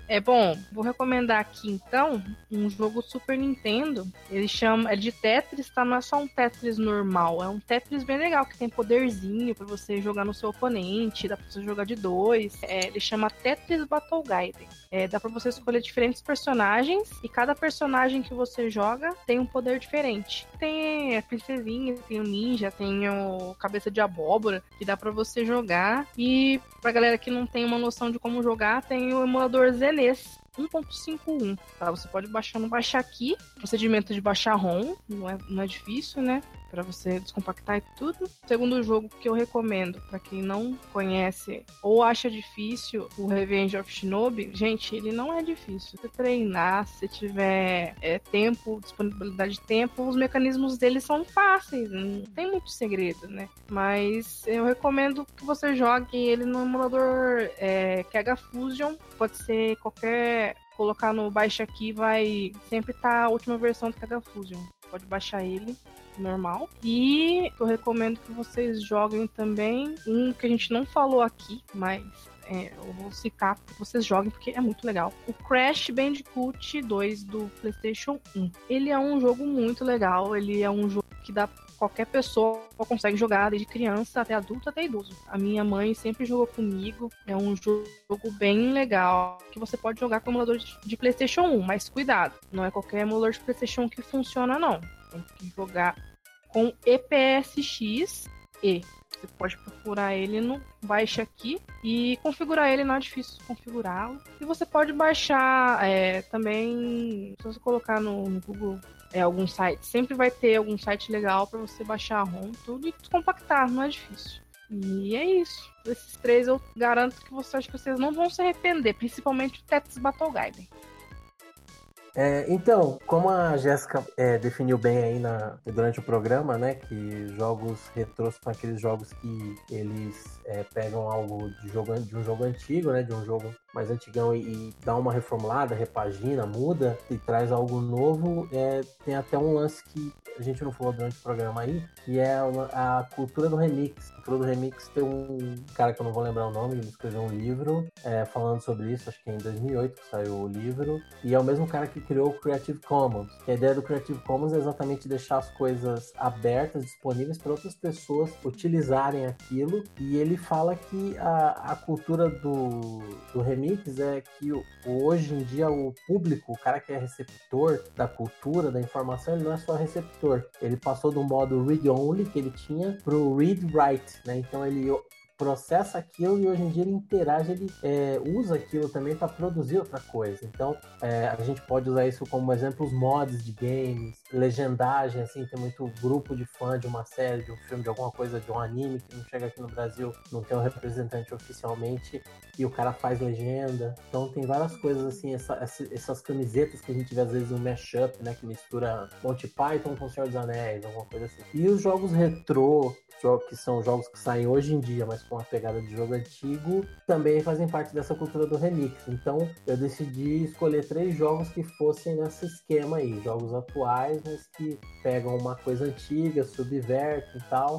É bom, vou recomendar aqui então um jogo Super Nintendo. Ele chama, é de Tetris, tá? Não é só um Tetris normal, é um Tetris bem legal, que tem poderzinho pra você jogar no seu oponente, dá pra você jogar de dois. É, ele chama Tetris Battle Gaiden. É, dá pra você escolher diferentes personagens e cada personagem que você joga tem um poder diferente. Tem a princesinha, tem o ninja, tem o cabeça de abóbora, que dá pra você jogar. E pra galera que não tem uma noção de como jogar, tem o emulador Zenês um ponto cinquenta e um, tá? Você pode baixar no Baixa Aqui, procedimento de baixar ROM, não é, não é difícil, né? Pra você descompactar e tudo. O segundo jogo que eu recomendo, pra quem não conhece ou acha difícil, o Revenge of Shinobi, gente, ele não é difícil. Se você treinar, se tiver é, tempo, disponibilidade de tempo, os mecanismos dele são fáceis, não tem muito segredo, né? Mas eu recomendo que você jogue ele no emulador é, Kega Fusion, pode ser qualquer... Colocar no Baixa Aqui, vai sempre estar tá a última versão do Kega Fusion. Pode baixar ele normal. E eu recomendo que vocês joguem também um que a gente não falou aqui, mas é, eu vou citar para vocês joguem porque é muito legal. O Crash Bandicoot dois do PlayStation um. Ele é um jogo muito legal. Ele é um jogo que dá qualquer pessoa consegue jogar, desde criança até adulto, até idoso. A minha mãe sempre jogou comigo. É um jogo bem legal que você pode jogar com emulador de PlayStation um, mas cuidado, não é qualquer emulador de PlayStation um que funciona, não. Tem que jogar com E P S X E. Você pode procurar ele no Baixa Aqui e configurar ele, não é difícil configurá-lo. E você pode baixar é, também, se você colocar no, no Google é, algum site, sempre vai ter algum site legal para você baixar a ROM, tudo e compactar, não é difícil. E é isso. Esses três eu garanto que você acha que vocês não vão se arrepender, principalmente o Tetris Battle Gaiden. É, então, como a Jéssica é, definiu bem aí na, durante o programa, né, que jogos retrôs são aqueles jogos que eles é, pegam algo de, jogo, de um jogo antigo, né, de um jogo mais antigão e, e dá uma reformulada, repagina, muda e traz algo novo. É, tem até um lance que a gente não falou durante o programa aí, que é a, a cultura do remix. A cultura do remix tem um cara que eu não vou lembrar o nome, ele escreveu um livro é, falando sobre isso, acho que em dois mil e oito que saiu o livro, e é o mesmo cara que criou o Creative Commons. A ideia do Creative Commons é exatamente deixar as coisas abertas, disponíveis para outras pessoas utilizarem aquilo, e ele fala que a, a cultura do, do remix é que hoje em dia o público, o cara que é receptor da cultura, da informação, ele não é só receptor. Ele passou do modo read-only que ele tinha pro read-write, né? Então ele processa aquilo e hoje em dia ele interage, ele é, usa aquilo também para produzir outra coisa. Então é, a gente pode usar isso como exemplo, os mods de games, legendagem, assim, tem muito grupo de fã de uma série, de um filme, de alguma coisa, de um anime que não chega aqui no Brasil, não tem um representante oficialmente e o cara faz legenda. Então tem várias coisas assim, essa, essas camisetas que a gente vê às vezes no mashup, né, que mistura Monty Python com o Senhor dos Anéis, alguma coisa assim. E os jogos retrô, que são jogos que saem hoje em dia, mas com a pegada de jogo antigo, também fazem parte dessa cultura do remix. Então eu decidi escolher três jogos que fossem nesse esquema aí, jogos atuais, mas que pegam uma coisa antiga, subvertem e tal.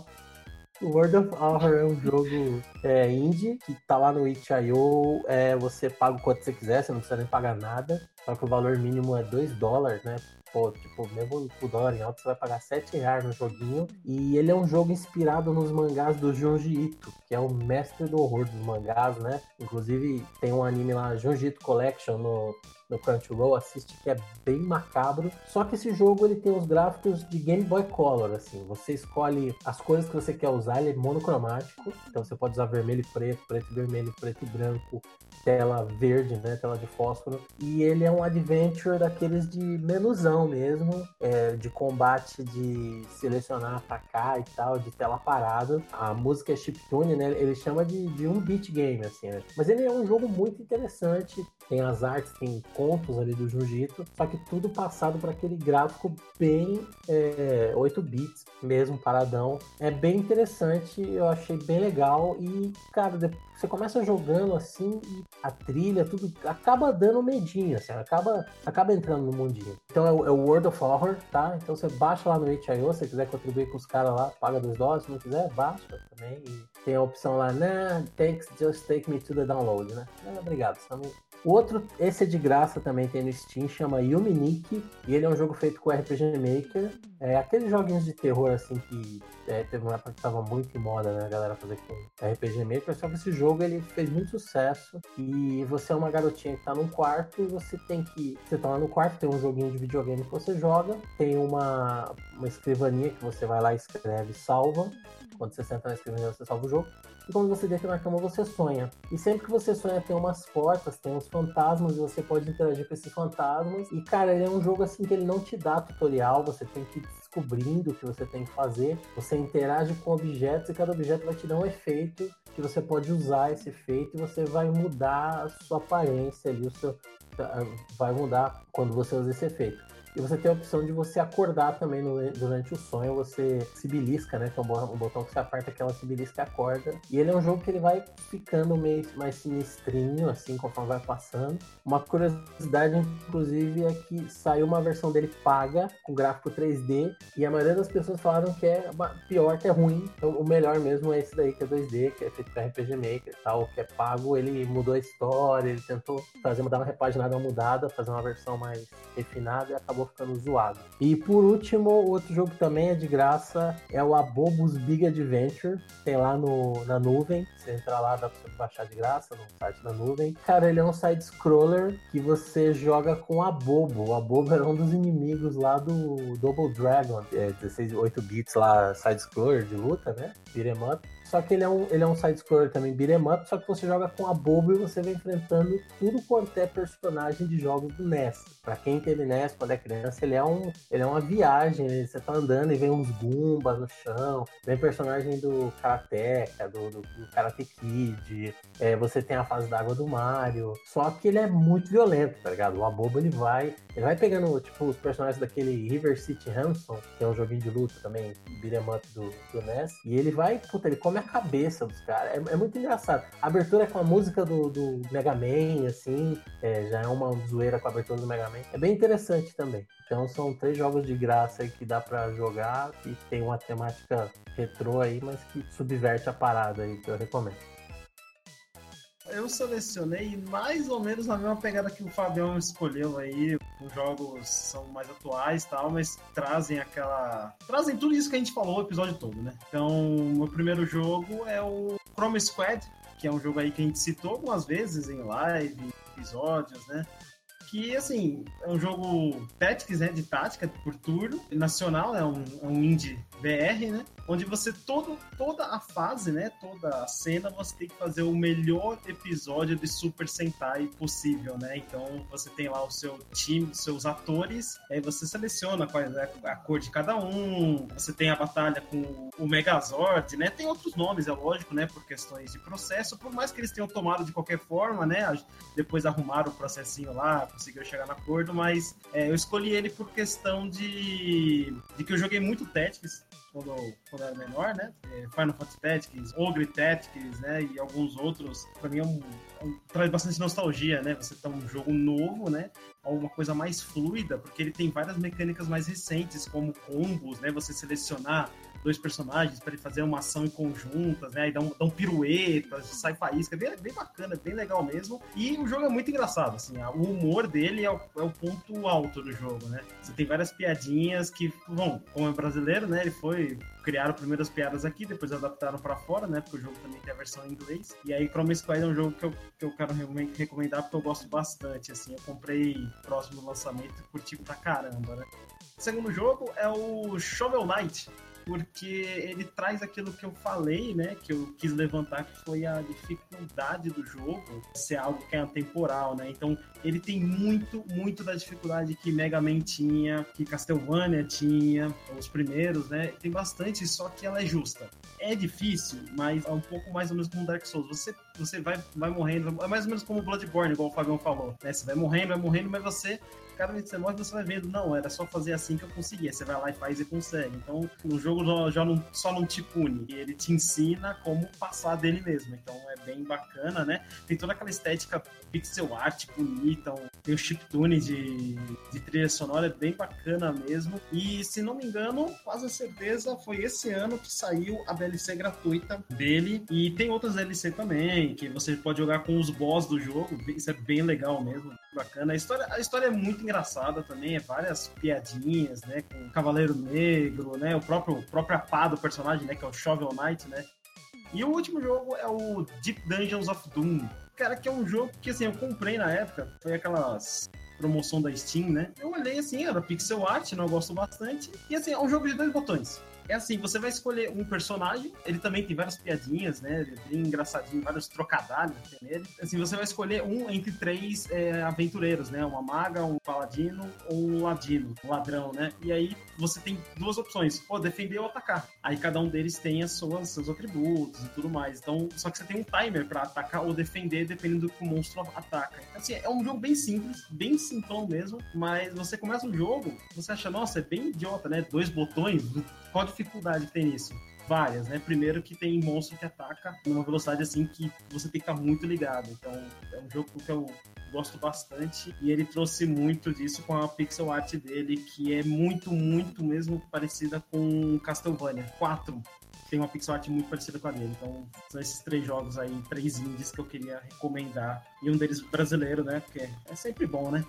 O World of Horror é um jogo é, indie, que tá lá no itch ponto io, é, você paga o quanto você quiser, você não precisa nem pagar nada, só que o valor mínimo é dois dólares, né? Pô, tipo, mesmo o dólar em alta, você vai pagar sete reais no joguinho. E ele é um jogo inspirado nos mangás do Junji Ito, que é o mestre do horror dos mangás, né? Inclusive, tem um anime lá, Junji Ito Collection, no, no Crunchyroll, assiste, que é bem macabro. Só que esse jogo, ele tem os gráficos de Game Boy Color, assim. Você escolhe as cores que você quer usar, ele é monocromático. Então, você pode usar vermelho e preto, preto e vermelho, preto e branco, tela verde, né? Tela de fósforo. E ele é um adventure daqueles de menuzão mesmo, é, de combate, de selecionar, atacar e tal, de tela parada. A música é chiptune, né? Ele chama de, de um beat game, assim, né? Mas ele é um jogo muito interessante. Tem as artes, tem contos ali do Jiu-Jitsu, só que tudo passado para aquele gráfico bem é, oito bits mesmo, paradão. É bem interessante, eu achei bem legal e, cara, você começa jogando assim e a trilha, tudo acaba dando medinho, assim, acaba, acaba entrando no mundinho. Então é o, é o World of Horror, tá? Então você baixa lá no itch ponto io, se você quiser contribuir com os caras lá, paga dois dólares, se não quiser, baixa também. E tem a opção lá, nah, thanks, just take me to the download, né? Não, obrigado, só me O outro, esse é de graça também, tem no Steam, chama Yuminique, e ele é um jogo feito com R P G Maker. É aqueles joguinhos de terror, assim, que é, teve uma época que tava muito em moda, né, a galera fazer com R P G Maker, só que esse jogo, ele fez muito sucesso, e você é uma garotinha que tá num quarto, e você tem que... Você tá lá no quarto, tem um joguinho de videogame que você joga, tem uma, uma escrivaninha que você vai lá, escreve e salva. Quando você senta na escrivaninha, você salva o jogo. E quando você deita na cama, você sonha. E sempre que você sonha, tem umas portas, tem uns fantasmas, e você pode interagir com esses fantasmas. E, cara, ele é um jogo assim que ele não te dá tutorial, você tem que ir descobrindo o que você tem que fazer. Você interage com objetos e cada objeto vai te dar um efeito que você pode usar esse efeito e você vai mudar a sua aparência ali, o seu... vai mudar quando você usa esse efeito. E você tem a opção de você acordar também no, durante o sonho, você se belisca, né? Que é um botão que você aperta que ela se belisca e acorda. E ele é um jogo que ele vai ficando meio mais sinistrinho, assim, conforme vai passando. Uma curiosidade, inclusive, é que saiu uma versão dele paga, com gráfico três D, e a maioria das pessoas falaram que é pior, que é ruim. Então, o melhor mesmo é esse daí, que é dois D, que é feito para R P G Maker e tal, que é pago. Ele mudou a história, ele tentou fazer, dar uma repaginada, uma mudada, fazer uma versão mais refinada e acabou ficando zoado. E por último, outro jogo que também é de graça é o Abobo's Big Adventure. Tem lá no, na nuvem. Você entra lá, dá pra você baixar de graça no site da nuvem. Cara, ele é um side-scroller que você joga com a Abobo. O Abobo era um dos inimigos lá do Double Dragon. É dezesseis, oito bits lá, side-scroller de luta, né? Beat'em up. Só que ele é um, ele é um side-scroller também, beat'em up, só que você joga com a Bobo e você vai enfrentando tudo quanto é personagem de jogos do N E S. Pra quem teve N E S quando é criança, ele é, um, ele é uma viagem, né? Você tá andando e vem uns Goombas no chão, vem personagem do Karateka, do, do, do Karate Kid, é, você tem a fase d'água do Mario, só que ele é muito violento, tá ligado? O Abobo, ele vai, ele vai pegando, tipo, os personagens daquele River City Ransom, que é um joguinho de luta também, beat'em up do, do N E S, e ele vai, puta, ele come a cabeça dos caras. É, é muito engraçado. A abertura é com a música do, do Mega Man, assim, é, já é uma zoeira com a abertura do Mega Man. É bem interessante também. Então são três jogos de graça aí que dá pra jogar, que tem uma temática retrô aí, mas que subverte a parada aí, que eu recomendo. Eu selecionei mais ou menos na mesma pegada que o Fabião escolheu aí. Os jogos são mais atuais e tal, mas trazem aquela... Trazem tudo isso que a gente falou o episódio todo, né? Então, o meu primeiro jogo é o Chrome Squad, que é um jogo aí que a gente citou algumas vezes em live, episódios, né? Que, assim, é um jogo Tactics, né? De tática, por turno. Nacional, é um, é um indie V R, né? Onde você, todo, toda a fase, né? Toda a cena, você tem que fazer o melhor episódio de Super Sentai possível, né? Então, você tem lá o seu time, os seus atores, aí você seleciona qual é a cor de cada um, você tem a batalha com o Megazord, né? Tem outros nomes, é lógico, né? Por questões de processo, por mais que eles tenham tomado de qualquer forma, né? Depois arrumaram o processinho lá, conseguiu chegar no acordo, mas é, eu escolhi ele por questão de, de que eu joguei muito Tactics quando, quando era menor, né? Final Fantasy Tactics, Ogre Tactics, né? E alguns outros. Pra mim é um, é um, traz bastante nostalgia, né? Você tá um jogo novo, né? Alguma coisa mais fluida, porque ele tem várias mecânicas mais recentes, como combos, né? Você selecionar dois personagens para ele fazer uma ação conjuntas, né? E dá um, dá um pirueta, sai faísca, bem, bem bacana, bem legal mesmo. E o jogo é muito engraçado, assim, o humor dele é o, é o ponto alto do jogo, né? Você tem várias piadinhas que, bom, como é brasileiro, né? Ele foi criaram primeiras piadas aqui, depois adaptaram para fora, né? Porque o jogo também tem a versão em inglês. E aí, Chrome Squad é um jogo que eu, que eu quero recomendar porque eu gosto bastante, assim. Eu comprei próximo do lançamento e curti pra caramba, né? O segundo jogo é o Shovel Knight, porque ele traz aquilo que eu falei, né, que eu quis levantar, que foi a dificuldade do jogo ser algo que é atemporal, né, então ele tem muito, muito da dificuldade que Mega Man tinha, que Castlevania tinha, os primeiros, né, tem bastante, só que ela é justa. É difícil, mas é um pouco mais ou menos como Dark Souls, você, você vai, vai morrendo, é mais ou menos como Bloodborne, igual o Fabião falou, né, você vai morrendo, vai morrendo, mas você... cada vez que você morre, você vai vendo, não, era só fazer assim que eu conseguia. Você vai lá e faz e consegue. Então, o jogo já não, só não te pune, ele te ensina como passar dele mesmo. Então, é bem bacana, né? Tem toda aquela estética pixel art bonita, tem o chiptune de, de trilha sonora, é bem bacana mesmo. E, se não me engano, quase certeza, foi esse ano que saiu a D L C gratuita dele. E tem outras D L C também, que você pode jogar com os boss do jogo. Isso é bem legal mesmo, bacana. A história, a história é muito engraçada também, é várias piadinhas, né? Com o Cavaleiro Negro, né? O próprio, o próprio pá do personagem, né? Que é o Shovel Knight, né? E o último jogo é o Deep Dungeons of Doom. Cara, que é um jogo que, assim, eu comprei na época, foi aquelas promoção da Steam, né? Eu olhei assim, era pixel art, não, eu gosto bastante. E assim, é um jogo de dois botões. É assim, você vai escolher um personagem, ele também tem várias piadinhas, né? Ele é bem engraçadinho, vários trocadilhos nele. Assim, você vai escolher um entre três é, aventureiros, né? Uma maga, um paladino ou um ladino, um ladrão, né? E aí você tem duas opções, pô, defender ou atacar. Aí cada um deles tem as suas, seus atributos e tudo mais. Então, só que você tem um timer pra atacar ou defender, dependendo do que o monstro ataca. Assim, é um jogo bem simples, bem simplão mesmo, mas você começa o jogo, você acha, nossa, é bem idiota, né? Dois botões, qual a dificuldade que tem nisso? Várias, né? Primeiro que tem monstro que ataca numa velocidade assim que você tem que estar muito ligado. Então, é um jogo que eu gosto bastante e ele trouxe muito disso com a pixel art dele, que é muito, muito mesmo parecida com Castlevania quatro. Tem uma pixel art muito parecida com a dele. Então, são esses três jogos aí, três indies que eu queria recomendar. E um deles brasileiro, né? Porque é sempre bom, né?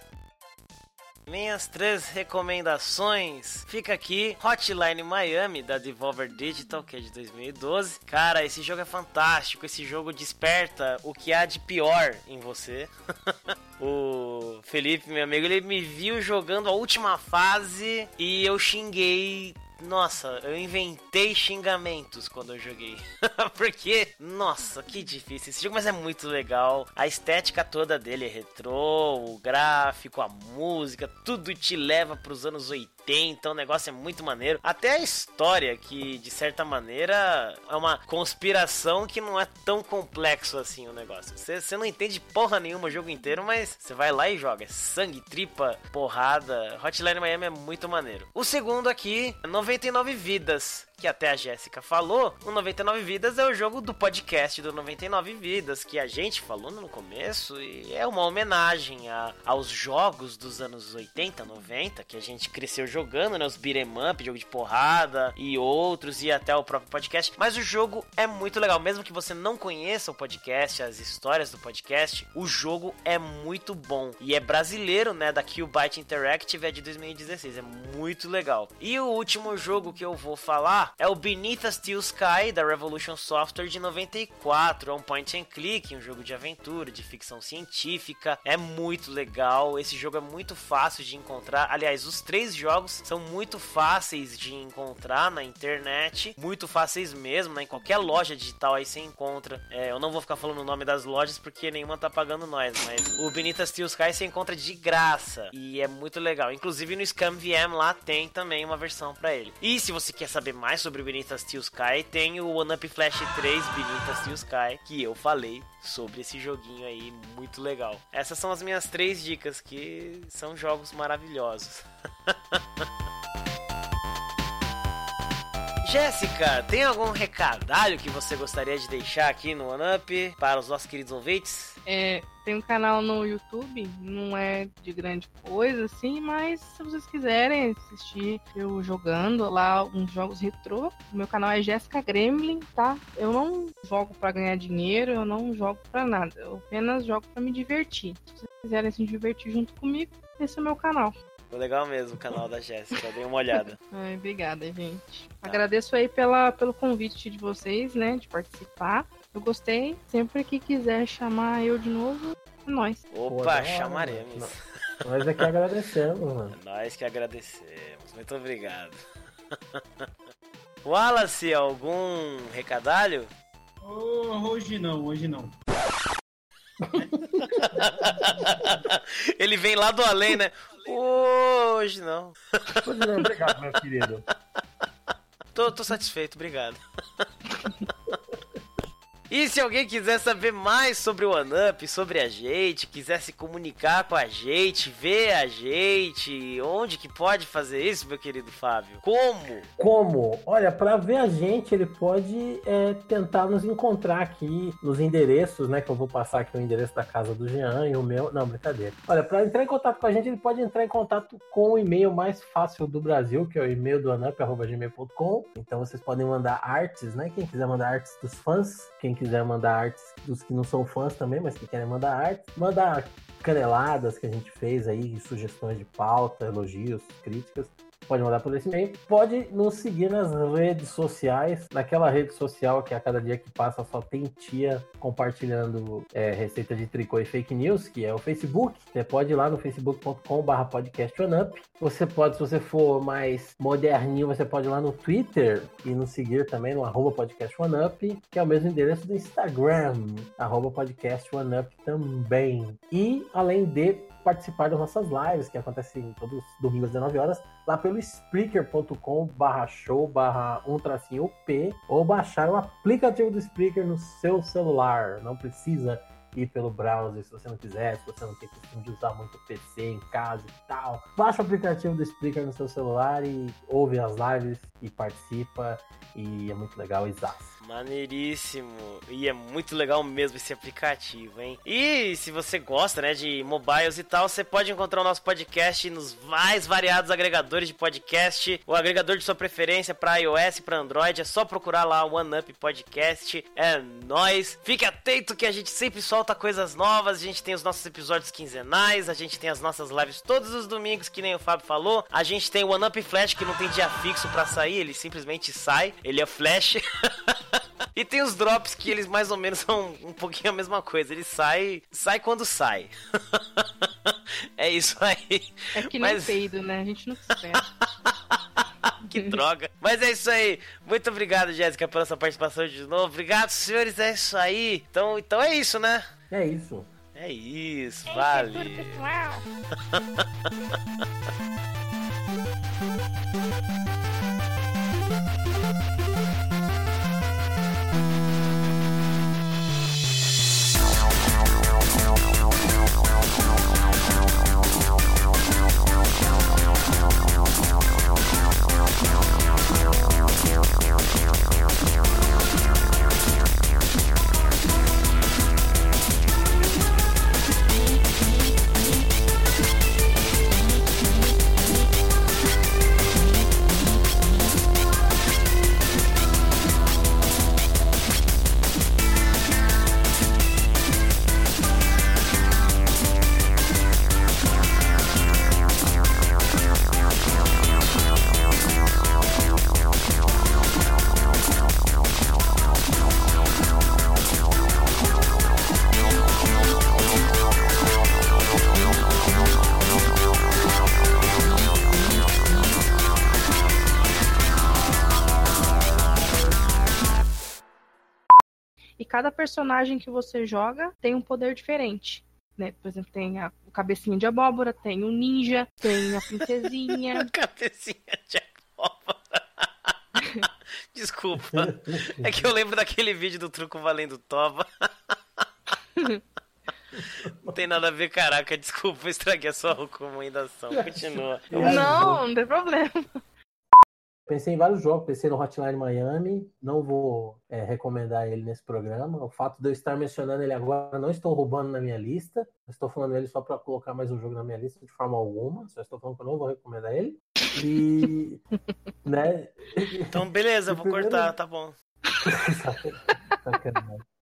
Minhas três recomendações. Fica aqui Hotline Miami, da Devolver Digital, que é de dois mil e doze. Cara, esse jogo é fantástico. Esse jogo desperta o que há de pior em você. O Felipe, meu amigo, ele me viu jogando a última fase e eu xinguei. Nossa, eu inventei xingamentos quando eu joguei. Porque, nossa, que difícil esse jogo, mas é muito legal. A estética toda dele é retrô, o gráfico, a música, tudo te leva pros anos oitenta. O negócio é muito maneiro. Até a história, que de certa maneira é uma conspiração que não é tão complexo assim o negócio. Você, você não entende porra nenhuma o jogo inteiro, mas você vai lá e joga. É sangue, tripa, porrada. Hotline Miami é muito maneiro. O segundo aqui, noventa e nove Vidas, que até a Jéssica falou. O noventa e nove Vidas é o jogo do podcast do noventa e nove Vidas, que a gente falou no começo, e é uma homenagem a, aos jogos dos anos oitenta, noventa, que a gente cresceu jogando, né? Os beat'em up, jogo de porrada e outros, e até o próprio podcast. Mas o jogo é muito legal, mesmo que você não conheça o podcast, as histórias do podcast, o jogo é muito bom. E é brasileiro, né? Da Killbyte Interactive, é de dois mil e dezesseis, é muito legal. E o último jogo que eu vou falar é o Beneath a Steel Sky, da Revolution Software, de noventa e quatro. É um point and click, um jogo de aventura, de ficção científica. É muito legal. Esse jogo é muito fácil de encontrar. Aliás, os três jogos são muito fáceis de encontrar na internet. Muito fáceis mesmo, né? Em qualquer loja digital aí você encontra. É, eu não vou ficar falando o nome das lojas porque nenhuma tá pagando nós, mas o Beneath a Steel Sky você encontra de graça. E é muito legal. Inclusive no Scam V M lá tem também uma versão pra ele. E se você quer saber mais sobre Beneath a Steel Sky, tem o One Up Flash três Beneath a Steel Sky, que eu falei sobre esse joguinho aí, muito legal. Essas são as minhas três dicas, que são jogos maravilhosos. Jéssica, tem algum recadalho que você gostaria de deixar aqui no One Up para os nossos queridos ouvintes? É, tem um canal no YouTube, não é de grande coisa, assim, mas se vocês quiserem assistir eu jogando lá uns jogos retrô, o meu canal é Jéssica Gremlin, tá? Eu não jogo pra ganhar dinheiro, eu não jogo pra nada, eu apenas jogo pra me divertir. Se vocês quiserem se divertir junto comigo, esse é o meu canal. Legal mesmo o canal da Jéssica, dei uma olhada. Ai, obrigada, gente. Tá. Agradeço aí pela, pelo convite de vocês, né, de participar. Eu gostei. Sempre que quiser chamar eu de novo, é nóis. Opa, Pô, chamaremos. Nós, nós é que agradecemos, mano. É nós que agradecemos. Muito obrigado. Wallace, algum recadalho? Oh, hoje não, hoje não. Ele vem lá do além, né? Hoje não. Hoje não, obrigado, meu querido. Tô, tô satisfeito, obrigado. E se alguém quiser saber mais sobre o OneUp, sobre a gente, quiser se comunicar com a gente, ver a gente, onde que pode fazer isso, meu querido Fábio? Como? Como? Olha, para ver a gente, ele pode é, tentar nos encontrar aqui nos endereços, né? Que eu vou passar aqui o endereço da casa do Jean e o meu. Não, brincadeira. Olha, para entrar em contato com a gente, ele pode entrar em contato com o e-mail mais fácil do Brasil, que é o e-mail do onup arroba gmail ponto com. Então vocês podem mandar artes, né? Quem quiser mandar artes dos fãs, quem quiser mandar artes dos que não são fãs também, mas que querem mandar artes, mandar caneladas que a gente fez aí, sugestões de pauta, elogios, críticas. Pode mandar por esse e-mail. Pode nos seguir nas redes sociais. Naquela rede social que a cada dia que passa só tem tia compartilhando é, receita de tricô e fake news, que é o Facebook. Você pode ir lá no facebook ponto com barra podcast onup. Você pode, se você for mais moderninho, você pode ir lá no Twitter e nos seguir também no arroba podcast onup, que é o mesmo endereço do Instagram, arroba podcast onup também. E, além de participar das nossas lives, que acontecem todos os domingos às dezenove horas, lá pelo spreaker ponto com barra show barra um tracinho P, ou baixar o aplicativo do Spreaker no seu celular. Não precisa ir pelo browser se você não quiser, se você não tem costume de usar muito o P C em casa e tal. Baixa o aplicativo do Spreaker no seu celular e ouve as lives e participa, e é muito legal, exato. Maneiríssimo. E é muito legal mesmo esse aplicativo, hein? E se você gosta, né, de mobiles e tal, você pode encontrar o nosso podcast nos mais variados agregadores de podcast. O agregador de sua preferência para iOS e para Android. É só procurar lá o OneUp Podcast. É nóis. Fique atento que a gente sempre solta coisas novas. A gente tem os nossos episódios quinzenais. A gente tem as nossas lives todos os domingos, que nem o Fábio falou. A gente tem o OneUp Flash, que não tem dia fixo para sair. Ele simplesmente sai. Ele é Flash. E tem os drops que eles mais ou menos são um pouquinho a mesma coisa. Ele sai, sai quando sai. É isso aí. É que nem Mas... peido, né? A gente não espera. Que droga. Mas é isso aí. Muito obrigado, Jéssica, pela sua participação de novo. Obrigado, senhores. É isso aí. Então, então é isso, né? É isso. É isso. É Vale. isso, é tudo, pessoal. Cada personagem que você joga tem um poder diferente, né? Por exemplo, tem a, o cabecinha de abóbora, tem o ninja, tem a princesinha. Cabecinha de abóbora. Desculpa. É que eu lembro daquele vídeo do truco valendo toba. Não tem nada a ver, caraca. Desculpa, eu estraguei a sua recomendação. Continua. Não, não tem problema. Pensei em vários jogos, pensei no Hotline Miami, não vou é, recomendar ele nesse programa. O fato de eu estar mencionando ele agora, não estou roubando na minha lista. Eu estou falando ele só para colocar mais um jogo na minha lista de forma alguma. Só estou falando que eu não vou recomendar ele. E, né? Então, beleza, eu vou primeiro... cortar, tá bom. Sacanagem.